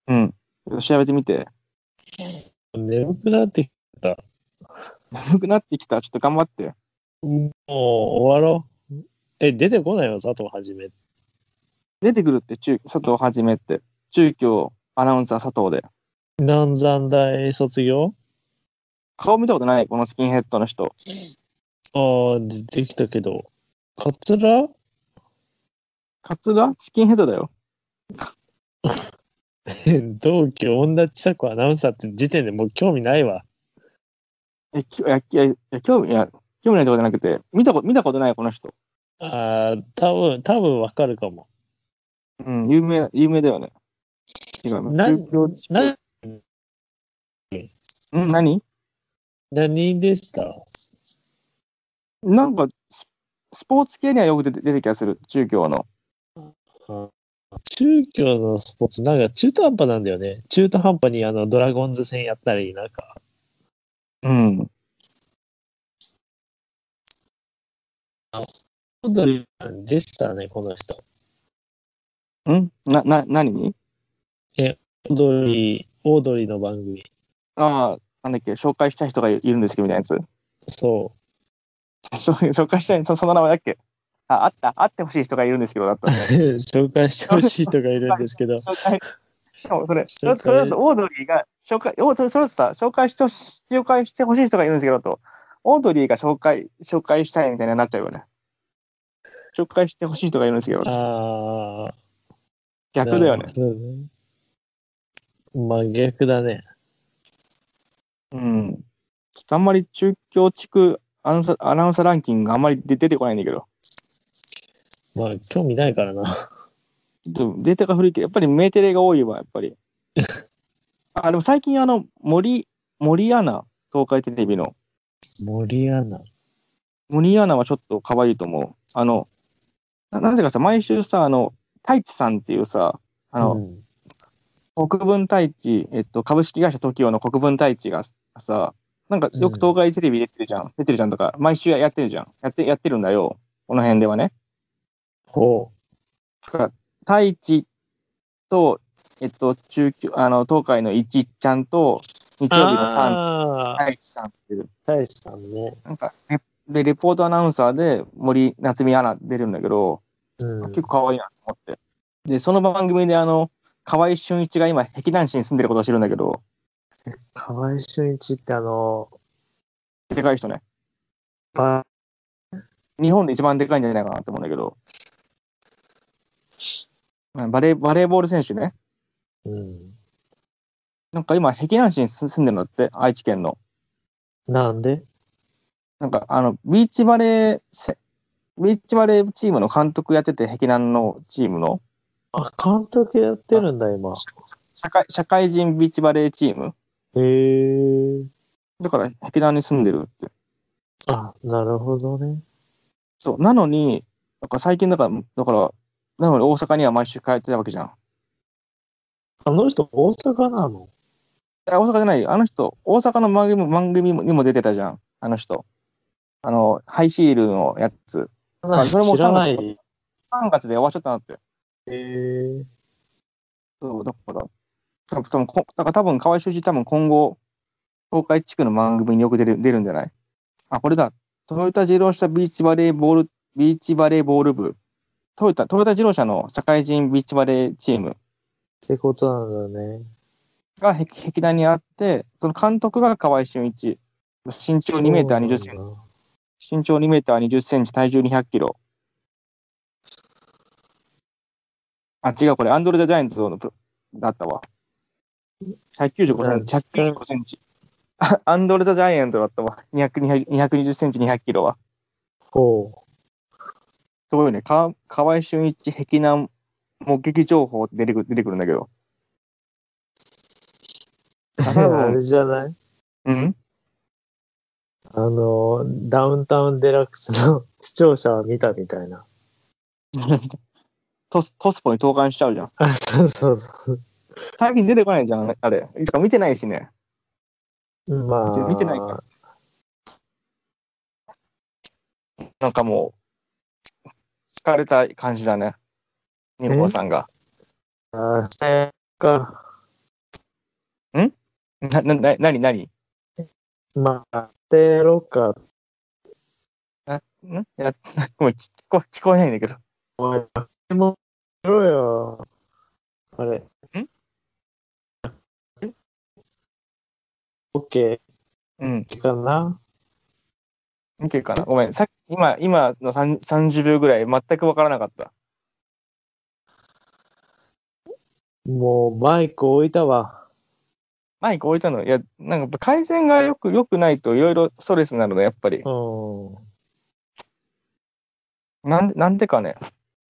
うん。調べてみて。 眠くなってきた。 眠くなってきた。ちょっと頑張って。 もう終わろう。え、出てこないよ、佐藤はじめ。 出てくるって、中佐藤はじめって。中京アナウンサー佐藤で。 南山大卒業。 顔見たことない、このスキンヘッドの人。 ああ、出てきたけど。カツラカツラスキンヘッドだよ。 同期、恩田千佐子アナウンサーって時点でもう興味ないわ。 え、きいや、いや、いや興味、いや、興味ないとこじゃなくて、見たこと、見たことない、この人。 ああ、多分、多分わかるかも。 うん、有名、有名だよね。違う、 な、 中京地区。 な、 ん、何何でした？ なんかス、スポーツ系にはよく出て、出てきた気がする、中京の。 あ中京のスポーツ、なんか中途半端なんだよね。中途半端にあのドラゴンズ戦やったり、なんか、 うん。 オードリーでしたね、この人。 んな、な、何にえ、オードリー、オードリーの番組。 ああ、なんだっけ、紹介したい人がいるんですけど、みたいなやそつ。そういう、紹介したい、そ、その名前だっけ。あ、あった、会ってほしい人がいるんですけど、だっう。 たね。 紹介してほしい人がいるんですけど、 紹介、でもそれ、そ紹れそれだ介、 とオードリーが紹介、おそれそれとさ、紹介してほし、紹介してほしい人がいるんですけどと、オードリーが紹介、紹介したいみたいになっちゃうよね。紹介してほしい人がいるんですけど、 ああ、なるほ逆だよね。 どね。真逆だね。 うん。ちょっとあんまり中京地区アナウンサー、アナウンサーランキングがあんまり出出てこないんだけど、 まあ、興味ないからな。 ちょっとデータが古いけど、やっぱりメーテレが多いわ、やっぱり。あ、でも最近あの、森、森アナ、東海テレビの、 森アナ。 森アナはちょっと可愛いと思う。あの、な、なぜかさ、毎週さ、あの、太一さんっていうさ、あの、 うん。 国分太一、えっと、株式会社 トキオ の国分太一がさ、なんかよく東うん。 海テレビ出てるじゃん。出てるじゃんとか、毎週やってるじゃん。やって、やってるんだよ。この辺ではね。 ほだから太一と、えっと、中京、あの、東海の一ちゃんと、 う。 日曜日の三、 ああ、 太一さんっていう、 大志さんね。 なんか、レで、レポートアナウンサーで森夏美アナ出るんだけど、 うん。 結構可愛いなと思って。で、その番組であの、河合俊一が今、碧南市に住んでることを知るんだけど、 河合俊一ってあの、 でかい人ね。 バ日本で一番でかいんじゃないかなと思うんだけど、バレー、バレーボール選手ね。 うん。 なんか今、碧南市に住んでるんだって、愛知県の。 なんで？ なんか、あの、ビーチバレーせ、ビーチバレーチームの監督やってて、碧南のチームの、 あ、監督やってあるんだ、今。 社会、社会人ビーチバレーチーム。 へえ。 だから、碧南に住んでるって。 あ、なるほどね。 そう。なのに、なんか最近だから、だから、なのに大阪には毎週帰ってたわけじゃん。 あの人、大阪なの？ あ、大阪じゃないよ。あの人、大阪の番組番組にも出てたじゃん。あの人。あの、ハイヒールのやつ。まあ、それも知ら 3月、 ない。 さんがつで終わっちゃったなって。 へえ。 そう、だから、多分、多分こだから多分、河合俊一多分今後、東海地区の番組によく出る、出るんじゃない？あ、これだ。トヨタ自動車ビーチバレーボール、ビーチバレーボール部。トヨタ、トヨタ自動車の社会人ビーチバレーチームってことなんだね。 が壁壁南にあって、その監督が河合俊一。身長にメーター20センチ。 そうなんだ。 身長にメーターにじゅっセンチ、体重にひゃっキロ。あ、違う、これ、アンドレ・ザ・ジャイアントのプロだったわ。ひゃっきゅうじゅうごセンチ、ひゃっきゅうじゅうごセンチ。あアンドレ・ザ・ジャイアントだったわ。にひゃく、にひゃくにひゃくにじゅっセンチ、にひゃっキロは。 ほすごいね。か河合俊一、碧南目撃情報って出てくる出てくるんだけど。 う。 あ、多あ分、 れじゃない？ うんあの、ダウンタウンデラックスの視聴者は見たみたいな。 トス、トスポに投函しちゃうじゃん。 あ、そうそうそう。 最近出てこないじゃん、あれ。てか見てないしね。見て、見てないかまあ、 ら。なんかもう、疲れた感じだね。ニモえさんが。 あ、それか。 んな、な、な、なになにまあ、てろか。 あ、んいや、ごめん、聞こ、聞こえないんだけど。 おい、でも、やろうよ。あれ、 んえオッケうん。 ーかな。 いけるかなごめん。さっき、今、今のさんさんじゅうびょうぐらい全くわからなかった。 もう、マイク置いたわ。 マイク置いたの。いや、なんかやっぱ回線がよく、よくないといろいろストレスになるの、やっぱり。 うん。 なんで、なんでかね。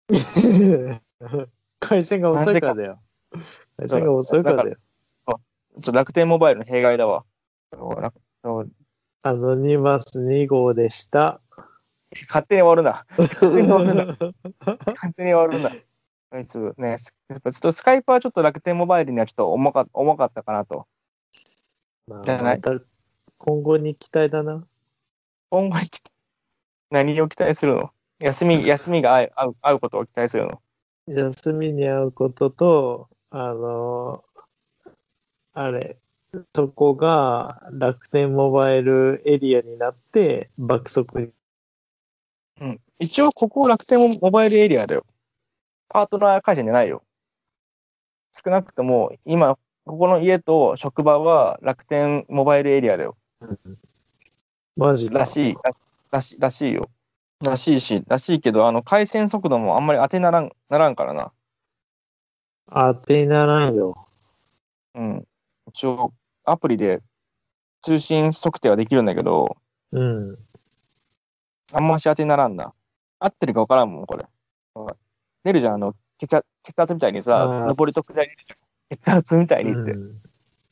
回線がなんでか。 遅いからだよ。回線がそうだから、 遅いからだよ。 そうちょっと楽天モバイルの弊害だわ。そう楽そうアノニマスに号でした。 勝手に終わるな。勝手に終わるな。勝手に終わるな。あいつね、すやっぱちょっとスカイプはちょっと楽天モバイルにはちょっと重か、重かったかなと。 まあ、 じゃないまた、今後に期待だな。 今後に何を期待するの休み、休みが合う、合う、合うことを期待するの休みに会うことと、あの、あれ、そこが楽天モバイルエリアになって爆速に。 うん。一応、ここ楽天モバイルエリアだよ。パートナー会社じゃないよ。少なくとも、今、ここの家と職場は楽天モバイルエリアだよ。 マジか。 らしい、ららしい、らしいよ。らしいし、らしいけど、あの、回線速度もあんまり当てならん、ならんからな。 当てにならんよ。 うん。一応、アプリで通信測定はできるんだけど、 うん。 あんまし当てにならんな。合ってるか分からんもん、これ。出るじゃん、あの、血圧、血圧みたいにさ、 ああ、 上りと下り出るじゃん。血圧みたいうにって。 ん。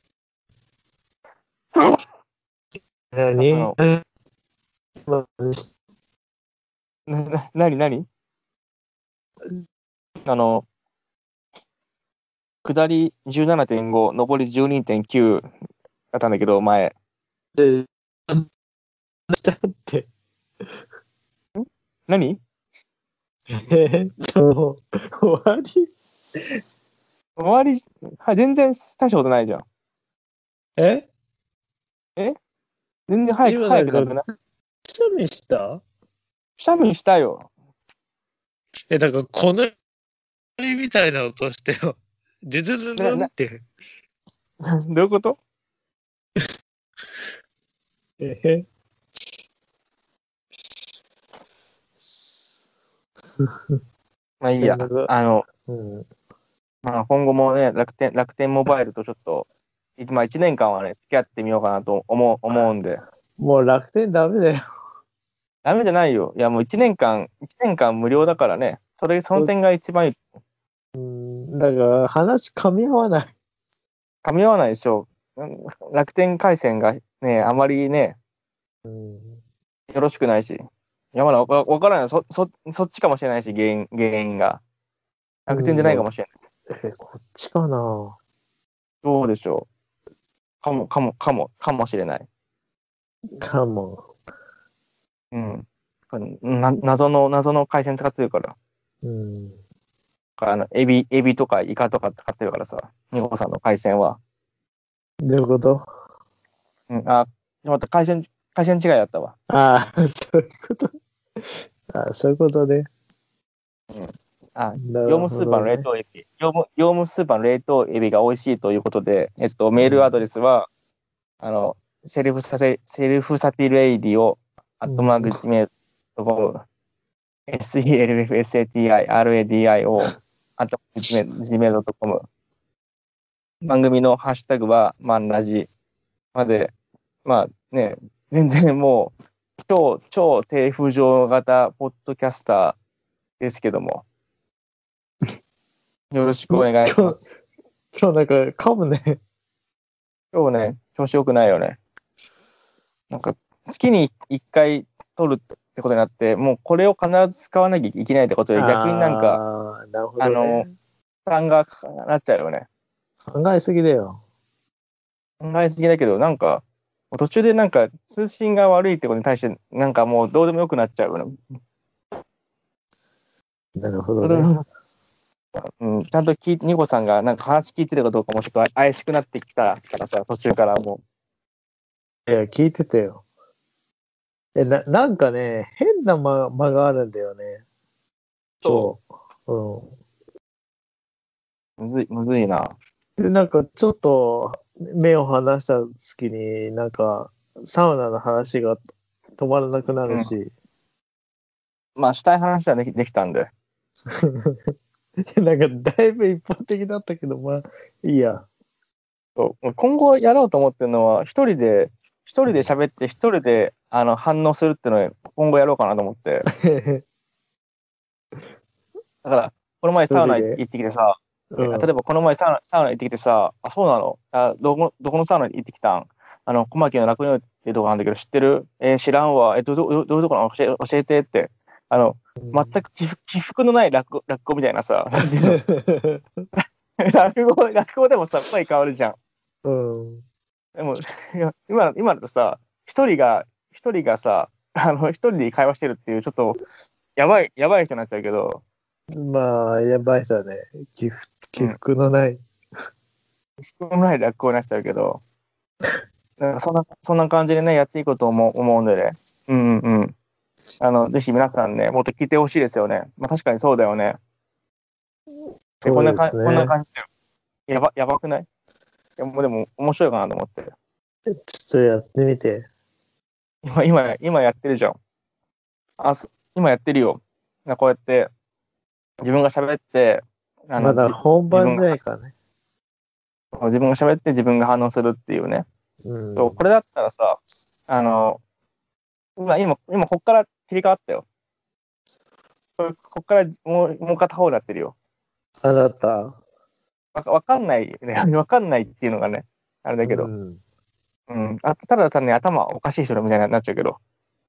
何あの、 えな、な、なになにあの、下りじゅうななてんご、上りじゅうにてんきゅうだったんだけど、前。 で、したって。 何えー、ちょ、終わり終わり、は、全然大したことないじゃん。 ええ全然早く、 今なんか、 早くなくないくしゃみしたくしゃみしたよ。 え、だから、このみたいな音してよ。ズズズな、な、 ズンって。 どういうことえへ。 まあいいや。あの、 うん。 まあ今後もね、楽天、楽天モバイルとちょっと、いまあいちねんかんはね、付き合ってみようかなと思う、思うんで。 もう楽天ダメだよ。 ダメじゃないよ。いやもういちねんかん、いちねんかん無料だからね。それ、その点が一番いい。 うん、だから話噛み合わない。 噛み合わないでしょ。うん楽天回線がね、あまりね、 うん、 よろしくないし。いや、まだわかわからない。そ、そ、そっちかもしれないし、原因、原因が。楽天じゃないかもしれない。 え、こっちかな。 どうでしょう。かも、かも、かも、かもしれない。 かも。 うん。な、謎の、謎の回線使ってるから。 うん。 あの、エビ、エビとかイカとか使ってるからさ。ニコさんの回線は。 どういうことうん。あ、また回線、回線違いだったわ。 ああ、そういうこと。ああ、そういうことね。 うん。あ、 なる業務スーパーの冷ほどね。 凍エビ。業務、業務スーパーの冷凍エビが美味しいということで、えっと、メールアドレスは、あの、セルフサテ、セルフサティレイディオ、アットマーク ジメールドットコム、セルフサティレイディオ、アットマーク ジメールドットコム。番組のハッシュタグは、マンラジまで、まあね、全然もう、超、超低浮上型ポッドキャスターですけども、よろしくお願いしま今日、 す。 今日なんか噛むね。 今日ね、調子良くないよね。なんか、月にいっかい撮るってことになって、もうこれを必ず使わなきゃいけないってことで、逆になんか、 ああ、なるほあの、 どね。 負担がなっちゃうよね。 考えすぎだよ。 考えすぎだけど、なんか、途中でなんか通信が悪いってことに対して、なんかもうどうでもよくなっちゃうよね。 なるほどね。 どうでもうん、ちゃんと聞いニコさんがなんか話聞いてるかどうかもちょっと怪しくなってきたからさ、途中からもいや、聞いてたよ。え、な、なんかね、変な間、間があるんだよね。 そ今日。 う。むずい、むずいな。 うん。で、なんかちょっと目を離した隙に、なんかサウナの話が止まらなくなうん。 るし。 まあ、したい話はでき、できたんで。 なんかだいぶ一方的だったけど、まあ、いいや。 そう今後やろうと思ってるのは、一人で、一人で喋って、一人であの反応するっていうのを今後やろうかなと思って。だから、この前一サウナ行人で。 ってきてさ、え例えうん。 ばこの前サウナ、サウナ行ってきてさ、あ、そうなのあ、どこ、どこのサウナ行ってきたんあの、小牧の酪農っていうとこなんだけど、知ってるえー知らんわ。え、ど、ど、どどういうとこなの教え、教えてって。あの、全く起伏起伏のない落語、落語みたいなさ、なんていうの落語、落語でもさ、声変わるじゃん。 うん。 でも、いや今、今だとさ、一人が、一人がさ、あの、一人で会話してるっていう、ちょっと、やばい、やばい人になっちゃうけど、 まあ、やばいさね。起伏、起うん、 伏のない。 起伏のない落語になっちゃうけど、なんかそんな、そんな感じでね、やっていこうと思う、思うんでね。うんうんうん。あの、ぜひ皆さんね、もっと聞いてほしいですよね。まあ確かにそうだよね。え、 そうでこんなかん、こんなすね。 感じだよ。やば、やばくないいや、もうでも面白いかなと思って。 ちょっとやってみて。 今、今、今やってるじゃん。あ、そ今やってるよ。なこうやって自分が喋って、あの、 まだじ、 本番じゃ自分が、 ないからね。 自分が喋って自分が反応するっていうね。 うそう、こん。 れだったらさ、あの、今、今、今、こっから切り替わったよ。これこっからもう、もう片方になってるよ。 あなた。 わか、わかんないね。わかんないっていうのがね、あれだうけど。 ん。 うん。あ、ただ単に頭おかしい人みたいになっちゃうけど。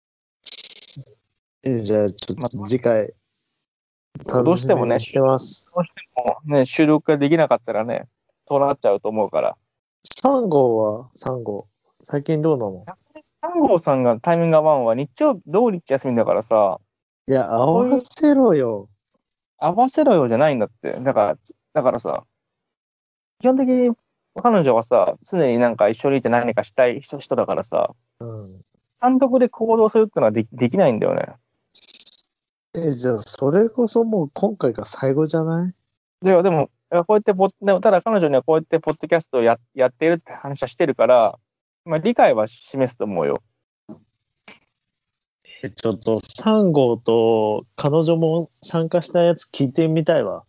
えじゃあ、ちょっまと次回、 あ、ど楽うしてもね、 しみにしてます。 どうしてもね、収録ができなかったらね、そうなっちゃうと思うから。 さん号は ?さん 号。最近どうなの？ さん号さんがタイミングがワンは日曜、同日休みだからさ、 いや、合そういうわせろよ。 合わせろよじゃないんだって。だから、だからさ、基本的に彼女はさ、常になんか一緒にいて何かしたい人人だからさ、 うん。 単独で行動するってのはでき、できないんだよね。 え、じゃあ、それこそもう今回が最後じゃない？ で、でも、こうやってポッ、でもただ彼女にはこうやってポッドキャストをや、やってるって話はしてるから、まあ理解は示すと思うよ。 え、ちょっとさん号と彼女も参加したやつ聞いてみたいわ。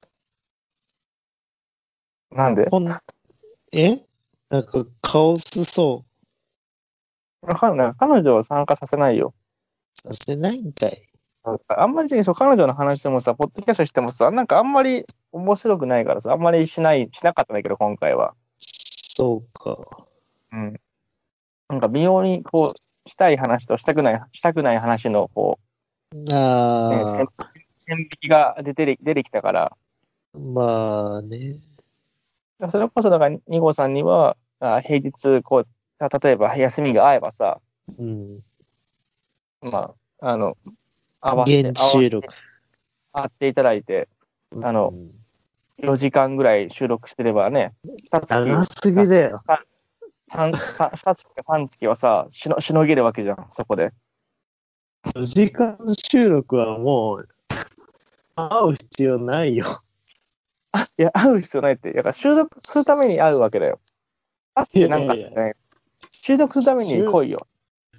なんでこん、えなんかカオスそ彼女彼女は参加させないよ。 う。させないんかい。 あんまりそう彼女の話でもさ、ポッドキャストしてもさ、なんかあんまり面白くないからさ、あんまりしない、しなかったんだけど、今回は。 そうか。 うん。なんか微妙にこう、したい話としたくない、したくない話のこう、ね、線、 ああ、 線引きが出て、出てきたから、 まあね。 それこそだから、に号さんには、あ平日、こう、た例えば休みが合えばさ、 うん。 まあ、あの、合わせて、 現合わせて、 収録。 会っていただいて、あの、 うん。 よじかんぐらい収録してればね、二月長すぎかだよ。 三三二月か三月はさ、しの、しのげるわけじゃん、そこで。 よじかん収録はもう会う必要ないよ。 いや、会う必要ないって。だから収録するために会うわけだよ。会っいてなんやいや。 かするね。収録するために来いよ。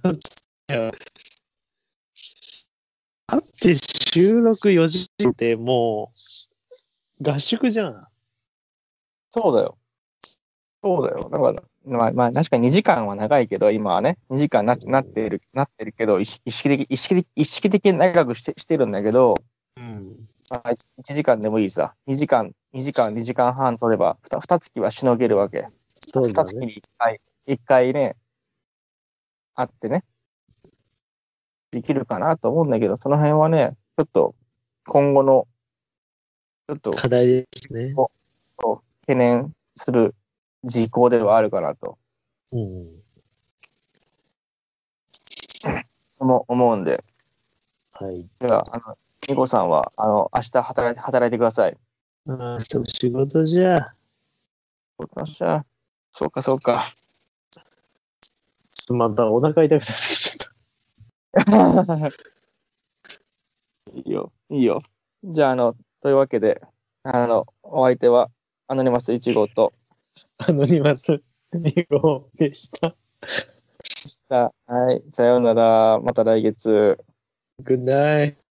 会って収録よじってもう合宿じゃん。 そうだよ。そうだよ。だから、まあ、まあ、確かににじかんは長いけど、今はね、にじかんな、なってる、なってるけど、意識意識的、意識的、意識的に長くして、してるんだけど、 うん。 まあ、いちじかんでもいいさ。にじかん、にじかん、にじかんはん取れば、ふた、二月はしのげるわけ。 そうだね。 二月にいっかい、一回ね、会ってね、できるかなと思うんだけど、その辺はね、ちょっと今後の、ちょっと課題ですね。 こう懸念する事項ではあるかなとうん。 思思うんで、 はい。 では、あの、ニコさんは、あの、明日働いて、働いてください。 ああ、そう仕事じゃ。 私は、そうかそうか。 ちょっとまたお腹痛くなってきちゃった。 いいよ、いいよ。じゃあ、あの、というわけで、あの、お相手は、アノニマスいち号と、 アノニマスに号でした。 した。はい、さようなら。また来月。 Good night.